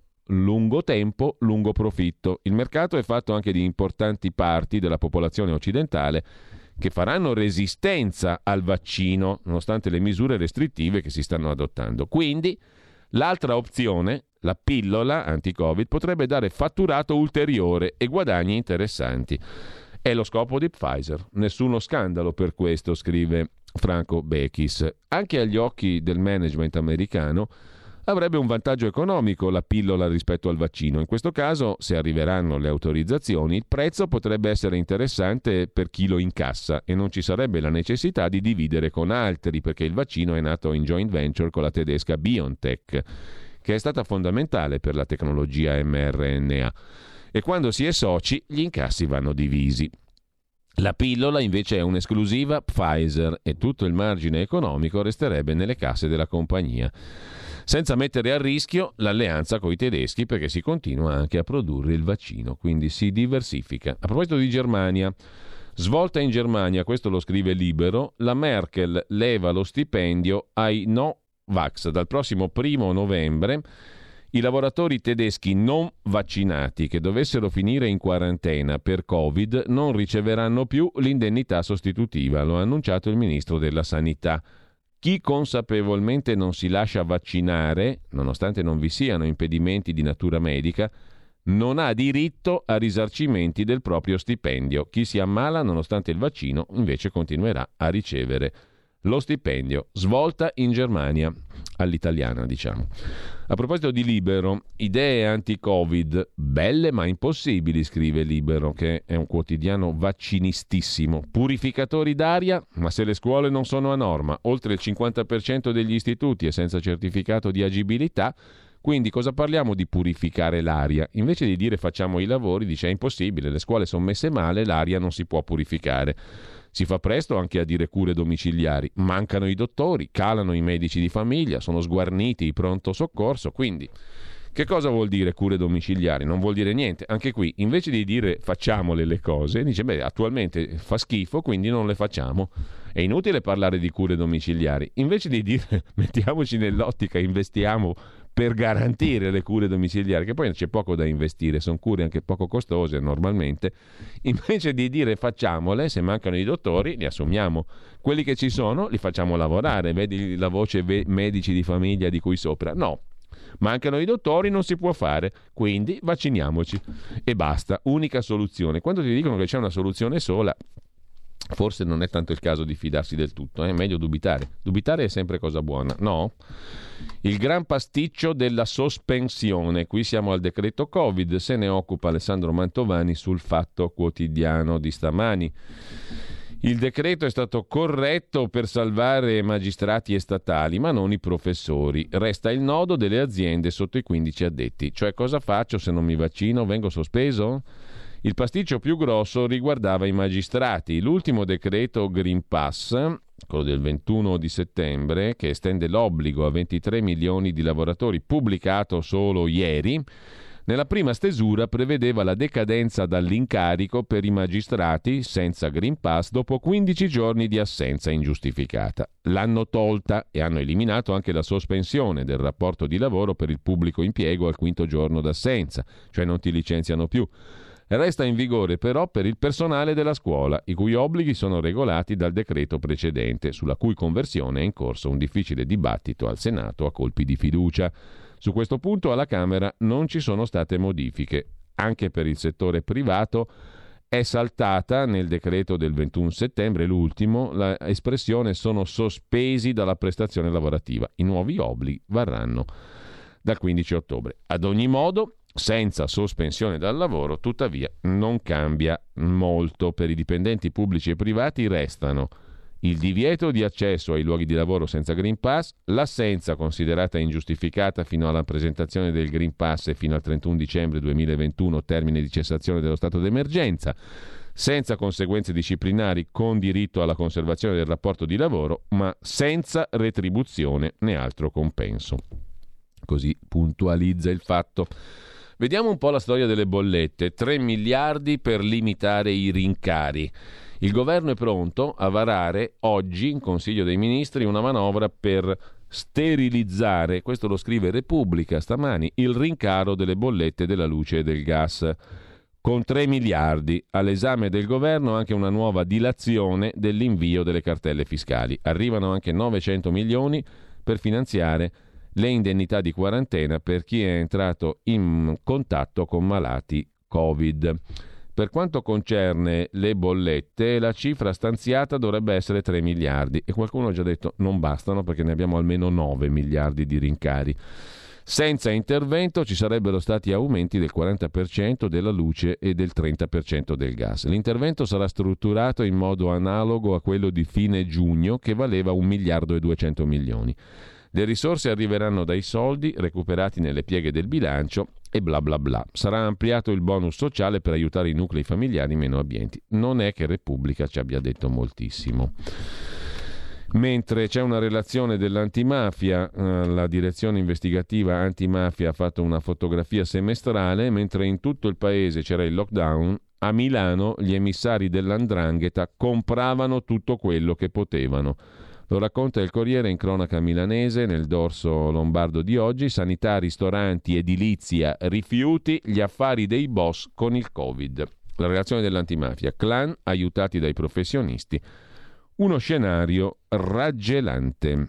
tempo, lungo profitto. Il mercato è fatto anche di importanti parti della popolazione occidentale che faranno resistenza al vaccino nonostante le misure restrittive che si stanno adottando. Quindi l'altra opzione, la pillola anti-Covid, potrebbe dare fatturato ulteriore e guadagni interessanti. È lo scopo di Pfizer. Nessuno scandalo per questo, scrive Franco Bechis. Anche agli occhi del management americano avrebbe un vantaggio economico la pillola rispetto al vaccino. In questo caso, se arriveranno le autorizzazioni, il prezzo potrebbe essere interessante per chi lo incassa e non ci sarebbe la necessità di dividere con altri, perché il vaccino è nato in joint venture con la tedesca BioNTech, che è stata fondamentale per la tecnologia mRNA. E quando si è soci, gli incassi vanno divisi. La pillola invece è un'esclusiva Pfizer e tutto il margine economico resterebbe nelle casse della compagnia, senza mettere a rischio l'alleanza con i tedeschi, perché si continua anche a produrre il vaccino, quindi si diversifica. A proposito di Germania, svolta in Germania, questo lo scrive Libero, la Merkel leva lo stipendio ai no-vax. Dal prossimo 1 novembre i lavoratori tedeschi non vaccinati che dovessero finire in quarantena per Covid non riceveranno più l'indennità sostitutiva, lo ha annunciato il ministro della Sanità. Chi consapevolmente non si lascia vaccinare, nonostante non vi siano impedimenti di natura medica, non ha diritto a risarcimenti del proprio stipendio. Chi si ammala nonostante il vaccino invece continuerà a ricevere lo stipendio. Svolta in Germania, all'italiana diciamo. A proposito di Libero, idee anti-Covid, belle ma impossibili, scrive Libero, che è un quotidiano vaccinistissimo. Purificatori d'aria, ma se le scuole non sono a norma, oltre il 50% degli istituti è senza certificato di agibilità, quindi cosa parliamo di purificare l'aria? Invece di dire facciamo i lavori, dice è impossibile, le scuole sono messe male, l'aria non si può purificare. Si fa presto anche a dire cure domiciliari, mancano i dottori, calano i medici di famiglia, sono sguarniti i pronto soccorso, quindi che cosa vuol dire cure domiciliari? Non vuol dire niente. Anche qui, invece di dire facciamole le cose, dice attualmente fa schifo, quindi non le facciamo. È inutile parlare di cure domiciliari. Invece di dire mettiamoci nell'ottica, investiamo per garantire le cure domiciliari, che poi c'è poco da investire, sono cure anche poco costose normalmente, invece di dire facciamole, se mancano i dottori li assumiamo, quelli che ci sono li facciamo lavorare, vedi la voce medici di famiglia di cui sopra, no, mancano i dottori, non si può fare, quindi vacciniamoci e basta, unica soluzione. Quando ti dicono che c'è una soluzione sola, Forse non è tanto il caso di fidarsi del tutto, è meglio dubitare. Dubitare è sempre cosa buona, no? Il gran pasticcio della sospensione. Qui siamo al decreto Covid, se ne occupa Alessandro Mantovani sul Fatto Quotidiano di stamani. Il decreto è stato corretto per salvare magistrati e statali, ma non i professori. Resta il nodo delle aziende sotto i 15 addetti. Cioè, cosa faccio se non mi vaccino? Vengo sospeso? Il pasticcio più grosso riguardava i magistrati. L'ultimo decreto Green Pass, quello del 21 di settembre, che estende l'obbligo a 23 milioni di lavoratori, pubblicato solo ieri, nella prima stesura prevedeva la decadenza dall'incarico per i magistrati senza Green Pass dopo 15 giorni di assenza ingiustificata. L'hanno tolta e hanno eliminato anche la sospensione del rapporto di lavoro per il pubblico impiego al quinto giorno d'assenza, cioè non ti licenziano più. Resta in vigore però per il personale della scuola, i cui obblighi sono regolati dal decreto precedente, sulla cui conversione è in corso un difficile dibattito al Senato a colpi di fiducia. Su questo punto alla Camera non ci sono state modifiche. Anche per il settore privato è saltata nel decreto del 21 settembre, l'ultimo, l'espressione sono sospesi dalla prestazione lavorativa. I nuovi obblighi varranno dal 15 ottobre. Ad ogni modo, senza sospensione dal lavoro, tuttavia, non cambia molto. Per i dipendenti pubblici e privati restano il divieto di accesso ai luoghi di lavoro senza Green Pass, l'assenza considerata ingiustificata fino alla presentazione del Green Pass e fino al 31 dicembre 2021, termine di cessazione dello stato d'emergenza, senza conseguenze disciplinari con diritto alla conservazione del rapporto di lavoro, ma senza retribuzione né altro compenso. Così puntualizza il Fatto. Vediamo un po' la storia delle bollette. 3 miliardi per limitare i rincari. Il governo è pronto a varare oggi in Consiglio dei Ministri una manovra per sterilizzare, questo lo scrive Repubblica stamani, il rincaro delle bollette della luce e del gas. Con 3 miliardi all'esame del governo anche una nuova dilazione dell'invio delle cartelle fiscali. Arrivano anche 900 milioni per finanziare le indennità di quarantena per chi è entrato in contatto con malati Covid. Per quanto concerne le bollette, la cifra stanziata dovrebbe essere 3 miliardi e qualcuno ha già detto non bastano perché ne abbiamo almeno 9 miliardi di rincari. Senza intervento ci sarebbero stati aumenti del 40% della luce e del 30% del gas. L'intervento sarà strutturato in modo analogo a quello di fine giugno che valeva 1 miliardo e 200 milioni. Le risorse arriveranno dai soldi recuperati nelle pieghe del bilancio e bla bla bla. Sarà ampliato il bonus sociale per aiutare i nuclei familiari meno abbienti. Non è che Repubblica ci abbia detto moltissimo. Mentre c'è una relazione dell'antimafia, la direzione investigativa antimafia ha fatto una fotografia semestrale, mentre in tutto il paese c'era il lockdown, a Milano gli emissari dell''ndrangheta compravano tutto quello che potevano. Lo racconta il Corriere in cronaca milanese, nel dorso lombardo di oggi, sanità, ristoranti, edilizia, rifiuti, gli affari dei boss con il Covid. La relazione dell'antimafia, clan aiutati dai professionisti, uno scenario raggelante.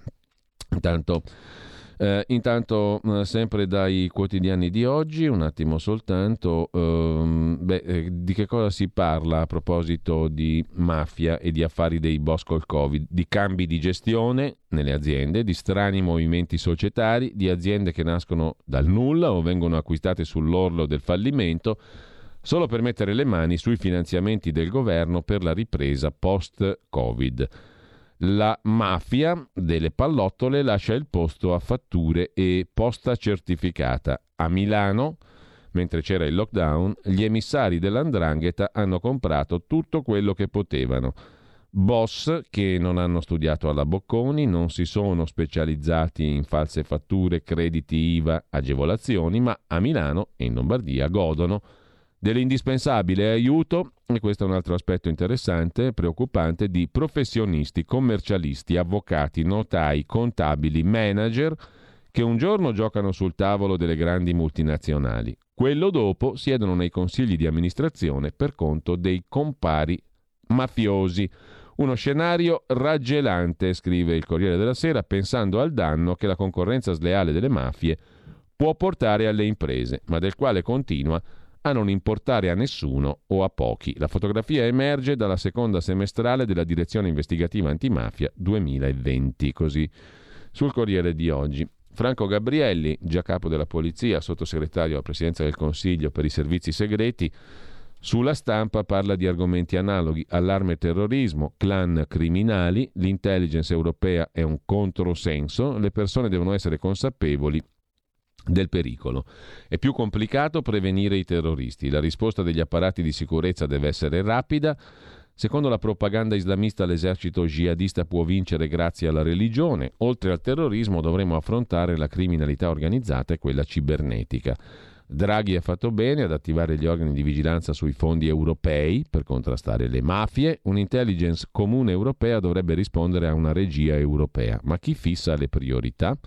Intanto sempre dai quotidiani di oggi, un attimo soltanto, di che cosa si parla a proposito di mafia e di affari dei boss col Covid? Di cambi di gestione nelle aziende, di strani movimenti societari, di aziende che nascono dal nulla o vengono acquistate sull'orlo del fallimento solo per mettere le mani sui finanziamenti del governo per la ripresa post-Covid. La mafia delle pallottole lascia il posto a fatture e posta certificata. A Milano, mentre c'era il lockdown, gli emissari dell''ndrangheta hanno comprato tutto quello che potevano. Boss che non hanno studiato alla Bocconi, non si sono specializzati in false fatture, crediti IVA, agevolazioni, ma a Milano e in Lombardia godono dell'indispensabile aiuto, e questo è un altro aspetto interessante, preoccupante, di professionisti, commercialisti, avvocati, notai, contabili, manager che un giorno giocano sul tavolo delle grandi multinazionali. Quello dopo siedono nei consigli di amministrazione per conto dei compari mafiosi. Uno scenario raggelante, scrive il Corriere della Sera, pensando al danno che la concorrenza sleale delle mafie può portare alle imprese, ma del quale continua a non importare a nessuno o a pochi. La fotografia emerge dalla seconda semestrale della Direzione Investigativa Antimafia 2020, così sul Corriere di oggi. Franco Gabrielli, già capo della Polizia, sottosegretario alla Presidenza del Consiglio per i servizi segreti, sulla Stampa parla di argomenti analoghi: allarme terrorismo, clan criminali, l'intelligence europea è un controsenso, le persone devono essere consapevoli del pericolo. È più complicato prevenire i terroristi, la risposta degli apparati di sicurezza deve essere rapida. Secondo la propaganda islamista l'esercito jihadista può vincere grazie alla religione. Oltre al terrorismo dovremo affrontare la criminalità organizzata e quella cibernetica. Draghi ha fatto bene ad attivare gli organi di vigilanza sui fondi europei per contrastare le mafie. Un'intelligence comune europea dovrebbe rispondere a una regia europea. Ma chi fissa le priorità?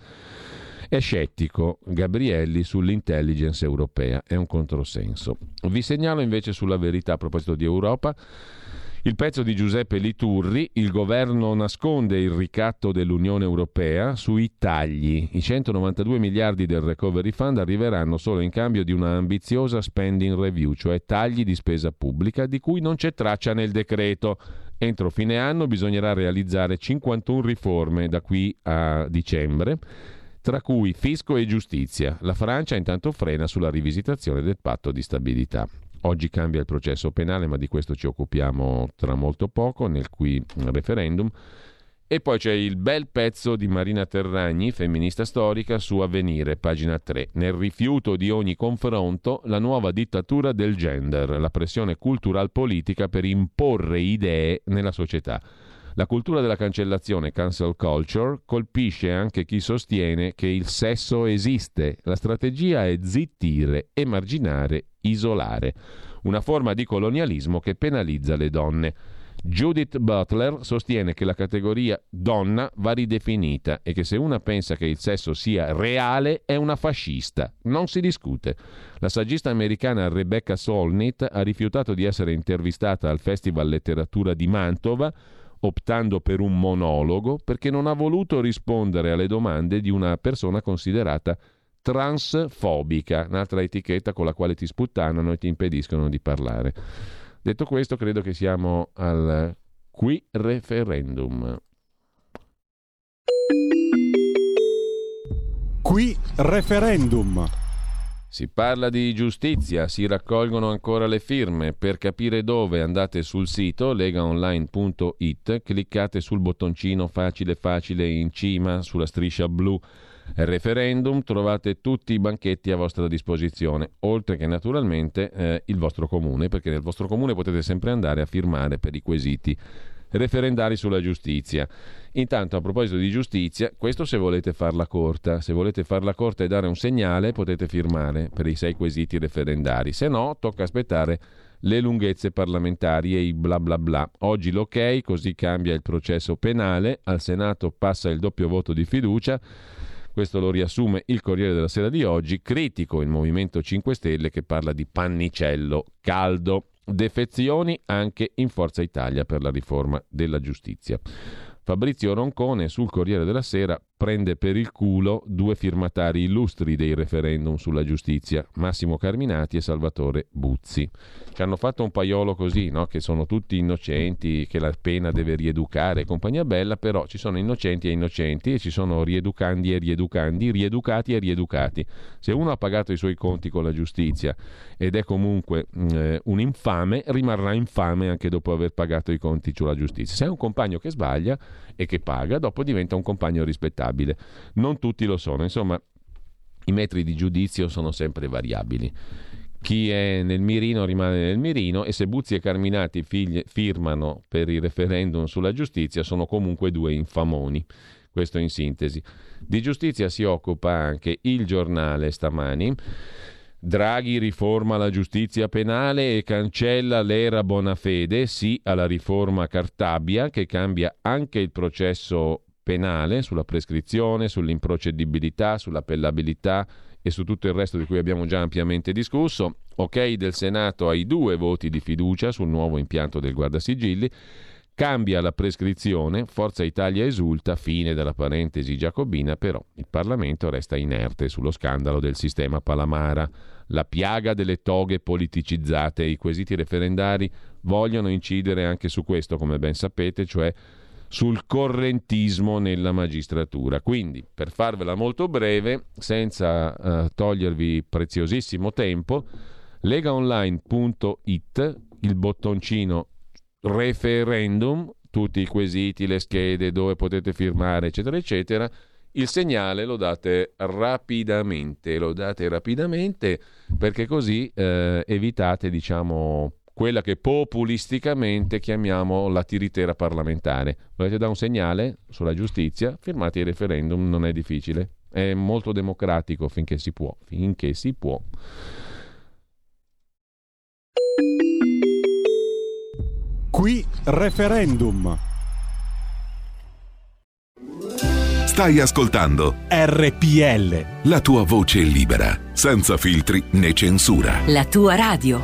È scettico Gabrielli sull'intelligence europea, è un controsenso. Vi segnalo invece sulla Verità, a proposito di Europa, il pezzo di Giuseppe Liturri: il governo nasconde il ricatto dell'Unione Europea sui tagli. I 192 miliardi del Recovery Fund arriveranno solo in cambio di una ambiziosa spending review, cioè tagli di spesa pubblica di cui non c'è traccia nel decreto. Entro fine anno bisognerà realizzare 51 riforme da qui a dicembre, tra cui fisco e giustizia. La Francia intanto frena sulla rivisitazione del patto di stabilità. Oggi cambia il processo penale, ma di questo ci occupiamo tra molto poco nel qui referendum. E poi c'è il bel pezzo di Marina Terragni, femminista storica, su Avvenire, pagina 3. Nel rifiuto di ogni confronto, la nuova dittatura del gender, la pressione cultural politica per imporre idee nella società. La cultura della cancellazione, cancel culture, colpisce anche chi sostiene che il sesso esiste. La strategia è zittire, emarginare, isolare. Una forma di colonialismo che penalizza le donne. Judith Butler sostiene che la categoria donna va ridefinita e che se una pensa che il sesso sia reale è una fascista. Non si discute. La saggista americana Rebecca Solnit ha rifiutato di essere intervistata al Festival Letteratura di Mantova, optando per un monologo perché non ha voluto rispondere alle domande di una persona considerata transfobica, un'altra etichetta con la quale ti sputtanano e ti impediscono di parlare. Detto questo, credo che siamo al qui referendum. Qui referendum. Si parla di giustizia, si raccolgono ancora le firme. Per capire dove andate sul sito legaonline.it, cliccate sul bottoncino facile facile in cima sulla striscia blu referendum, trovate tutti i banchetti a vostra disposizione, oltre che naturalmente il vostro comune, perché nel vostro comune potete sempre andare a firmare per i quesiti referendari sulla giustizia. Intanto, a proposito di giustizia, questo se volete farla corta. Se volete farla corta e dare un segnale, potete firmare per i 6 quesiti referendari. Se no, tocca aspettare le lunghezze parlamentari e i bla bla bla. Oggi l'ok, così cambia il processo penale. Al Senato passa il doppio voto di fiducia. Questo lo riassume il Corriere della Sera di oggi. Critico il Movimento 5 Stelle che parla di pannicello caldo. Defezioni anche in Forza Italia per la riforma della giustizia. Fabrizio Roncone sul Corriere della Sera prende per il culo 2 firmatari illustri dei referendum sulla giustizia, Massimo Carminati e Salvatore Buzzi. Ci hanno fatto un paiolo così, no? Che sono tutti innocenti, che la pena deve rieducare, compagnia bella, però ci sono innocenti e innocenti e ci sono rieducandi e rieducandi, rieducati e rieducati. Se uno ha pagato i suoi conti con la giustizia ed è comunque un infame, rimarrà infame anche dopo aver pagato i conti sulla giustizia. Se è un compagno che sbaglia e che paga, dopo diventa un compagno rispettabile. Non tutti lo sono, insomma i metri di giudizio sono sempre variabili. Chi è nel mirino rimane nel mirino, e se Buzzi e Carminati firmano per il referendum sulla giustizia sono comunque 2 infamoni. Questo in sintesi. Di giustizia si occupa anche Il Giornale stamani. Draghi riforma la giustizia penale e cancella l'era Bonafede, sì alla riforma Cartabia che cambia anche il processo penale sulla prescrizione, sull'improcedibilità, sull'appellabilità e su tutto il resto di cui abbiamo già ampiamente discusso. Ok del Senato ai 2 voti di fiducia sul nuovo impianto del Guardasigilli. Cambia la prescrizione, Forza Italia esulta, fine della parentesi giacobina, però il Parlamento resta inerte sullo scandalo del sistema Palamara, la piaga delle toghe politicizzate. I quesiti referendari vogliono incidere anche su questo, come ben sapete, cioè sul correntismo nella magistratura. Quindi, per farvela molto breve, senza togliervi preziosissimo tempo, legaonline.it, il bottoncino referendum, tutti i quesiti, le schede dove potete firmare, eccetera eccetera. Il segnale lo date rapidamente, perché così evitate, diciamo, quella che populisticamente chiamiamo la tiritera parlamentare. Volete dare un segnale sulla giustizia? Firmate il referendum, non è difficile, è molto democratico finché si può. Qui referendum. Stai ascoltando RPL. la tua voce libera, senza filtri né censura. La tua radio.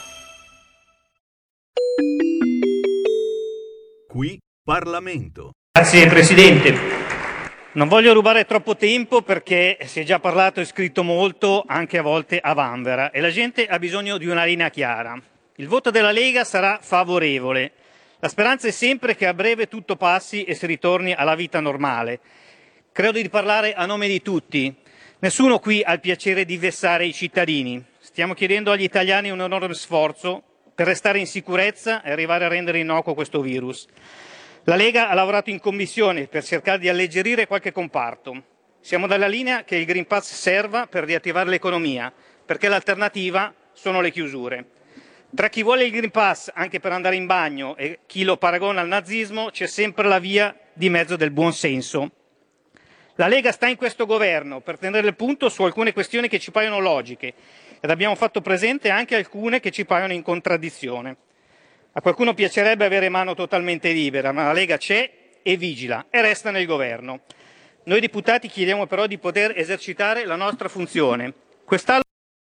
Qui Parlamento. Grazie Presidente. Non voglio rubare troppo tempo perché si è già parlato e scritto molto, anche a volte a vanvera, e la gente ha bisogno di una linea chiara. Il voto della Lega sarà favorevole. La speranza è sempre che a breve tutto passi e si ritorni alla vita normale. Credo di parlare a nome di tutti. Nessuno qui ha il piacere di vessare i cittadini. Stiamo chiedendo agli italiani un enorme sforzo per restare in sicurezza e arrivare a rendere innocuo questo virus. La Lega ha lavorato in commissione per cercare di alleggerire qualche comparto. Siamo dalla linea che il Green Pass serva per riattivare l'economia, perché l'alternativa sono le chiusure. Tra chi vuole il Green Pass anche per andare in bagno e chi lo paragona al nazismo c'è sempre la via di mezzo del buon senso. La Lega sta in questo governo per tenere il punto su alcune questioni che ci paiono logiche ed abbiamo fatto presente anche alcune che ci paiono in contraddizione. A qualcuno piacerebbe avere mano totalmente libera, ma la Lega c'è e vigila e resta nel governo. Noi deputati chiediamo però di poter esercitare la nostra funzione. Quest'Aula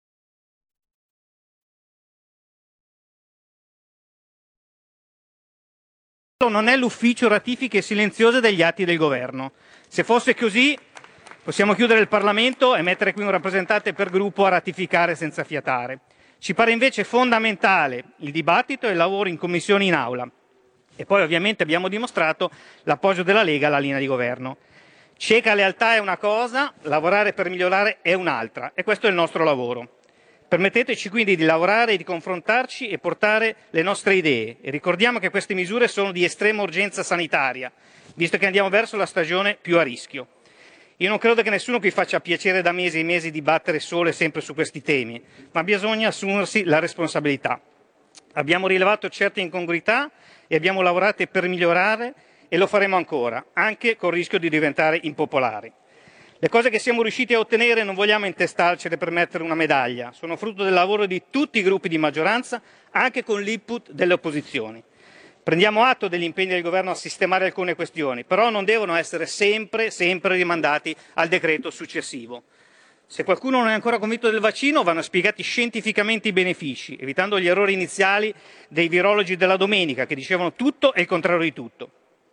non è l'ufficio ratifiche silenziose degli atti del governo. Se fosse così, possiamo chiudere il Parlamento e mettere qui un rappresentante per gruppo a ratificare senza fiatare. Ci pare invece fondamentale il dibattito e il lavoro in commissione e in aula. E poi ovviamente abbiamo dimostrato l'appoggio della Lega alla linea di governo. Cieca lealtà è una cosa, lavorare per migliorare è un'altra, e questo è il nostro lavoro. Permetteteci quindi di lavorare e di confrontarci e portare le nostre idee. E ricordiamo che queste misure sono di estrema urgenza sanitaria, visto che andiamo verso la stagione più a rischio. Io non credo che nessuno qui faccia piacere da mesi e mesi dibattere solo e sempre su questi temi, ma bisogna assumersi la responsabilità. Abbiamo rilevato certe incongruità e abbiamo lavorato per migliorare e lo faremo ancora, anche col rischio di diventare impopolari. Le cose che siamo riusciti a ottenere non vogliamo intestarcele per mettere una medaglia, sono frutto del lavoro di tutti i gruppi di maggioranza, anche con l'input delle opposizioni. Prendiamo atto degli impegni del Governo a sistemare alcune questioni, però non devono essere sempre rimandati al decreto successivo. Se qualcuno non è ancora convinto del vaccino, vanno spiegati scientificamente i benefici, evitando gli errori iniziali dei virologi della domenica, che dicevano tutto e il contrario di tutto.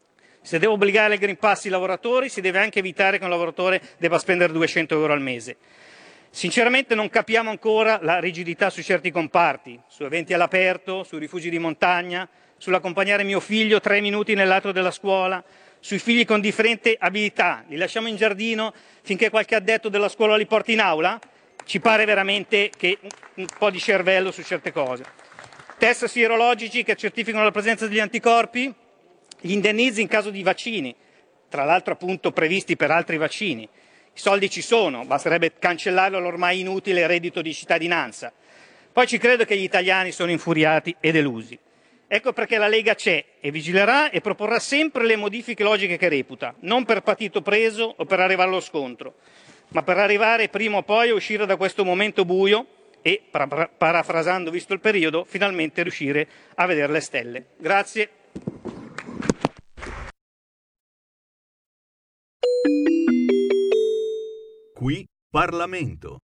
Se deve obbligare il Green Pass i lavoratori, si deve anche evitare che un lavoratore debba spendere 200 euro al mese. Sinceramente non capiamo ancora la rigidità su certi comparti, su eventi all'aperto, sui rifugi di montagna, sull'accompagnare mio figlio 3 minuti nell'altro della scuola, sui figli con differenti abilità. Li lasciamo in giardino finché qualche addetto della scuola li porta in aula? Ci pare veramente che un po' di cervello su certe cose. Test sierologici che certificano la presenza degli anticorpi? Gli indennizzi in caso di vaccini, tra l'altro appunto previsti per altri vaccini. I soldi ci sono, basterebbe cancellare l'ormai inutile reddito di cittadinanza. Poi ci credo che gli italiani sono infuriati e delusi. Ecco perché la Lega c'è e vigilerà e proporrà sempre le modifiche logiche che reputa, non per partito preso o per arrivare allo scontro, ma per arrivare prima o poi a uscire da questo momento buio e, parafrasando visto il periodo, finalmente riuscire a vedere le stelle. Grazie. Qui Parlamento.